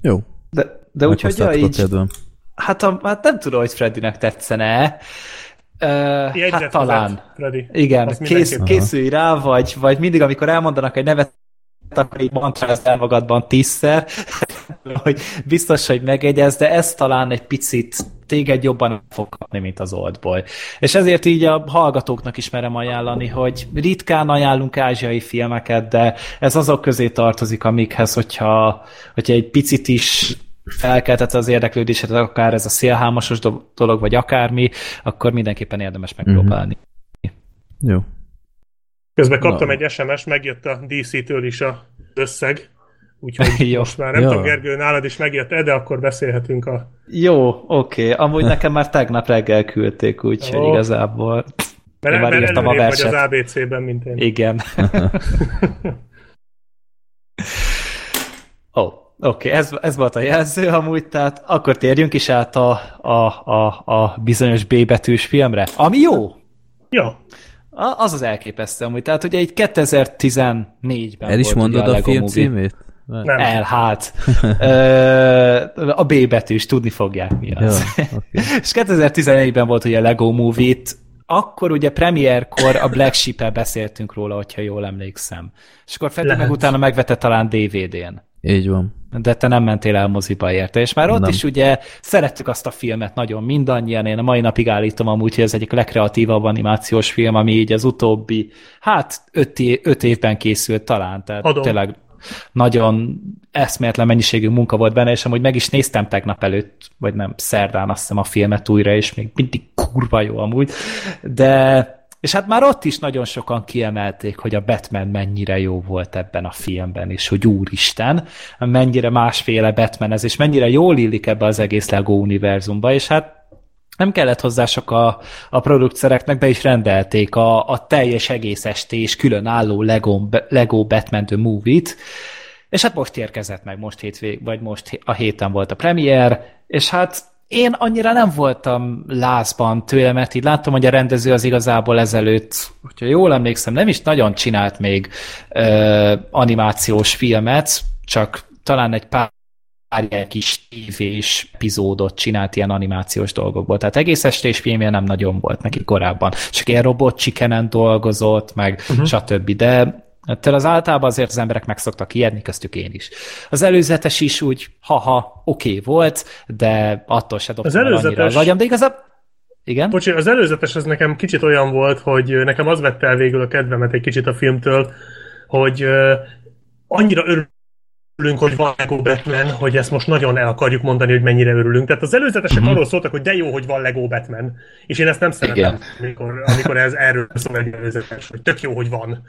Jó. De úgyhogy így... Hát nem tudom, hogy Freddynek tetszene. Hát talán. Freddy. Igen, készülj rá, vagy mindig, amikor elmondanak egy nevet, akkor így mantrázd el magadban 10-szer, hogy biztos, hogy megegyez, de ez talán egy picit téged jobban fog kapni, mint az Oldboy. És ezért így a hallgatóknak is merem ajánlani, hogy ritkán ajánlunk ázsiai filmeket, de ez azok közé tartozik, amikhez, hogyha egy picit is felkeltett az érdeklődéset, akár ez a szélhámosos dolog, vagy akármi, akkor mindenképpen érdemes megpróbálni. Jó. Közben kaptam egy SMS, megjött a DC-től is az összeg, úgyhogy most már nem tudom, Gergő, nálad is megjött de akkor beszélhetünk a... Jó, oké. Amúgy nekem már tegnap reggel küldték, úgyhogy igazából... Mert előrébb vagy az ABC-ben, mint én. Igen. Oké, ez volt a jelző amúgy, tehát akkor térjünk is át a bizonyos B betűs filmre, ami jó. Jó. Az elképesztő amúgy, tehát ugye egy 2014-ben el is volt mondod a film címét? Nem. Hát. A B betűs, tudni fogják mi az. Ja, okay. És 2014-ben volt ugye a Lego Movie-t, akkor ugye premierkor a Black Sheep-el beszéltünk róla, hogyha jól emlékszem. És akkor Freddy meg utána megvette talán DVD-n. Így van. De te nem mentél el moziba érte, és már ott nem. Is ugye szerettük azt a filmet nagyon mindannyian, én a mai napig állítom amúgy, hogy ez egyik legkreatívabb animációs film, ami így az utóbbi, 5 évben készült talán, tehát tényleg nagyon eszméletlen mennyiségű munka volt benne, és amúgy meg is néztem tegnap előtt, vagy nem, szerdán azt hiszem a filmet újra, és még mindig kurva jó amúgy, de és hát már ott is nagyon sokan kiemelték, hogy a Batman mennyire jó volt ebben a filmben, és hogy úristen, mennyire másféle Batman ez, és mennyire jól illik ebbe az egész Lego univerzumba, és hát nem kellett hozzá sok a producereknek, be is rendelték a teljes egész estés különálló Lego Batman The Movie-t, és hát most érkezett meg, most a héten volt a premier, és hát én annyira nem voltam lázban tőle, mert így láttam, hogy a rendező az igazából ezelőtt, hogyha jól emlékszem, nem is nagyon csinált még animációs filmet, csak talán egy pár ilyen kis tévés epizódot csinált ilyen animációs dolgokból. Tehát egész estés filmje nem nagyon volt neki korábban. Csak ilyen Robot Chickenen dolgozott, meg stb. De ettől az általában azért az emberek meg szoktak ijedni, köztük én is. Az előzetes is úgy, oké volt, de attól se dobtam el annyira az agyam, de igazából... Igen? Bocsi, az előzetes az nekem kicsit olyan volt, hogy nekem az vette el végül a kedvemet egy kicsit a filmtől, hogy annyira örülünk, hogy van Lego Batman, hogy ezt most nagyon el akarjuk mondani, hogy mennyire örülünk. Tehát az előzetesek arról szóltak, hogy de jó, hogy van Lego Batman. És én ezt nem szeretem, amikor ez erről szól egy előzetes, hogy tök jó, hogy van.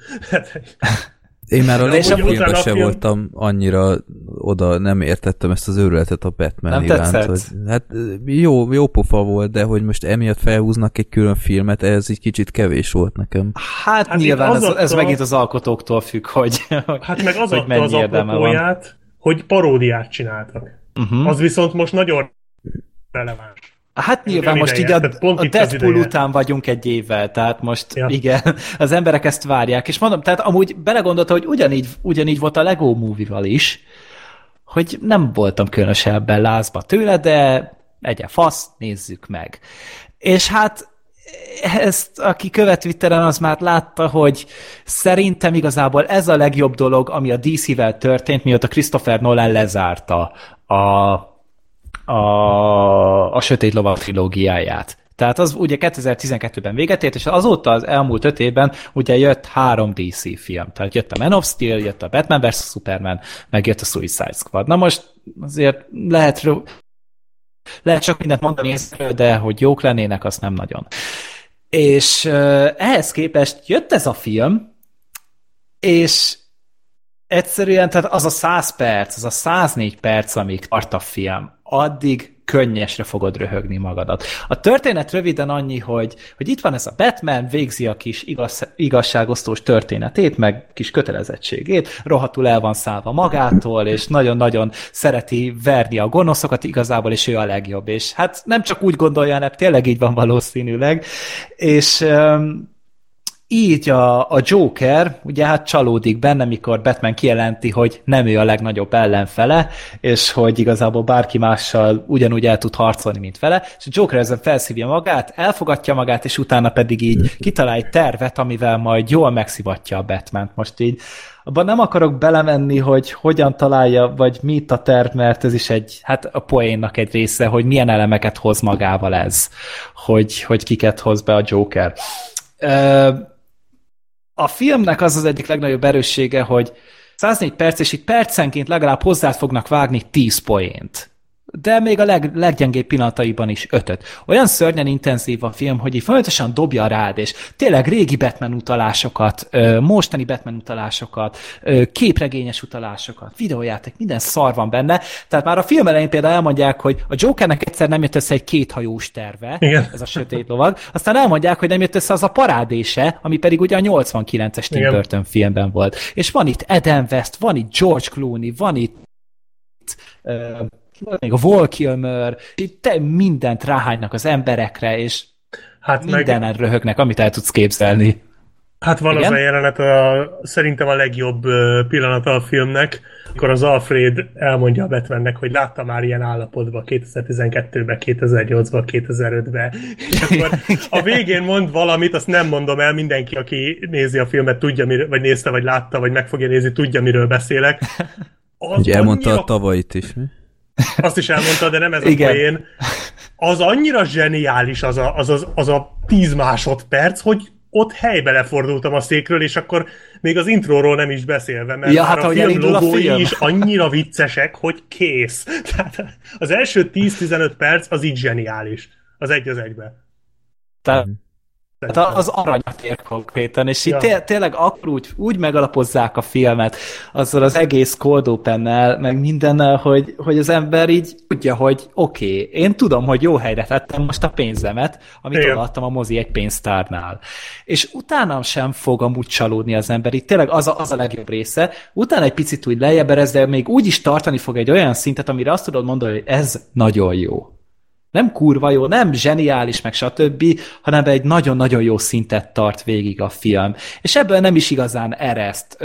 Én már a Lego filmben se voltam annyira oda, nem értettem ezt az őrületet a Batman nem iránt. Hogy, hát jó pofa volt, de hogy most emiatt felhúznak egy külön filmet, ez egy kicsit kevés volt nekem. Hát nyilván ez megint az alkotóktól függ, hogy hát meg az adta az apropóját, hogy paródiát csináltak. Az viszont most nagyon releváns. Hát nyilván most így a Deadpool után vagyunk egy évvel, tehát most igen, az emberek ezt várják, és mondom, tehát amúgy belegondolta, hogy ugyanígy volt a Lego Movie-val is, hogy nem voltam különösebben lázba tőle, de egyen fasz, nézzük meg. És hát ezt, aki követ Twitteren, az már látta, hogy szerintem igazából ez a legjobb dolog, ami a DC-vel történt, mióta Christopher Nolan lezárta a Sötét Lovag trilógiáját. Tehát az ugye 2012-ben véget ért, és azóta az elmúlt 5 évben ugye jött 3 DC film. Tehát jött a Man of Steel, jött a Batman vs. Superman, meg jött a Suicide Squad. Na most azért lehet csak mindent mondani, de hogy jók lennének, azt nem nagyon. És ehhez képest jött ez a film, és egyszerűen, tehát az a 100 perc, az a 104 perc, amíg tart a film, addig könnyesre fogod röhögni magadat. A történet röviden annyi, hogy itt van ez a Batman, végzi a kis igazságosztós történetét, meg kis kötelezettségét, rohadtul el van szállva magától, és nagyon-nagyon szereti verni a gonoszokat igazából, és ő a legjobb. És hát nem csak úgy gondolja, hanem tényleg így van valószínűleg. És így a Joker ugye hát csalódik benne, mikor Batman kijelenti, hogy nem ő a legnagyobb ellenfele, és hogy igazából bárki mással ugyanúgy el tud harcolni, mint vele, és a Joker ezen felszívja magát, elfogadja magát, és utána pedig így kitalál egy tervet, amivel majd jól megszivatja a Batmant. Most így abban nem akarok belemenni, hogy hogyan találja, vagy mit a terv, mert ez is hát a poénnak egy része, hogy milyen elemeket hoz magával ez, hogy kiket hoz be a Joker. A filmnek az egyik legnagyobb erőssége, hogy 104 perc, és itt percenként legalább hozzá fognak vágni 10 poént. De még a leggyengébb pillanataiban is 5-öt. Olyan szörnyen intenzív a film, hogy így folyamatosan dobja rád, és tényleg régi Batman utalásokat, mostani Batman utalásokat, képregényes utalásokat, videójáték, minden szar van benne. Tehát már a film elején például elmondják, hogy a Jokernek egyszer nem jött össze egy kéthajós terve, igen. Ez a sötét lovag, aztán elmondják, hogy nem jött össze az a parádése, ami pedig ugye a 89-es Tim Burton filmben volt. És van itt Adam West, van itt George Clooney, van itt még a Val Kilmer, itt mindent ráhánynak az emberekre, és hát mindenen röhögnek, amit el tudsz képzelni. Hát van igen? Az a jelenet, szerintem a legjobb pillanata a filmnek, amikor az Alfred elmondja a Batmannek, hogy látta már ilyen állapotban 2012-ben, 2008-ban, 2005-ben. És akkor a végén mond valamit, azt nem mondom el, mindenki, aki nézi a filmet, tudja, vagy nézte, vagy látta, vagy meg fogja nézni, tudja, miről beszélek. Ugye elmondta a tavalyit is, mi? Azt is elmondta, de nem ez a poén. Az annyira zseniális az a 10 másodperc, hogy ott helybe lefordultam a székről, és akkor még az intróról nem is beszélve, mert már a film logói is annyira viccesek, hogy kész. Tehát az első 10-15 perc az így zseniális. Az egy az egybe. Tehát az aranyat ér konkrétan, és itt tényleg akkor úgy megalapozzák a filmet, azzal az egész cold open-nel, meg mindennel, hogy az ember így tudja, hogy oké, én tudom, hogy jó helyre tettem most a pénzemet, amit odaadtam a mozi egy pénztárnál. És utána sem fog amúgy csalódni az ember, itt tényleg az a legjobb része, utána egy picit úgy lejjebb erez, de még úgy is tartani fog egy olyan szintet, amire azt tudod mondani, hogy ez nagyon jó. Nem kurva jó, nem zseniális, meg stb., hanem egy nagyon-nagyon jó szintet tart végig a film. És ebből nem is igazán ereszt.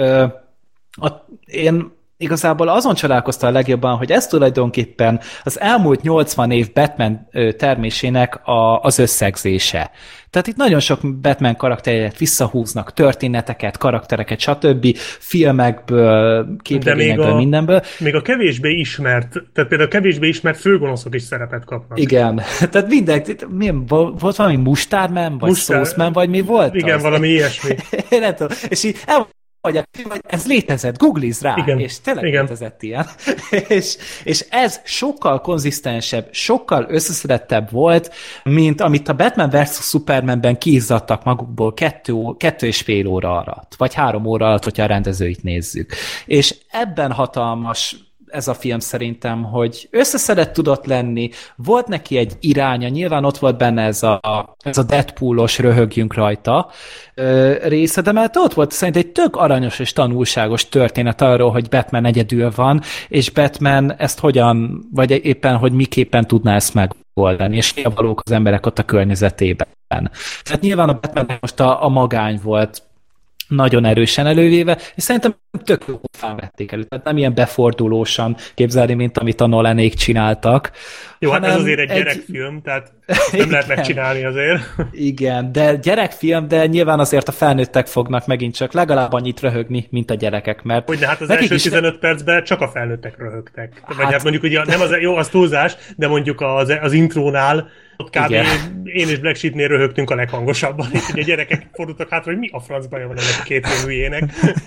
Én igazából azon csodálkoztam a legjobban, hogy ez tulajdonképpen az elmúlt 80 év Batman termésének az összegzése. Tehát itt nagyon sok Batman karaktereket visszahúznak, történeteket, karaktereket, stb. Filmekből, képregényekből, mindenből. Még a kevésbé ismert, tehát például a kevésbé ismert főgonoszok is szerepet kapnak. Igen, tehát volt valami Mustárman, vagy Szószman, vagy mi volt? Igen, az? Valami ilyesmi. Nem tudom. És így hogy ez létezett, googliz rá, igen, és tényleg létezett ilyen. és ez sokkal konzisztensebb, sokkal összeszedettebb volt, mint amit a Batman vs. Supermanben kiizzadtak magukból 2,5 óra alatt, vagy 3 óra alatt, hogyha a rendezőit nézzük. És ebben hatalmas ez a film szerintem, hogy összeszedett tudott lenni, volt neki egy iránya, nyilván ott volt benne ez a Deadpool-os röhögjünk rajta része, de mert ott volt szerintem egy tök aranyos és tanulságos történet arról, hogy Batman egyedül van, és Batman ezt hogyan, vagy éppen, hogy miképpen tudná ezt megoldani, és mi a valók az emberek ott a környezetében. Tehát nyilván a Batman most a magány volt nagyon erősen elővéve, és szerintem tök jó vették elő. Tehát nem ilyen befordulósan képzelni, mint amit a Nolanék csináltak. Jó, hát ez azért egy gyerekfilm, tehát nem lehet megcsinálni azért. Igen, de gyerekfilm, de nyilván azért a felnőttek fognak megint csak legalább annyit röhögni, mint a gyerekek, mert... Hogy hát az első 15 percben csak a felnőttek röhögtek. Vagy hát mondjuk ugye nem az, jó, az túlzás, de mondjuk az intrónál ott kb. Én és Black Sheepnél röhögtünk a leghangosabban, és ugye a gyerekek fordultak hátra, hogy mi a francban van ennek a két hülyének.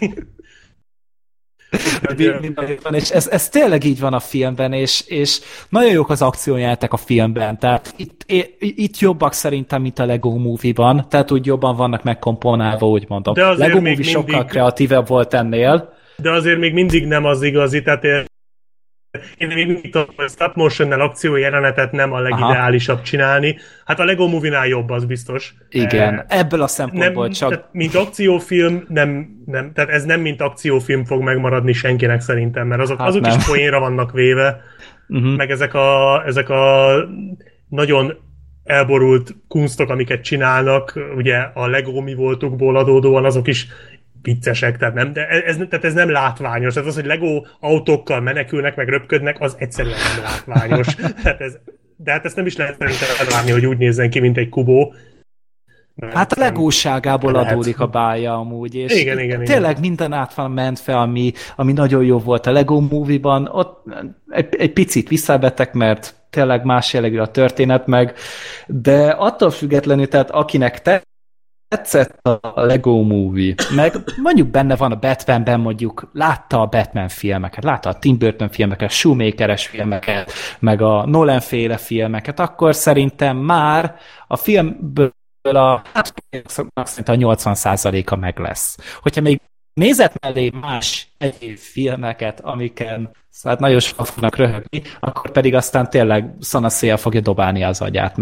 És ez tényleg így van a filmben, és nagyon jók az akciójáték a filmben, tehát itt jobbak szerintem, mint a Lego Movie-ban, tehát úgy jobban vannak megkomponálva, úgy mondom. Lego Movie sokkal kreatívebb volt ennél. De azért még mindig nem az igazi, tehát én még mindig tudom, hogy a stop motion-nel akciójelenetet nem a legideálisabb csinálni. Hát a Lego Movie-nál jobb, az biztos. Igen, ebből a szempontból nem, csak... Tehát, mint akciófilm, nem, tehát ez nem mint akciófilm fog megmaradni senkinek szerintem, mert azok is poénra vannak véve, meg ezek a nagyon elborult kunstok, amiket csinálnak, ugye a Lego mi voltukból adódóan azok is viccesek, tehát nem, de tehát ez nem látványos. Tehát az, hogy Lego autókkal menekülnek, meg röpködnek, az egyszerűen nem látványos. De hát ezt nem is lehet elvárni, hogy úgy nézzen ki, mint egy kubó. Hát a legóságából adódik a bája amúgy, és igen, tényleg minden át van ment fel, ami nagyon jó volt a Lego Movie-ban, ott egy picit visszavettek, mert tényleg más jellegű a történet meg, de attól függetlenül, tehát akinek tetszett a Lego Movie, meg mondjuk benne van a Batmanben, mondjuk látta a Batman filmeket, látta a Tim Burton filmeket, a Shoemaker-es filmeket, meg a Nolan-féle filmeket, akkor szerintem már a filmből szerintem a 80%-a meg lesz. Hogyha még nézett mellé más egyéb filmeket, amiken szóval nagyon sokan fognak röhögni, akkor pedig aztán tényleg szanaszéjjel fogja dobálni az agyát,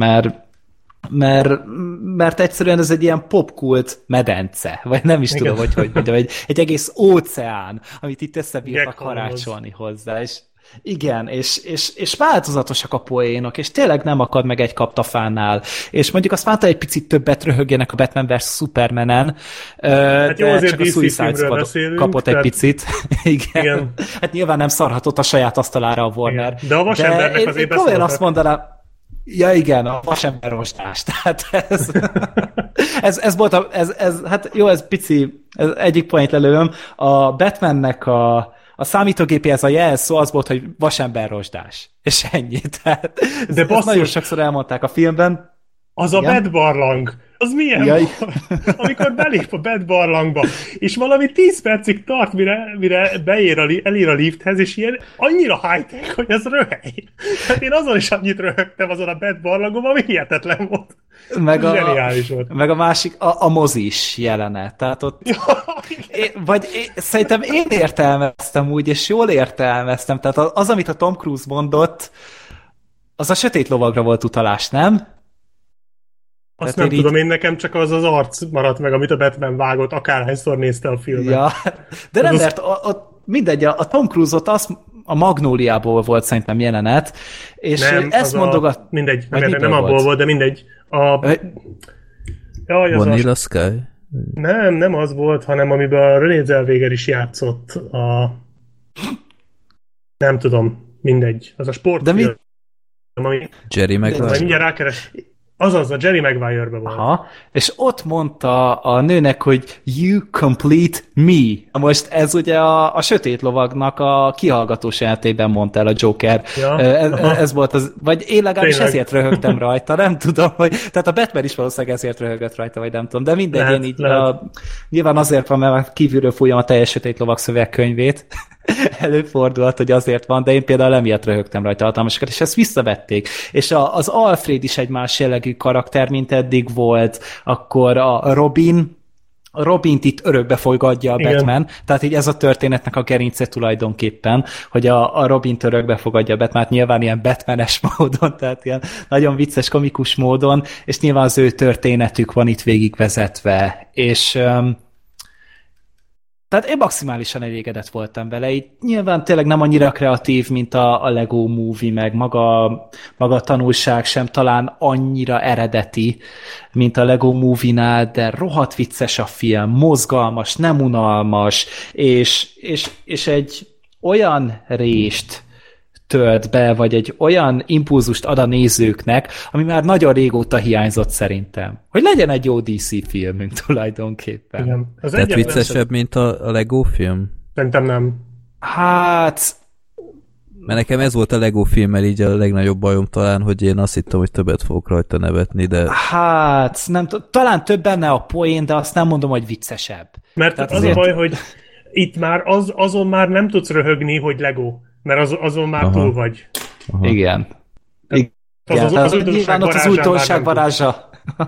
mert egyszerűen ez egy ilyen popkult medence, vagy nem is tudom, hogy egy egész óceán, amit itt összebírtak karácsolni hozzá, és igen, és változatosak a poénok, és tényleg nem akad meg egy kaptafánnál, és mondjuk azt mondta, egy picit többet röhögjenek a Batman vs. Supermanen, hát jó, de csak a Suicide Squad kapott egy picit. Igen. Hát nyilván nem szarhatott a saját asztalára a Warner. Igen. De a vasembernek azért beszéltek. Azt mondanám, ja igen, a vasember rostás. Tehát ez volt hát jó, ez pici, ez egyik point lelőm. A Batmannek a számítógépéhez a jelszó az volt, hogy vasember rozsdás. És ennyi. Tehát de ezt nagyon sokszor elmondták a filmben. Az igen? A Bat barlang. Az milyen? Amikor belép a Bat barlangba, és valami 10 percig tart, mire elér a lifthez, és ilyen annyira high-tech, hogy ez röhely. Tehát én azon is annyit röhögtem azon a Bat barlangon, ami hihetetlen volt. Zseniális volt. Meg a másik, a mozis jelenet. Tehát ott szerintem én értelmeztem úgy, és jól értelmeztem. Tehát az, amit a Tom Cruise mondott, az a sötét lovagra volt utalás, nem? Azt nem tudom, én nekem csak az arc maradt meg, amit a Batman vágott, akárhányszor nézte a filmet. Ja, de nem, mert mindegy, a Tom Cruise-ot a Magnóliából volt szerintem jelenet, és nem, ezt mondogat... Mindegy, nem abból volt, de mindegy. Vanilla Sky? Nem az volt, hanem amiben a René Zellweger is játszott nem tudom, mindegy. Az a sportfilm. Jerry Maguire? Mindjárt rákeres. Azaz, a Jerry Maguire-ben volt. Aha, és ott mondta a nőnek, hogy you complete me. Most ez ugye a Sötét Lovagnak a kihallgatós jelentében mondta el a Joker. Ja, ez volt az, vagy én legalábbis ezért röhögtem rajta, nem tudom, hogy, tehát a Batman is valószínűleg ezért röhögött rajta, vagy nem tudom, de mindegy, én így nyilván azért van, mert kívülről fújjam a teljes Sötét Lovag szövegkönyvét, előfordult, hogy azért van, de én például emiatt röhögtem rajta hatalmasokat, és ezt visszavették. És az Alfred is egy más jellegű karakter, mint eddig volt, akkor a Robint itt örökbe fogadja a Batman, igen. Tehát így ez a történetnek a gerince tulajdonképpen, hogy a Robint örökbe fogadja a Batman, nyilván ilyen Batmanes módon, tehát ilyen nagyon vicces, komikus módon, és nyilván az ő történetük van itt végigvezetve, és tehát én maximálisan elégedett voltam vele, így nyilván tényleg nem annyira kreatív, mint a Lego Movie, meg maga a tanulság sem talán annyira eredeti, mint a Lego Movie-nál, de rohadt vicces a film, mozgalmas, nem unalmas, és egy olyan rést tölt be, vagy egy olyan impulzust ad a nézőknek, ami már nagyon régóta hiányzott szerintem. Hogy legyen egy jó DC filmünk tulajdonképpen. Igen. Tehát viccesebb, mint a Lego film? Szerintem nem. Hát... Mert nekem ez volt a Lego filmmel így a legnagyobb bajom talán, hogy én azt hittem, hogy többet fogok rajta nevetni, de... Hát, nem talán több benne a poén, de azt nem mondom, hogy viccesebb. Mert tehát az azért... a baj, hogy itt már azon már nem tudsz röhögni, hogy Lego. Mert azon már túl vagy. Aha. Igen. Nyilván ott az újdonság varázsa.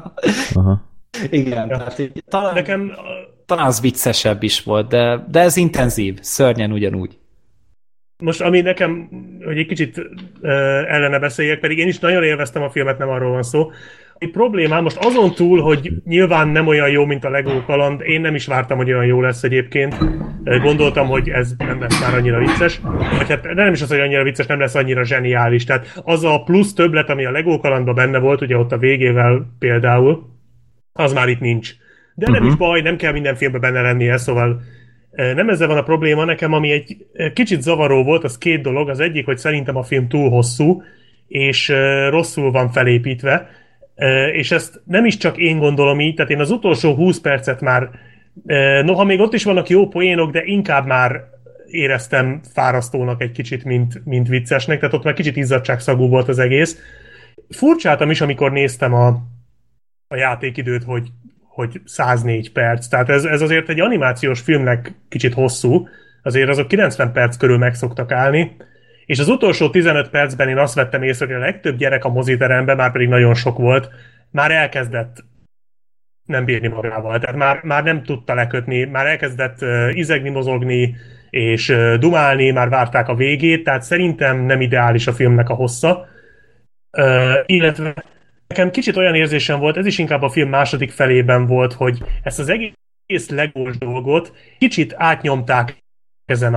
Igen. Tehát talán az viccesebb is volt, de ez intenzív, szörnyen ugyanúgy. Most ami nekem, hogy egy kicsit ellene beszéljek, pedig én is nagyon élveztem a filmet, nem arról van szó, Egy problémám most azon túl, hogy nyilván nem olyan jó, mint a Lego kaland, én nem is vártam, hogy olyan jó lesz egyébként. Gondoltam, hogy ez nem lesz már annyira vicces. Vagy hát nem is az, hogy annyira vicces, nem lesz annyira zseniális. Tehát az a plusz többlet, ami a Lego kalandban benne volt, ugye ott a végével például, az már itt nincs. De nem is baj, nem kell minden filmben benne lennie, szóval nem ezzel van a probléma. Nekem, ami egy kicsit zavaró volt, az két dolog. Az egyik, hogy szerintem a film túl hosszú, és rosszul van felépítve, és ezt nem is csak én gondolom így, tehát én az utolsó 20 percet már, noha még ott is vannak jó poénok, de inkább már éreztem fárasztónak egy kicsit, mint viccesnek, tehát ott már kicsit izzadságszagú volt az egész. Furcsáltam is, amikor néztem a játékidőt, hogy 104 perc, tehát ez azért egy animációs filmnek kicsit hosszú, azért azok 90 perc körül meg szoktak állni, és az utolsó 15 percben én azt vettem észre, hogy a legtöbb gyerek a moziteremben, már pedig nagyon sok volt, már elkezdett nem bírni magával. Tehát már nem tudta lekötni, már elkezdett izegni, mozogni, és dumálni, már várták a végét, tehát szerintem nem ideális a filmnek a hossza. Illetve nekem kicsit olyan érzésem volt, ez is inkább a film második felében volt, hogy ezt az egész legós dolgot kicsit átnyomták ezen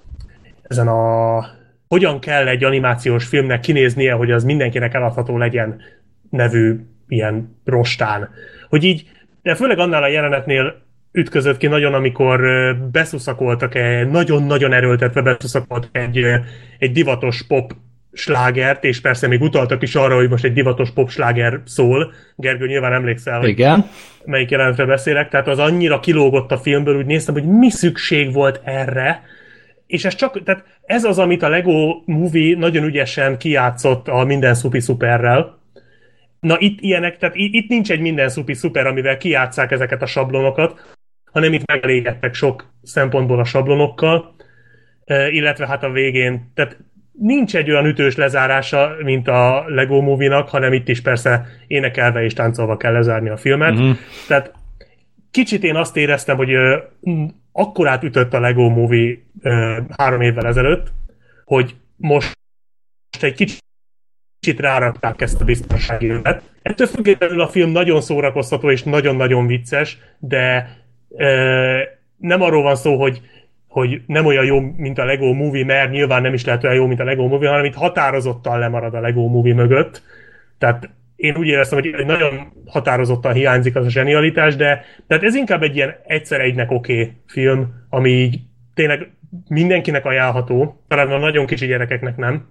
a hogyan kell egy animációs filmnek kinéznie, hogy az mindenkinek eladható legyen nevű ilyen rostán. Hogy így, de főleg annál a jelenetnél ütközött ki nagyon, amikor beszuszakoltak, nagyon-nagyon erőltetve beszuszakoltak egy divatos pop slágert, és persze még utaltak is arra, hogy most egy divatos pop sláger szól. Gergő, nyilván emlékszel, igen, hogy melyik jelenetről beszélek, tehát az annyira kilógott a filmből, úgy néztem, hogy mi szükség volt erre, és tehát ez az, amit a Lego Movie nagyon ügyesen kijátszott a Minden Szupi Szuperrel. Na itt ilyenek, tehát itt nincs egy Minden Szupi Szuper, amivel kijátsszák ezeket a sablonokat, hanem itt megelégettek sok szempontból a sablonokkal, illetve hát a végén, tehát nincs egy olyan ütős lezárása, mint a Lego Movie-nak, hanem itt is persze énekelve és táncolva kell lezárni a filmet. Tehát kicsit én azt éreztem, hogy akkorát ütött a Lego Movie 3 évvel ezelőtt, hogy most egy kicsit rárakták ezt a biztonsági övet. Ettől függetlenül a film nagyon szórakoztató és nagyon-nagyon vicces, de nem arról van szó, hogy nem olyan jó, mint a Lego Movie, mert nyilván nem is lehet olyan jó, mint a Lego Movie, hanem itt határozottan lemarad a Lego Movie mögött. Tehát én úgy éreztem, hogy nagyon határozottan hiányzik az a zsenialitás, de tehát ez inkább egy ilyen egyszer egynek oké film, ami így tényleg mindenkinek ajánlható, talán a nagyon kicsi gyerekeknek nem,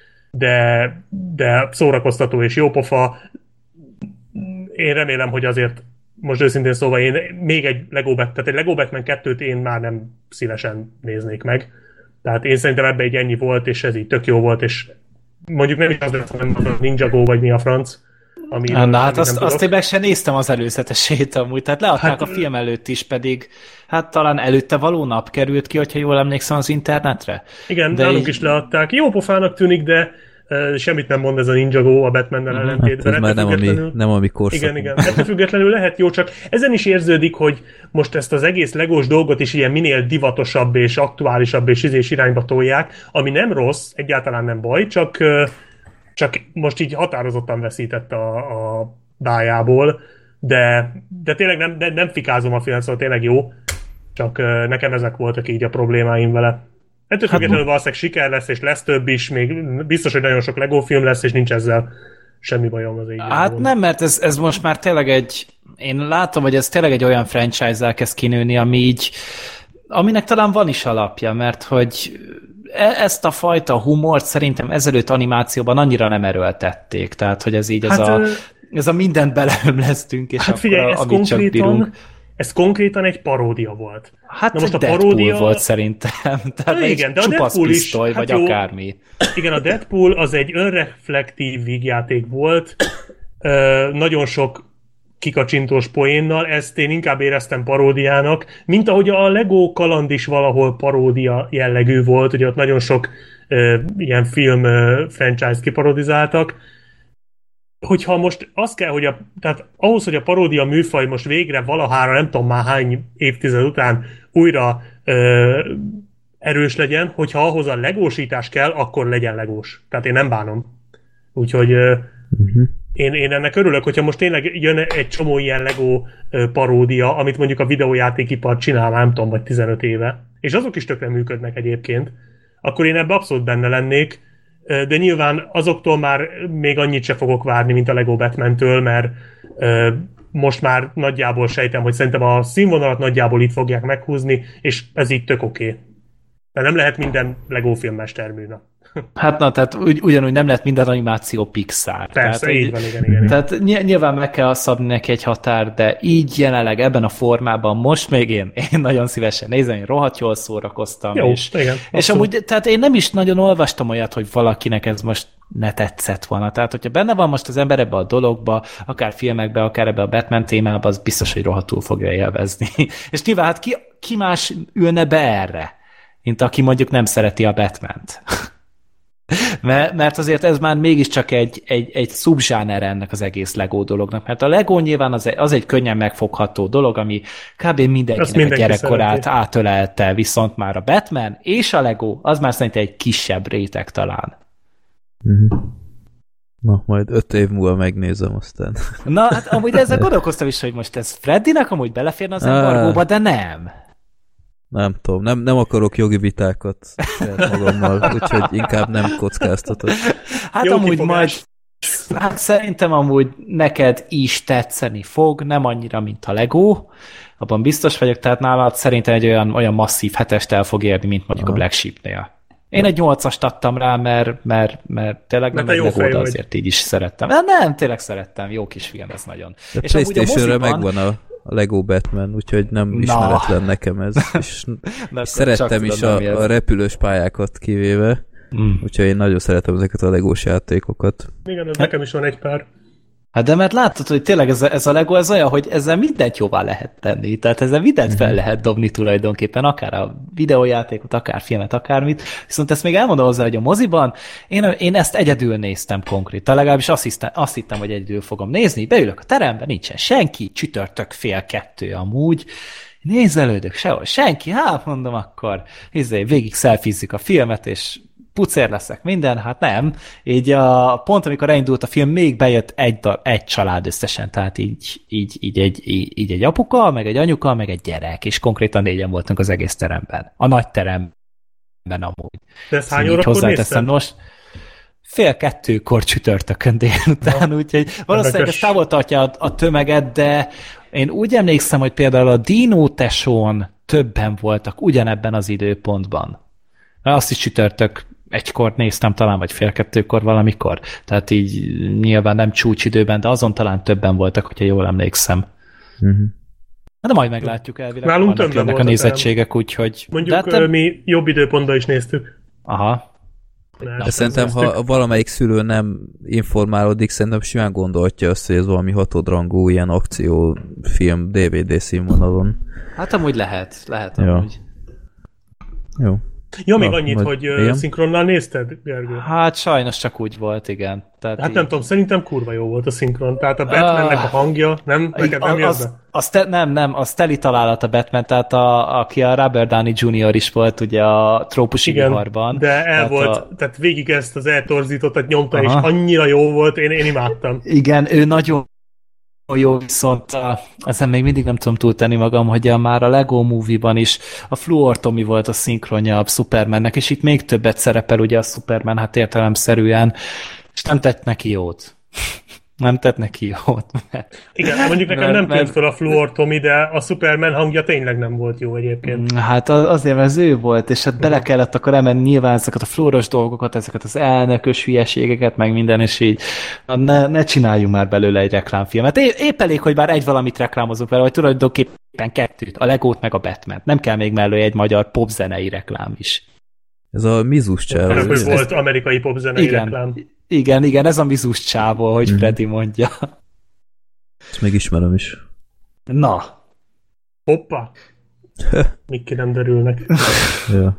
de szórakoztató és jópofa. Én remélem, hogy azért most őszintén szóval én még egy tehát egy Lego Batman 2-t én már nem szívesen néznék meg. Tehát én szerintem ebbe egy ennyi volt, és ez így tök jó volt, és mondjuk nem is az lesz, hogy a Ninjago vagy mi a franc. Na hát azt én meg sem néztem az előzetesét amúgy, tehát leadták a film előtt is, pedig hát talán előtte való nap került ki, hogyha jól emlékszem az internetre. Igen, de nálunk is leadták. Jó pofának tűnik, de semmit nem mond ez a Ninjago a Batman-nel ellentétben. Hát ez már nem a mi korszakunk. Igen. Ettől függetlenül lehet jó, csak ezen is érződik, hogy most ezt az egész legós dolgot is ilyen minél divatosabb és aktuálisabb és irányba tolják, ami nem rossz, egyáltalán nem baj, csak most így határozottan veszített a bájából, de tényleg nem fikázom a filmet, szóval tényleg jó, csak nekem ezek voltak így a problémáim vele. Ettől függetlenül valószínűleg siker lesz, és lesz több is, még biztos, hogy nagyon sok Lego film lesz, és nincs ezzel semmi bajom az így. Hát nem, mert ez most már tényleg én látom, hogy ez tényleg egy olyan franchise-zel kezd kinőni, aminek talán van is alapja, mert hogy ezt a fajta humort szerintem ezelőtt animációban annyira nem erőltették, tehát hogy ez így ez a mindent beleömlesztünk, és hát figyelj, akkor amit csak bírunk. Ez konkrétan egy paródia volt. Hát na most a paródia volt szerintem. Tehát igen, de a csupasz Deadpool pisztoly, is, vagy hát akármi. Igen, a Deadpool az egy önreflektív vígjáték volt, nagyon sok kikacsintós poénnal, ezt én inkább éreztem paródiának, mint ahogy a Lego kaland is valahol paródia jellegű volt, ugye ott nagyon sok ilyen film franchise-t kiparodizáltak. Hogyha most az kell, tehát ahhoz, hogy a paródia műfaj most végre valahára, nem tudom már hány évtized után újra erős legyen, hogyha ahhoz a legósítás kell, akkor legyen legós. Tehát én nem bánom. Úgyhogy Én ennek örülök, hogyha most tényleg jön egy csomó ilyen Lego paródia, amit mondjuk a videójátékipar csinál, nem tudom, vagy 15 éve, és azok is tökre működnek egyébként, akkor én ebbe abszolút benne lennék, de nyilván azoktól már még annyit se fogok várni, mint a Lego Batman-től, mert most már nagyjából sejtem, hogy szerintem a színvonalat nagyjából itt fogják meghúzni, és ez így tök oké. De nem lehet minden Lego filmmestermű. Hát na, tehát ugyanúgy nem lehet minden animáció Pixar. Persze, tehát, így van, igen. Tehát nyilván meg kell szabni neki egy határ, de így jelenleg ebben a formában most még én nagyon szívesen nézem, én rohadt jól szórakoztam. Jó, igen. És amúgy, tehát én nem is nagyon olvastam olyat, hogy valakinek ez most ne tetszett volna. Tehát, hogyha benne van most az ember ebbe a dologba, akár filmekbe, akár ebbe a Batman témába, az biztos, hogy rohadtul fogja élvezni. És nyilván, hát ki más ülne be erre, mint aki mondjuk nem szereti a Batmant. Mert azért ez már mégiscsak egy szubzsáner ennek az egész Lego dolognak. Mert a Lego nyilván az egy könnyen megfogható dolog, ami kb. Mindenkinek a gyerekkorát átölelte, viszont már a Batman és a Lego, az már szerintem egy kisebb réteg talán. Na, majd 5 év múlva megnézem aztán. Na, hát amúgy ezzel gondolkoztam is, hogy most ez Freddynek amúgy beleférne az embargóba, de nem. Nem tudom, nem akarok jogi vitákat saját magammal, úgyhogy inkább nem kockáztatok. Hát jó amúgy majd, hát szerintem amúgy neked is tetszeni fog, nem annyira, mint a Lego, abban biztos vagyok, tehát nálad szerintem egy olyan masszív hetest el fog érni, mint mondjuk a Black Sheep-nél. Én egy 8-ast adtam rá, mert tényleg nem egy Legót azért így is szerettem. Nem, tényleg szerettem, jó kis film ez nagyon. De és PlayStation-re megvan a Lego Batman, úgyhogy nem ismeretlen nekem ez. És szerettem is a repülős pályákat kivéve, úgyhogy én nagyon szeretem ezeket a Legós játékokat. Igen, nekem is van egy pár. Hát de mert látod, hogy tényleg ez a Lego ez olyan, hogy ezzel mindent jóvá lehet tenni, tehát ezzel mindent fel lehet dobni tulajdonképpen, akár a videójátékot, akár filmet, akármit, viszont ezt még elmondom hozzá, hogy a moziban én ezt egyedül néztem konkrétan, legalábbis azt hittem, hogy egyedül fogom nézni, beülök a terembe, nincsen senki, csütörtök 1:30 amúgy, nézelődök, sehol senki, hát mondom akkor, végig szelfizzük a filmet, és pucér leszek minden, hát nem. Így pont amikor elindult a film, még bejött egy család összesen, tehát így egy apuka, meg egy anyuka, meg egy gyerek, és konkrétan 4-en voltunk az egész teremben. A nagy teremben amúgy. De ezt hány órakor nézted? Most 1:30 csütörtökön délután, úgyhogy valószínűleg ez távol tartja a tömeget, de én úgy emlékszem, hogy például a Dino tesón többen voltak ugyanebben az időpontban. Azt is csütörtök 1-kor néztem talán, vagy 1:30 valamikor. Tehát így nyilván nem csúcsidőben, de azon talán többen voltak, hogyha jól emlékszem. De majd meglátjuk elvileg. Nálunk többen voltak a nézettségek, úgyhogy... Mondjuk mi jobb időpontban is néztük. Aha. De szerintem, ha valamelyik szülő nem informálódik, szerintem simán gondolhatja azt, hogy ez valami hatodrangú ilyen akciófilm DVD színvonalon. Hát amúgy lehet amúgy. Jó. Ja, még annyit, hogy szinkronnal nézted, Gergő? Hát sajnos csak úgy volt, igen. Tehát hát nem tudom, szerintem kurva jó volt a szinkron. Tehát a Batmannek a hangja, nem? Neked nem jött be? Nem, az teli találat a Batman, tehát aki a Robert Downey Jr. is volt ugye a Trópusi viharban. De tehát végig ezt az eltorzítottat nyomta, és annyira jó volt, én imádtam. Igen, ő nagyon jó, viszont ezen még mindig nem tudom túltenni magam, hogy már a Lego Movie-ban is a Fluor Tommy volt a szinkronja a Supermannek, és itt még többet szerepel ugye a Superman, hát értelemszerűen, és nem tett neki jót. Nem tett neki jót. Igen, mondjuk nekem nem tűnt fel a Fluor Tommy, de a Superman hangja tényleg nem volt jó egyébként. Hát azért, mert ez ő volt, és hát bele kellett akkor emenni nyilván ezeket a fluoros dolgokat, ezeket az elnökös hülyeségeket, meg minden, és így ne csináljunk már belőle egy reklámfilmet. Épp elég, hogy bár egy valamit reklámozunk vele, vagy tulajdonképpen 2, a Legót meg a Batman. Nem kell még mellé egy magyar popzenei reklám is. Ez a Mizus csáv. Volt amerikai popzenei reklám. Igen, ez a Mizus csávó, hogy Freddy mondja. Ezt még ismerem is. Na. Hoppa. Még ki nem derülnek. Ja.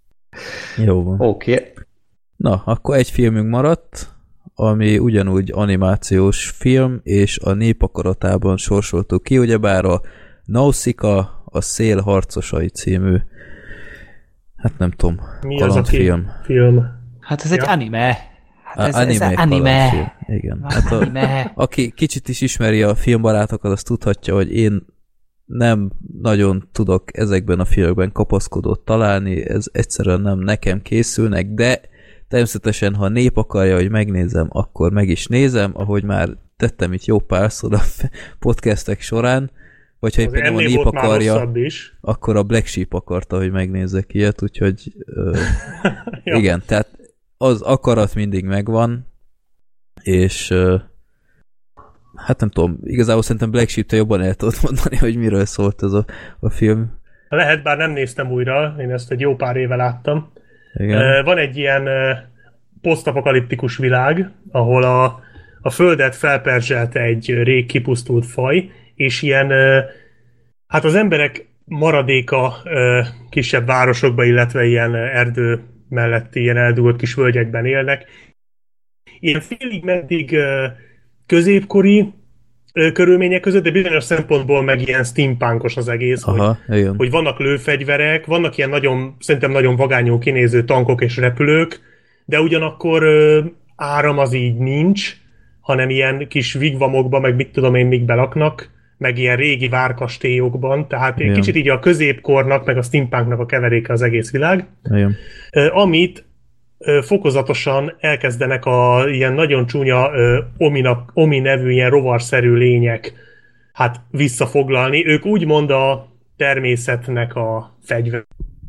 Jó van. Oké. Na, akkor egy filmünk maradt, ami ugyanúgy animációs film, és a nép akaratában sorsoltuk ki, ugyebár a Nausicaa, a szél harcosai című, hát nem tudom, mi kalandfilm. film? Hát ez egy anime. ez anime. Igen. Hát aki kicsit is ismeri a filmbarátokat, az tudhatja, hogy én nem nagyon tudok ezekben a filmekben kapaszkodót találni, ez egyszerűen nem nekem készülnek, de természetesen, ha a nép akarja, hogy megnézem, akkor meg is nézem, ahogy már tettem itt jó párszor a podcastek során, vagy ha éppen nem a nép akarja, akkor a Black Sheep akarta, hogy megnézzek ilyet, úgyhogy igen, tehát az akarat mindig megvan, és hát nem tudom, igazából szerintem Black Sheep-te jobban el tudod mondani, hogy miről szólt ez a film. Lehet, bár nem néztem újra, én ezt egy jó pár éve láttam. Igen. Van egy ilyen posztapokaliptikus világ, ahol a földet felperzselte egy rég kipusztult faj, és ilyen, hát az emberek maradéka kisebb városokba, illetve ilyen erdő melletti, ilyen eldugott kis völgyekben élnek. Ilyen félig meddig középkori körülmények között, de bizonyos szempontból meg ilyen steampunkos az egész, hogy vannak lőfegyverek, vannak ilyen szerintem nagyon vagányul kinéző tankok és repülők, de ugyanakkor áram az így nincs, hanem ilyen kis vigvamokban, meg mit tudom én, még belaknak, meg ilyen régi várkastélyokban, tehát kicsit így a középkornak, meg a steampunknak a keveréke az egész világ. Amit fokozatosan elkezdenek ilyen nagyon csúnya Omi nevű ilyen rovarszerű lények hát visszafoglalni. Ők úgymond a természetnek a fegyverei,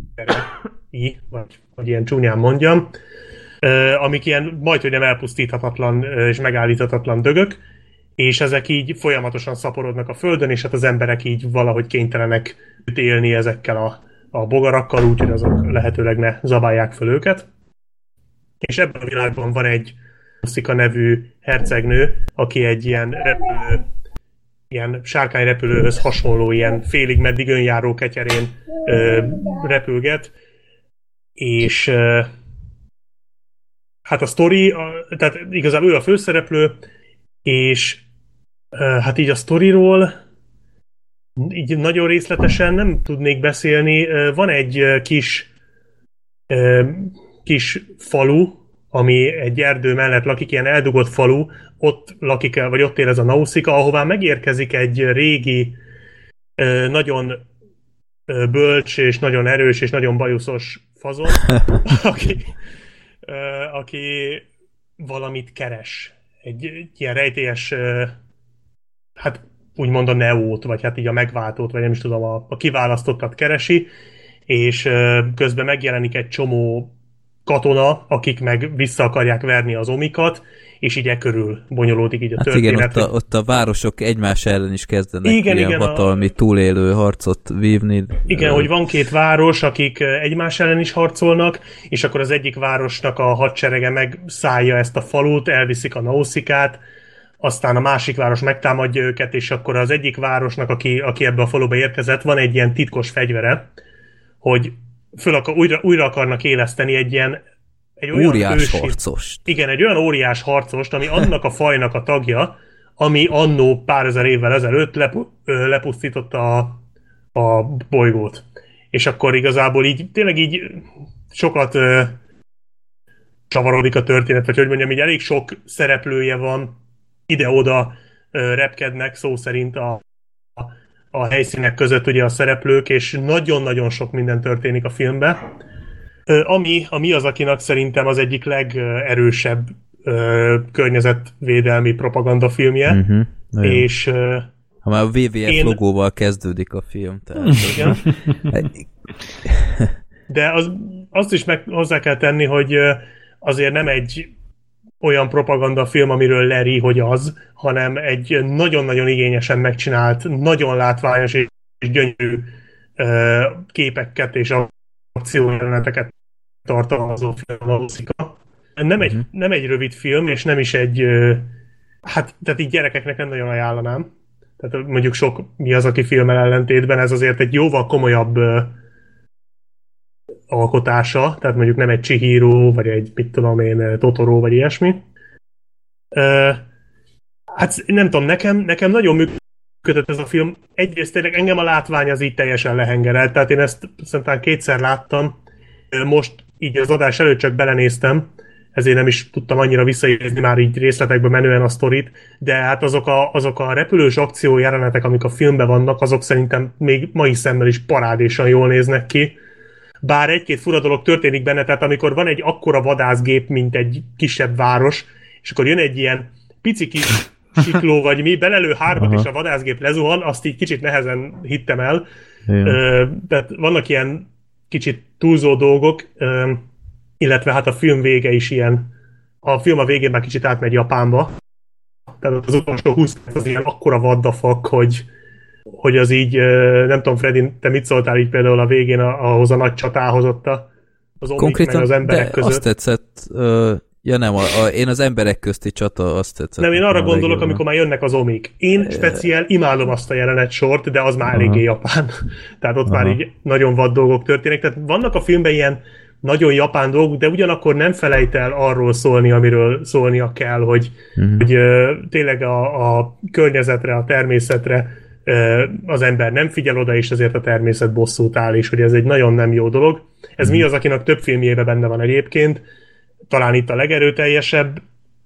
vagy ilyen csúnyán mondjam, amik ilyen majdhogy nem elpusztíthatatlan és megállíthatatlan dögök, és ezek így folyamatosan szaporodnak a földön, és hát az emberek így valahogy kénytelenek élni ezekkel a bogarakkal, úgyhogy azok lehetőleg ne zabálják föl őket. És ebben a világban van egy Nausicaa nevű hercegnő, aki egy ilyen sárkányrepülőhöz hasonló, ilyen félig meddig önjáró ketyerén repülget, és hát a sztori, tehát igazából ő a főszereplő, és hát így a sztoriról így nagyon részletesen nem tudnék beszélni. Van egy kis falu, ami egy erdő mellett lakik, ilyen eldugott falu, ott lakik, vagy ott él ez a Nausicaa, ahová megérkezik egy régi, nagyon bölcs, és nagyon erős, és nagyon bajuszos fazon, aki valamit keres. Egy ilyen rejtélyes, hát úgymond a Neót, vagy hát így a megváltót, vagy nem is tudom, a kiválasztottat keresi, és közben megjelenik egy csomó katona, akik meg vissza akarják verni az omikat, és így körül bonyolódik így a történet. Igen, ott a városok egymás ellen is kezdenek ilyen hatalmi túlélő harcot vívni. Igen, hogy van két város, akik egymás ellen is harcolnak, és akkor az egyik városnak a hadserege megszállja ezt a falut, elviszik a Nausicát, aztán a másik város megtámadja őket, és akkor az egyik városnak, aki ebbe a faluba érkezett, van egy ilyen titkos fegyvere, hogy újra akarnak éleszteni egy olyan óriás harcost. Igen, egy olyan óriás harcost, ami annak a fajnak a tagja, ami annó pár ezer évvel ezelőtt lepusztította a bolygót. És akkor igazából így, tényleg így sokat csavarodik a történet, vagy hogy mondjam, így elég sok szereplője van, ide-oda repkednek szó szerint a helyszínek között ugye a szereplők, és nagyon-nagyon sok minden történik a filmben. Ami a Miyazakinak szerintem az egyik legerősebb környezetvédelmi propagandafilmje. És ha már a WWF logóval kezdődik a film. Tehát igen. De azt is meg hozzá kell tenni, hogy azért nem egy olyan propagandafilm, amiről leri, hogy az, hanem egy nagyon-nagyon igényesen megcsinált, nagyon látványos és gyönyörű képeket és akciójeleneteket tartalmazó film a Nausicaa. Nem egy rövid film, és nem is egy, hát tehát így gyerekeknek nem nagyon ajánlanám. Tehát mondjuk sok Miyazaki filmmel ellentétben ez azért egy jóval komolyabb alkotása, tehát mondjuk nem egy Chihiro, vagy egy, mit tudom én, Totoro, vagy ilyesmi. Hát nem tudom, nekem nagyon működött ez a film. Egyrészt tényleg engem a látvány az így teljesen lehengerelt, tehát én ezt szerintem kétszer láttam. Most így az adás előtt csak belenéztem, ezért nem is tudtam annyira visszaérzni már így részletekbe menően a sztorit, de hát azok a repülős akció jelenetek, amik a filmben vannak, azok szerintem még mai szemmel is parádésan jól néznek ki. Bár egy-két fura dolog történik benne, tehát amikor van egy akkora vadászgép, mint egy kisebb város, és akkor jön egy ilyen pici kis sikló, vagy mi, belelő hármat, és a vadászgép lezuhan, azt így kicsit nehezen hittem el. Tehát vannak ilyen kicsit túlzó dolgok, illetve hát a film vége is ilyen. A film a végén már kicsit átmegy Japánba. Tehát az utolsó 20 perc az ilyen akkora what the fuck, hogy az így, nem tudom, Freddy, te mit szóltál így például a végén ahhoz a nagy csatához ott az omik meg az emberek között? Azt tetszett, ja nem, én az emberek közti csata azt tetszett. Nem, én arra gondolok, amikor már jönnek az omik. Én speciál imádom azt a jelenet sort, de az már eléggé japán. Tehát ott már így nagyon vad dolgok történnek. Tehát vannak a filmben ilyen nagyon japán dolgok, de ugyanakkor nem felejt el arról szólni, amiről szólnia kell, hogy tényleg a környezetre, a természetre az ember nem figyel oda, és ezért a természet bosszút áll, és hogy ez egy nagyon nem jó dolog. Ez mi az, akinek több filmjében benne van egyébként, talán itt a legerőteljesebb.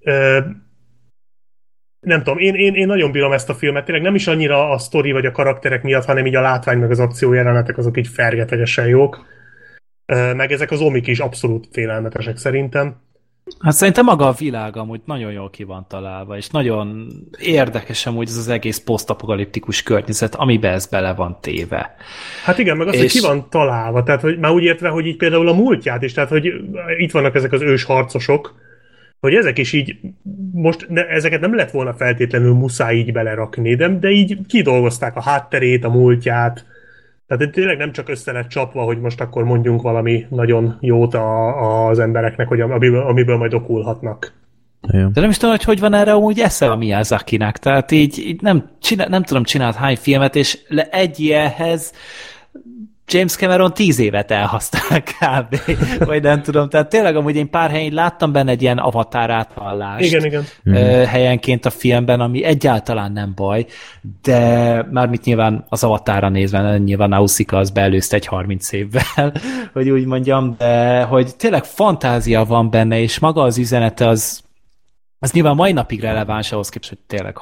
Nem tudom, én nagyon bírom ezt a filmet, tényleg nem is annyira a sztori vagy a karakterek miatt, hanem így a látvány meg az akció jelenetek azok így fergetegesen jók. Meg ezek az omik is abszolút félelmetesek szerintem. Hát szerintem maga a világ amúgy nagyon jól ki van találva, és nagyon érdekes amúgy ez az egész posztapokaliptikus környezet, amiben ez bele van téve. Hát igen, meg az, hogy ki van találva, tehát hogy már úgy értve, hogy így például a múltját is, tehát hogy itt vannak ezek az ős harcosok, hogy ezek is így, most ezeket nem lett volna feltétlenül muszáj így belerakni, de így kidolgozták a hátterét, a múltját, tehát tényleg nem csak össze lett csapva, hogy most akkor mondjunk valami nagyon jót az embereknek, hogy amiből majd okulhatnak. De nem is tudom, hogy van erre amúgy esze a Miyazakinak. Tehát így nem tudom csinálni hány filmet, és egy ilyenhez James Cameron 10 évet elhasznál kb. Vagy nem tudom. Tehát tényleg amúgy én pár helyen láttam benne egy ilyen Avatar áthallást. Igen. Helyenként a filmben, ami egyáltalán nem baj, de mármint nyilván az Avatarra nézve, nyilván Nausicaa az beelőzte egy 30 évvel, hogy úgy mondjam, de hogy tényleg fantázia van benne, és maga az üzenete az nyilván mai napig releváns ahhoz képest, hogy tényleg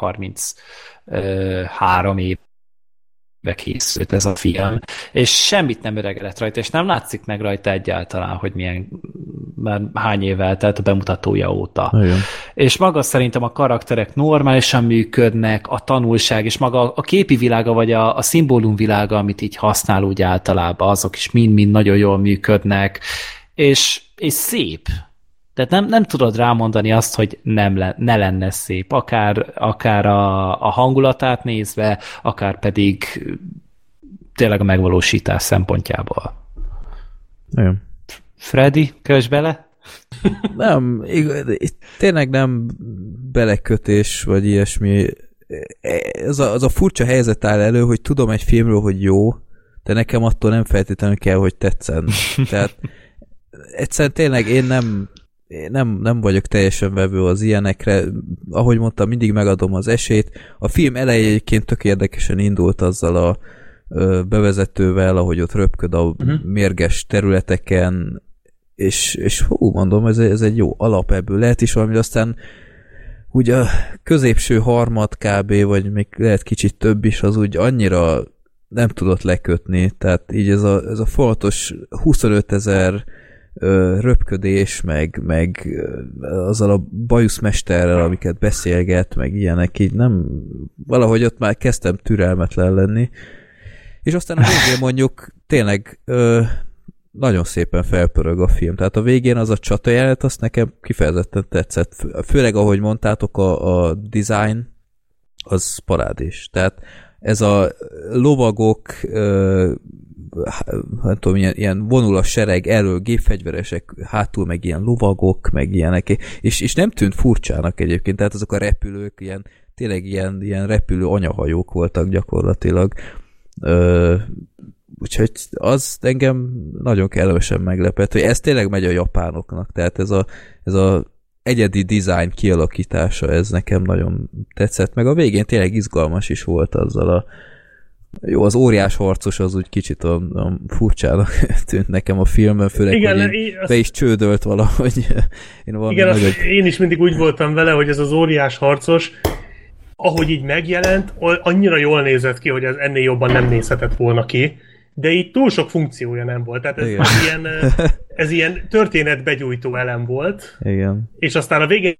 33 év készült ez a film, és semmit nem öregedett rajta, és nem látszik meg rajta egyáltalán, hogy már hány év eltelt a bemutatója óta. Igen. És maga szerintem a karakterek normálisan működnek, a tanulság, és maga a képi világa, vagy a szimbólum világa, amit így használ úgy általában, azok is mind-mind nagyon jól működnek, és szép. Tehát nem tudod rámondani azt, hogy ne lenne szép. Akár a hangulatát nézve, akár pedig tényleg a megvalósítás szempontjából. Igen. Freddy, kös bele? Nem, tényleg nem belekötés, vagy ilyesmi. Az a furcsa helyzet áll elő, hogy tudom egy filmről, hogy jó, de nekem attól nem feltétlenül kell, hogy tetszen. Tehát egyszerűen tényleg én nem vagyok teljesen vevő az ilyenekre. Ahogy mondtam, mindig megadom az esélyt. A film elején egyébként tök érdekesen indult azzal a bevezetővel, ahogy ott röpköd a mérges területeken, és mondom, ez egy jó alap, ebből lehet is valami, aztán úgy a középső harmad kb, vagy még lehet kicsit több is, az úgy annyira nem tudott lekötni, tehát így ez a folyamatos 25 000 röpködés, meg azzal a bajuszmesterrel, amiket beszélget, meg ilyenek, így nem, valahogy ott már kezdtem türelmetlen lenni, és aztán a végén mondjuk tényleg nagyon szépen felpörög a film, tehát a végén az a csatajelet, azt nekem kifejezetten tetszett, főleg ahogy mondtátok, a design az parádés, tehát ez a lovagok nem tudom, ilyen vonul a sereg, elől gépfegyveresek, hátul meg ilyen lovagok, meg ilyenek, és nem tűnt furcsának egyébként, tehát azok a repülők, tényleg ilyen repülő anyahajók voltak gyakorlatilag. Úgyhogy az engem nagyon kellemesen meglepett, hogy ez tényleg megy a japánoknak, tehát ez a egyedi design kialakítása, ez nekem nagyon tetszett, meg a végén tényleg izgalmas is volt azzal Jó, az óriás harcos az úgy kicsit a furcsának tűnt nekem a filmben, főleg, igen, hogy be is csődölt valahogy. Én is mindig úgy voltam vele, hogy ez az óriás harcos, ahogy így megjelent, annyira jól nézett ki, hogy ez ennél jobban nem nézhetett volna ki, de így túl sok funkciója nem volt. Tehát ez ilyen történetbegyújtó elem volt. Igen. És aztán a végén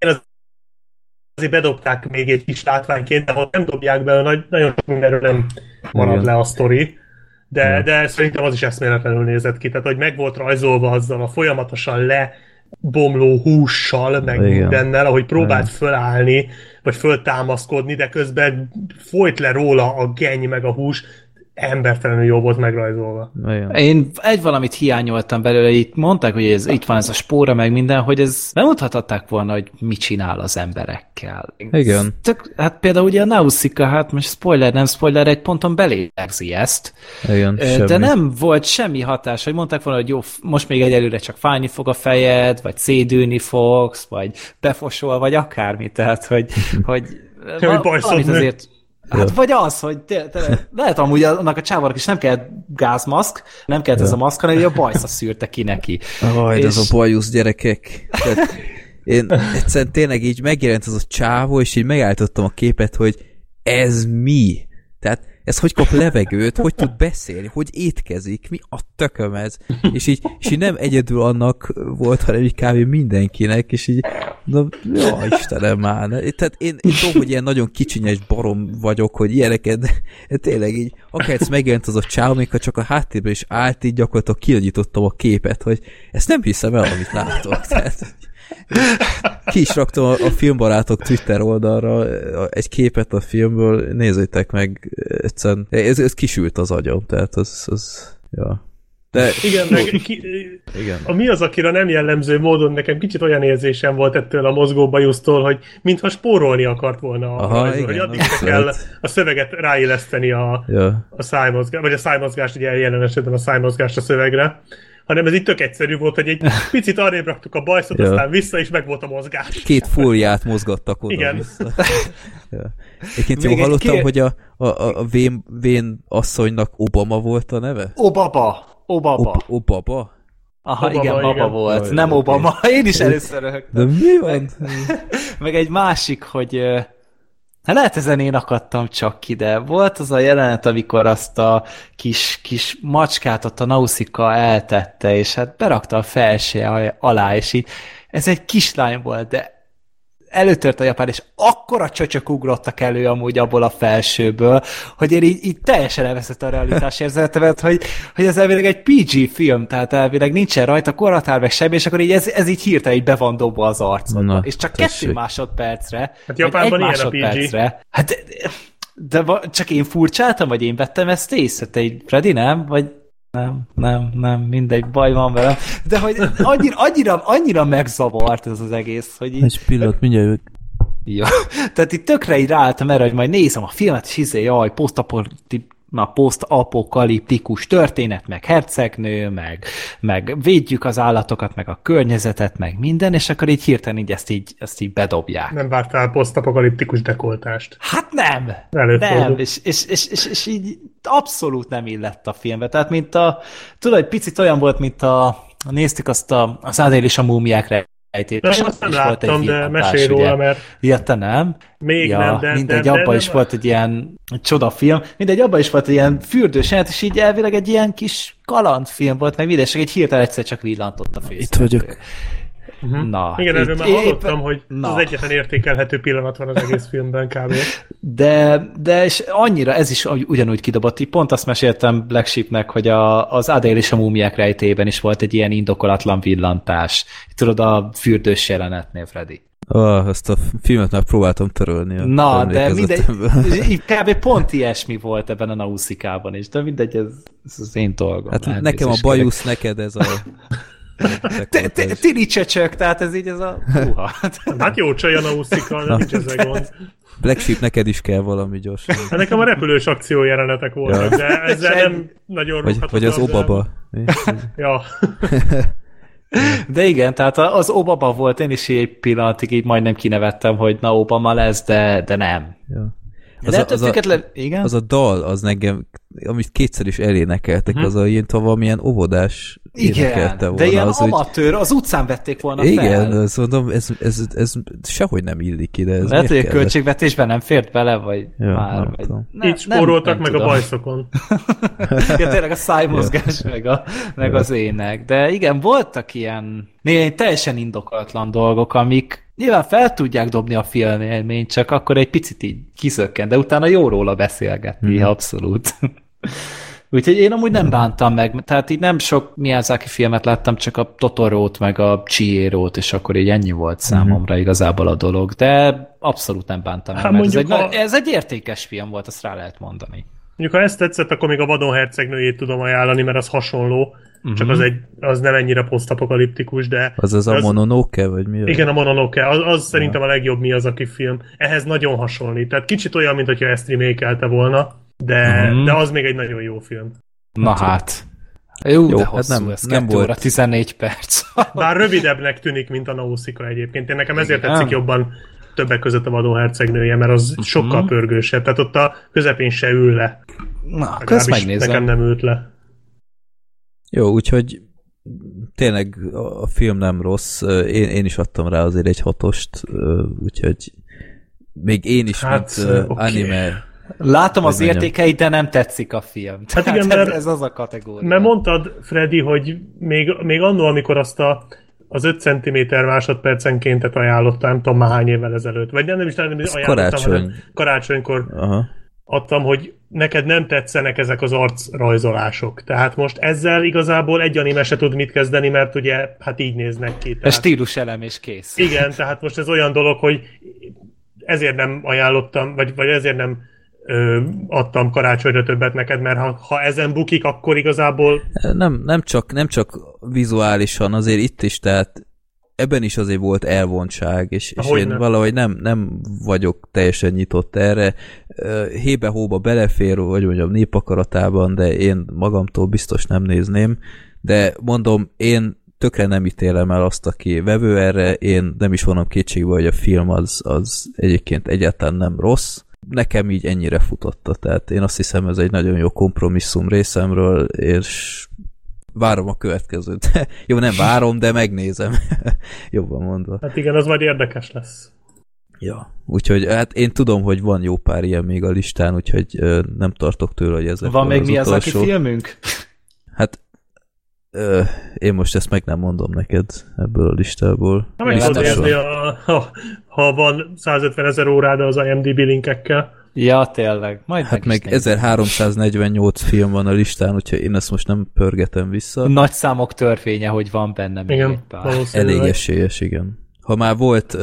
azért bedobták még egy kis látványként, de ha nem dobják be, nagyon sok mindenről nem marad igen. le a sztori. De szerintem az is eszméletlenül nézett ki. Tehát, hogy meg volt rajzolva azzal a folyamatosan lebomló hússal, meg igen. mindennel, ahogy próbált fölállni, vagy föltámaszkodni, de közben folyt le róla a genny meg a hús, embertelenül jó volt megrajzolva. Igen. Én egy valamit hiányoltam belőle, itt mondták, hogy itt van ez a spóra, meg minden, hogy ez nem mondhatták volna, hogy mit csinál az emberekkel. Igen. Hát például ugye a Nausicaa, hát most spoiler, nem spoiler, egy ponton belélegzi ezt. Igen, de nem volt semmi hatás, hogy mondták volna, hogy jó, most még egyelőre csak fájni fog a fejed, vagy szédülni fogsz, vagy befosol, vagy akármi, tehát, hogy valamit azért... Hát vagy az, hogy lehet amúgy annak a csávarnak is nem kellett gázmaszk, nem kellett ez a maszk, hanem a bajsza szűrte ki neki. De ez a bajusz, gyerekek. Tehát én egyszerűen tényleg így megjelent az a csávó, és így megállítottam a képet, hogy ez mi? Tehát ez hogy kap levegőt, hogy tud beszélni, hogy étkezik, mi a tököm ez? És így nem egyedül annak volt, hanem így kb. Mindenkinek, és így, na, jó, Istenem már. Tehát én tudom, hogy ilyen nagyon kicsinyes barom vagyok, hogy ilyeneket, de tényleg így, akár ez megjelent az a csáv, még ha csak a háttérben is állt, így gyakorlatilag kiagyítottam a képet, hogy ezt nem hiszem el, amit látok. Tehát, ki is raktam a Filmbarátok Twitter oldalra egy képet a filmből, nézzétek meg, egyszerűen, ez kisült az agyam, tehát az ja. De... Igen, igen. Mi az, akire nem jellemző módon nekem kicsit olyan érzésem volt ettől a mozgó bajusztól, hogy mintha spórolni akart volna a rajzol, hogy addig se kell a szöveget ráilleszteni a szájmozgást, vagy a szájmozgást, ugye jelen esetben a szájmozgást a szövegre, hanem ez így tök egyszerű volt, hogy egy picit arrébb raktuk a bajszot, aztán vissza, és meg volt a mozgás. Két fóliát mozgattak oda. Igen. Vissza. Egyébként jól hallottam, hogy a vén asszonynak Obama volt a neve? Obaba. Aha, igen, baba volt. Nem Obama. Én is először röhögtem. De mi van? Meg egy másik, hogy hát lehet ezen én akadtam csak ki, de volt az a jelenet, amikor azt a kis macskát ott a Nausicaa eltette, és hát berakta a felső alá, és így ez egy kislány volt, de előtört a japán, és akkora csöcsök ugrottak elő amúgy abból a felsőből, hogy én így teljesen elveszett a realitás érzetemet, hogy ez elvileg egy PG film, tehát elvileg nincsen rajta korhatár meg semmi, és akkor így ez így hirtelen így be van dobva az arcodba. És csak tessék. 2 másodpercre, hát Japánban ilyen a PG. Hát, de csak én furcsáltam, vagy én vettem ezt észre? Te így, Freddy, nem? Vagy nem, mindegy, baj van velem. De hogy annyira megzavart ez az egész, hogy így... Egy pillanat, mindjárt jövök. Ja. Tehát itt tökre így ráálltam erre, hogy majd nézem a filmet, és jaj, posztapokaliptikus történet, meg hercegnő, meg védjük az állatokat, meg a környezetet, meg minden, és akkor így hirtelen így ezt így bedobják. Nem vártál posztapokaliptikus dekoltást? Hát nem! Nem, és így abszolút nem illett a filmbe. Tehát tudod, egy picit olyan volt, mint néztük az Adél és a múmiák rejtét. Én azt nem láttam, de mesélj róla, mert... Ja, te nem? Még ja, nem, de... Mindegy, abban is volt egy ilyen csodafilm, mindegy, abban is volt egy ilyen fürdős jelent, és így elvileg egy ilyen kis kalandfilm volt, meg videóség, egy hirtelen egyszer csak villantott a főszereplő. Itt vagyok. Na, igen, erről már hallottam, hogy az egyetlen értékelhető pillanat van az egész filmben kb. De és annyira, ez is ugyanúgy kidobott, így pont azt meséltem Black Sheepnek, hogy az Adél és a múmiák rejtében is volt egy ilyen indokolatlan villantás. Tudod, a fürdős jelenetnél, Freddy. Ezt a filmet már próbáltam törölni. Na, de mindegy, kb. Pont ilyesmi volt ebben a Nausicában is, de mindegy, ez az én dolgom. Hát nekem a bajusz, neked ez a... Tini csöcsök, tehát ez így ez a... Hát jó csaj a Nausicaa, de nincs ezzel gond. Black Sheep, neked is kell valami gyorsan. Hát nekem a repülős akció jelenetek voltak, ja. De ezzel nem nagyon rúghatok. Vagy az Obaba. Ja. De igen, tehát az Obama volt, én is egy pillanatig így majdnem kinevettem, hogy na Obama lesz, de nem. Ja. Igen? Az a dal, az nekem, amit kétszer is elénekeltek, az a ilyen valamilyen óvodás énekelte volna. De ilyen az, amatőr, az utcán vették volna fel. Igen, azt mondom, ez sehogy nem illik ide. Lehet, hogy a költségvetésben nem fért bele, vagy ja, már. Így spóroltak meg tudom. A bajszokon. Ja, tényleg a szájmozgás, meg az ének. De igen, voltak ilyen teljesen indokolatlan dolgok, amik nyilván fel tudják dobni a filmélményt, csak akkor egy picit így kiszökken, de utána jó róla beszélgetni, abszolút. Úgyhogy én amúgy nem bántam meg, tehát így nem sok Miyazaki filmet láttam, csak a Totorót, meg a Chihiro-t, és akkor így ennyi volt számomra igazából a dolog, de abszolút nem bántam meg, mert ez egy értékes film volt, azt rá lehet mondani. Mondjuk, ha ezt tetszett, akkor még a Vadon hercegnőjét tudom ajánlani, mert az hasonló, csak az nem ennyire posztapokaliptikus, de... Az a Mononoke, vagy mi? Igen, a Mononoke, az szerintem a legjobb Miyazaki film. Ehhez nagyon hasonlít, tehát kicsit olyan, mint hogyha ezt remake-elte volna, de az még egy nagyon jó film. Na hát. Jó, de hosszú, hát nem, ez nem 2 volt. óra 14 perc. Bár rövidebbnek tűnik, mint a Nausicaa egyébként. Én nekem ezért tetszik jobban többek között a Vadó hercegnője, mert az sokkal pörgősebb. Tehát ott a közepén se ül le. Na, ezt megnézem. Nekem nem ült le. Jó, úgyhogy tényleg a film nem rossz. Én is adtam rá azért egy 6-ost, úgyhogy még én is, mint anime... Látom az értékeit, de nem tetszik a film. Hát igen, mert, ez az a kategória. Mert mondtad, Freddy, hogy még annól, amikor azt az 5 cm másodpercenkéntet ajánlottam, nem tudom már hány évvel ezelőtt, vagy nem is ajánlottam, karácsonykor adtam, hogy neked nem tetszenek ezek az arcrajzolások. Tehát most ezzel igazából egy anime se tud mit kezdeni, mert ugye hát így néznek ki. Tehát... stílus elem és kész. Igen, tehát most ez olyan dolog, hogy ezért nem ajánlottam, vagy ezért nem adtam karácsonyra többet neked, mert ha ezen bukik, akkor igazából... Nem csak vizuálisan, azért itt is, tehát ebben is azért volt elvontság, és én valahogy nem vagyok teljesen nyitott erre. Hébe-hóba belefér, vagy mondjam, népakaratában, de én magamtól biztos nem nézném, de mondom, én tökre nem ítélem el azt, aki vevő erre, én nem is vonom kétségbe, hogy a film az egyébként egyáltalán nem rossz. Nekem így ennyire futotta, tehát én azt hiszem, ez egy nagyon jó kompromisszum részemről, és várom a következőt. Jó, nem várom, de megnézem. Jobban mondva. Hát igen, az majd érdekes lesz. Ja, úgyhogy hát én tudom, hogy van jó pár ilyen még a listán, úgyhogy nem tartok tőle, hogy ez van még mi az, aki filmünk? Hát én most ezt meg nem mondom neked ebből a listából. Ha meg tudod nézni, ha van 150 000 órád az IMDb linkekkel. Ja, tényleg. Majd hát meg 1348 film van a listán, úgyhogy én ezt most nem pörgetem vissza. Nagy számok törvénye, hogy van benne még igen, elég esélyes, igen. Ha már volt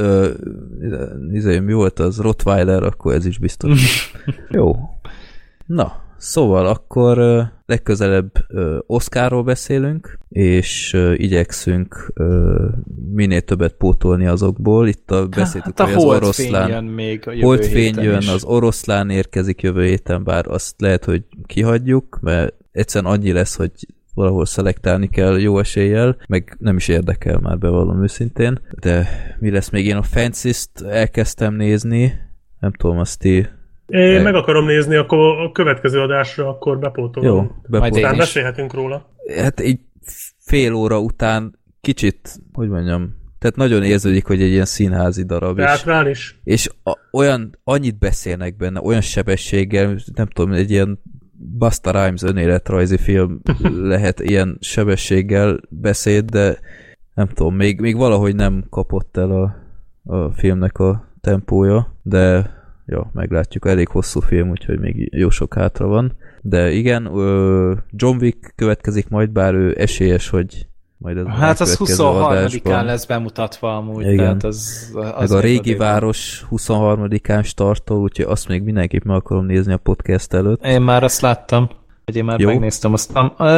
mi volt az Rottweiler, akkor ez is biztos. Jó. Na, szóval akkor legközelebb Oscarról beszélünk, és igyekszünk minél többet pótolni azokból. Itt beszéltük, hát hogy az oroszlán... Holdfény jön, az oroszlán érkezik jövő héten, bár azt lehet, hogy kihagyjuk, mert egyszerűen annyi lesz, hogy valahol szelektálni kell jó eséllyel, meg nem is érdekel már, bevallom őszintén. De mi lesz még? Én a Fences-t elkezdtem nézni, nem tudom, azt ti... Én meg akarom nézni, akkor a következő adásra akkor bepótolom. Jó, bepótolom. Aztán beszélhetünk róla. Hát így fél óra után kicsit, hogy mondjam, tehát nagyon érződik, hogy egy ilyen színházi darab. Teátrál is. És annyit beszélnek benne, olyan sebességgel, nem tudom, egy ilyen Busta Rhymes önéletrajzi film lehet ilyen sebességgel beszéd, de nem tudom, még valahogy nem kapott el a filmnek a tempója, de ja, meglátjuk, elég hosszú film, úgyhogy még jó sok hátra van. De igen, John Wick következik majd, bár ő esélyes, hogy majd ez hát az 23-án lesz bemutatva amúgy. Igen. Tehát az meg a régi város 23-án startol, úgyhogy azt még mindenképp meg akarom nézni a podcast előtt. Én már azt láttam, hogy én már megnéztem azt.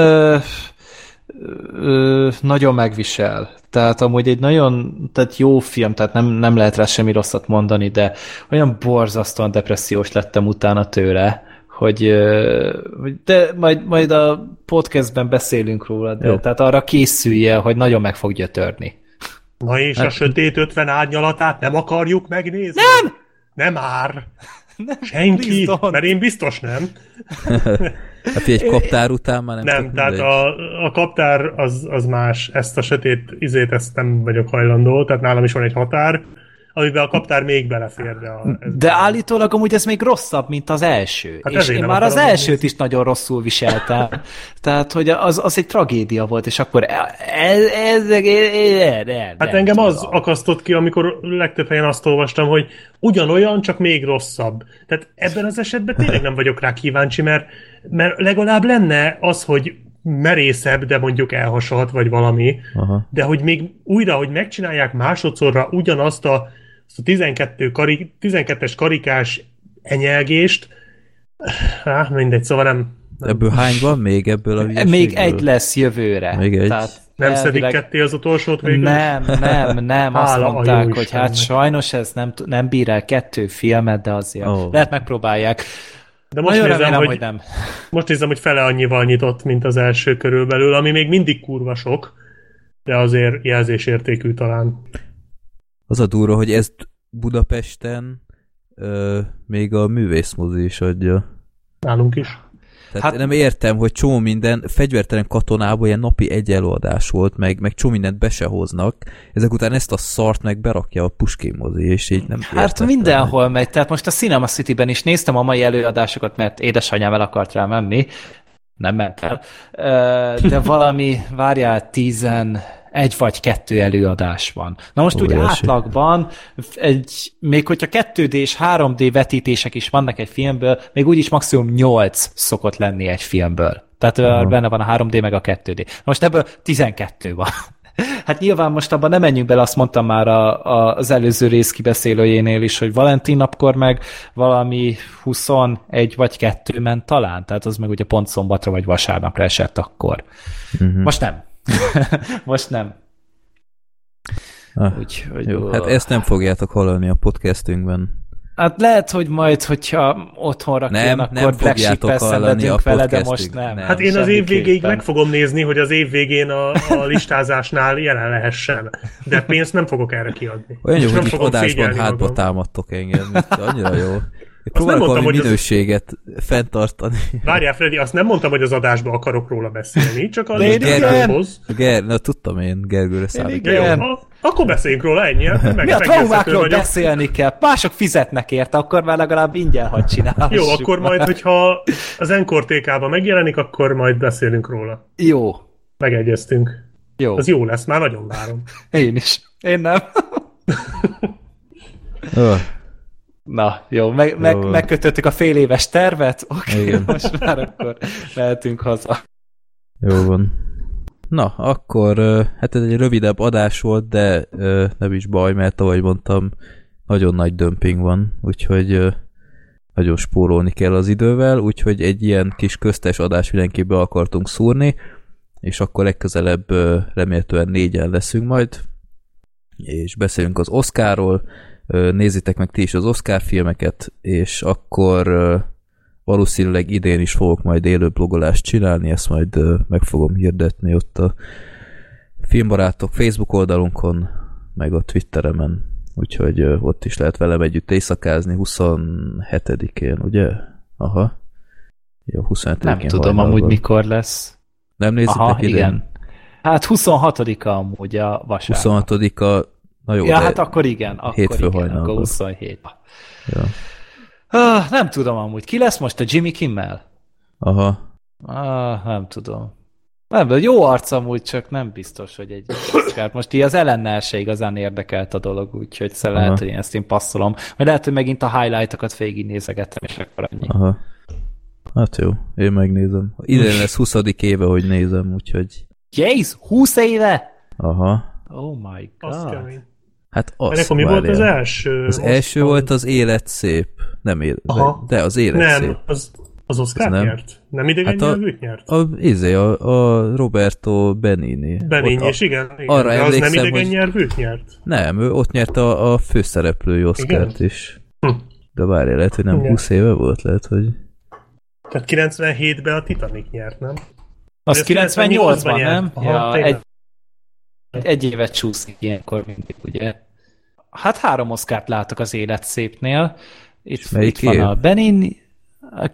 Nagyon megvisel. Tehát amúgy egy nagyon jó film, tehát nem lehet rá semmi rosszat mondani, de olyan borzasztóan depressziós lettem utána tőle, hogy de majd a podcastben beszélünk róla, de tehát arra készülje, hogy nagyon meg fog gyötörni. Na és a sötét 50 árnyalatát nem akarjuk megnézni? Nem! Nem már! Senki? Mert én biztos nem. Hát egy kaptár után már nem. Nem, tehát a kaptár az más. Ezt a sötét izét, ezt nem vagyok hajlandó, tehát nálam is van egy határ, amiben a kaptár még belefér. De állítólag amúgy ez még rosszabb, mint az első. Hát és én már az elsőt is nagyon rosszul viseltem. Tehát, hogy az egy tragédia volt, és akkor hát engem az akasztott ki, amikor legtöbb helyen azt olvastam, hogy ugyanolyan, csak még rosszabb. Tehát ebben az esetben tényleg nem vagyok rá kíváncsi, mert legalább lenne az, hogy merészebb, de mondjuk elhasalhat, vagy valami, de hogy még újra, hogy megcsinálják másodszorra ugyanazt a 12-es karikás enyelgést, mindegy, szóval nem. Ebből hány van még ebből a hülyeségből? Még egy lesz jövőre. Még egy. Tehát nem szedik ketté az utolsót végül? Nem, azt mondták, hogy hát sajnos ez nem bír el 2 filmet, de azért lehet megpróbálják. De most nézem, hogy fele annyival nyitott, mint az első körülbelül, ami még mindig kurva sok, de azért jelzésértékű talán. Az a durva, hogy ezt Budapesten még a művészmozi is adja. Nálunk is. Tehát nem értem, hogy csomó minden fegyvertelen katonában ilyen napi egy előadás volt, meg csomó mindent be se hoznak. Ezek után ezt a szart meg berakja a Puskén mozi, és így nem hát mindenhol megy. Tehát most a Cinema City-ben is néztem a mai előadásokat, mert édesanyám el akart rá menni. Nem ment el. De valami, várjál, 11 vagy 2 előadás van. Na most úgy átlagban, még hogyha 2D és 3D vetítések is vannak egy filmből, még úgyis maximum 8 szokott lenni egy filmből. Tehát benne van a 3D meg a 2D. Na most ebből 12 van. Hát nyilván most abban nem menjünk bele, azt mondtam már az előző rész kibeszélőjénél is, hogy Valentin napkor meg valami 21 vagy 2 ment talán, tehát az meg ugye pont szombatra vagy vasárnapra esett akkor. Most nem. Most nem. Jó, hát ezt nem fogjátok hallani a podcastünkben. Hát lehet, hogy majd, hogyha otthonra kérn, akkor Black Sheep-el szenvedünk vele, de most nem. Hát én az év végéig meg fogom nézni, hogy az év végén a listázásnál jelen lehessen. De pénzt nem fogok erre kiadni. Olyan jó, hogy itt adásban hátba támadtok engem. Annyira jó. Én próbálok valami minőséget fenntartani. Várjál, Freddy, azt nem mondtam, hogy az adásban akarok róla beszélni, csak a listához. Tudtam én, Gergőre számít. Akkor beszéljünk róla, ennyi. Mi a traumákról beszélni kell? Mások fizetnek érte, akkor már legalább ingyen hadd csinálhassuk. Jó, akkor majd, hogyha az Encore TK-ban megjelenik, akkor majd beszélünk róla. Jó. Megegyeztünk. Jó. Az jó lesz, már nagyon várom. Én is. Én nem. Na, jó, megkötöttük a fél éves tervet, oké, most már akkor mehetünk haza. Jó van. Na, akkor hát ez egy rövidebb adás volt, de nem is baj, mert ahogy mondtam, nagyon nagy dömping van, úgyhogy nagyon spórolni kell az idővel, úgyhogy egy ilyen kis köztes adás mindenki be akartunk szúrni, és akkor legközelebb remélhetően 4-en leszünk majd, és beszélünk az Oscarról, nézzétek meg ti is az Oscar filmeket, és akkor valószínűleg idén is fogok majd élő blogolást csinálni, ezt majd meg fogom hirdetni ott a Filmbarátok Facebook oldalunkon, meg a Twitteremen, úgyhogy ott is lehet velem együtt éjszakázni 27-én, ugye? Aha. Jó, 27-én. Nem tudom amúgy mikor lesz. Nem nézitek idén? Igen. Hát 26-a amúgy a vasárnap. 26-a. Na jó, ja, hát akkor igen. Hétfő hajnalban. Akkor 27. Ja. Nem tudom amúgy. Ki lesz most a Jimmy Kimmel? Aha. Nem tudom. Nem, jó arc amúgy, csak nem biztos, hogy egy Oscar. Most így az Ellennel se igazán érdekelt a dolog, úgyhogy lehet, hogy ezt én passzolom. Vagy lehet, hogy megint a highlight-okat végignézegettem, és akkor annyi. Aha. Hát jó, én megnézem. Idén lesz 20. éve, hogy nézem, úgyhogy... Jézus, 20 éve? Aha. Oh my god. Hát az, akkor mi volt az első? Az első volt az Élet szép. Nem élet, de az Élet nem, szép. Az Oscar nyert? Nem idegen nyelvűt nyert? A Roberto Benigni. Benigni, és igen. Arra de az nem idegen nyelvűt nyert? Nem, ő ott nyerte a főszereplői Oscart is. De várjál, lehet, hogy nem 20 éve volt, lehet, hogy... Tehát 97-ben a Titanic nyert, nem? Az 98-ban, nem? Ja, egy évet csúszik ilyenkor mindig, ugye? Hát 3 Oscart látok az Élet szépnél, Itt van a Benigni, a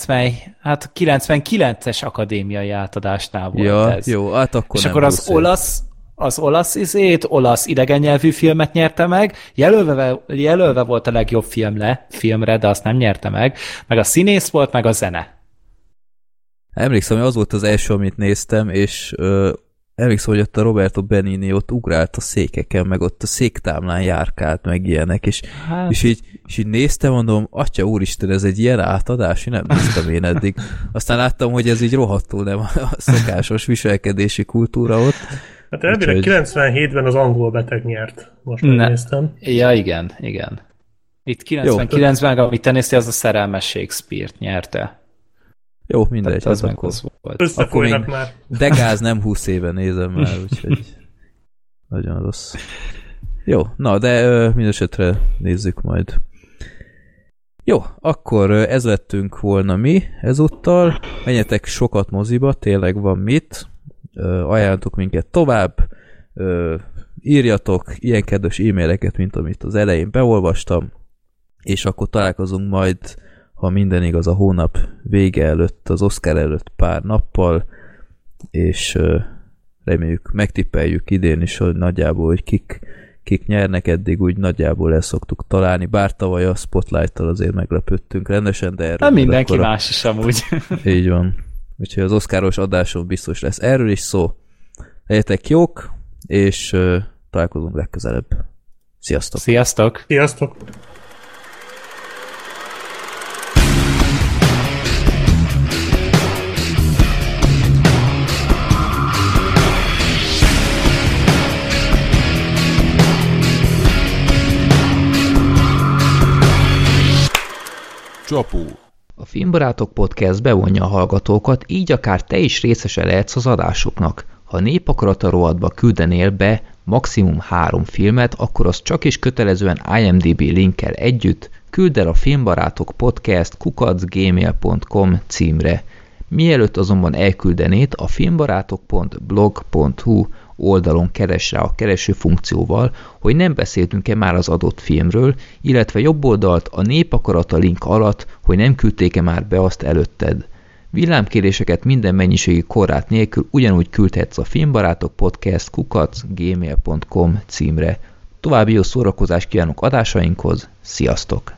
99-es akadémiai átadásnál volt ez. Jó, hát akkor és nem akkor az olasz idegen nyelvű filmet nyerte meg, jelölve volt a legjobb filmre, de azt nem nyerte meg a színész volt, meg a zene. Emlékszem, hogy az volt az első, amit néztem, és emlékszem, hogy ott a Roberto Benigni ott ugrált a székeken, meg ott a széktámlán járkált, meg ilyenek, és így néztem, mondom, atya úristen, ez egy ilyen átadás, én nem néztem én eddig. Aztán láttam, hogy ez így rohadtul nem a szokásos viselkedési kultúra ott. Hát elvileg 97-ben az angol beteg nyert. Most megnéztem. Ja, igen. Itt 99-ben, amit te néztél, az a Szerelmes Shakespeare-t nyerte. Jó, mindegy. Az meg az volt. Összefolynak már. De gáz nem 20 éve nézem már, úgyhogy nagyon rossz. Jó, na, de mindesetre nézzük majd. Jó, akkor ez lettünk volna mi ezúttal. Menjetek sokat moziba, tényleg van mit. Ajánljatok minket tovább. Írjatok ilyen kedves e-maileket, mint amit az elején beolvastam. És akkor találkozunk majd, ha minden igaz, a hónap vége előtt, az Oscar előtt pár nappal, és reméljük, megtippeljük idén is, hogy nagyjából, hogy kik nyernek, eddig úgy nagyjából el szoktuk találni, bár tavaly a Spotlight-tal azért meglepődtünk rendesen, de erről... Nem mindenki más is amúgy. Így van. Úgyhogy az Oscaros adáson biztos lesz erről is szó. Legyetek jók, és találkozunk legközelebb. Sziasztok! Sziasztok! Sziasztok! Csapó. A Filmbarátok Podcast bevonja a hallgatókat, így akár te is részese lehetsz az adásoknak. Ha népakarata rovatba küldenél be maximum 3 filmet, akkor azt csak is kötelezően IMDb linkkel együtt küld el a filmbarátok.podcast@gmail.com címre. Mielőtt azonban elküldenéd, a filmbarátok.blog.hu oldalon keres rá a kereső funkcióval, hogy nem beszéltünk-e már az adott filmről, illetve jobb oldalt a népakarata link alatt, hogy nem küldték-e már be azt előtted. Villámkéréseket minden mennyiségi korlát nélkül ugyanúgy küldhetsz a filmbarátok.podcast@gmail.com címre. További jó szórakozást kívánok adásainkhoz, sziasztok!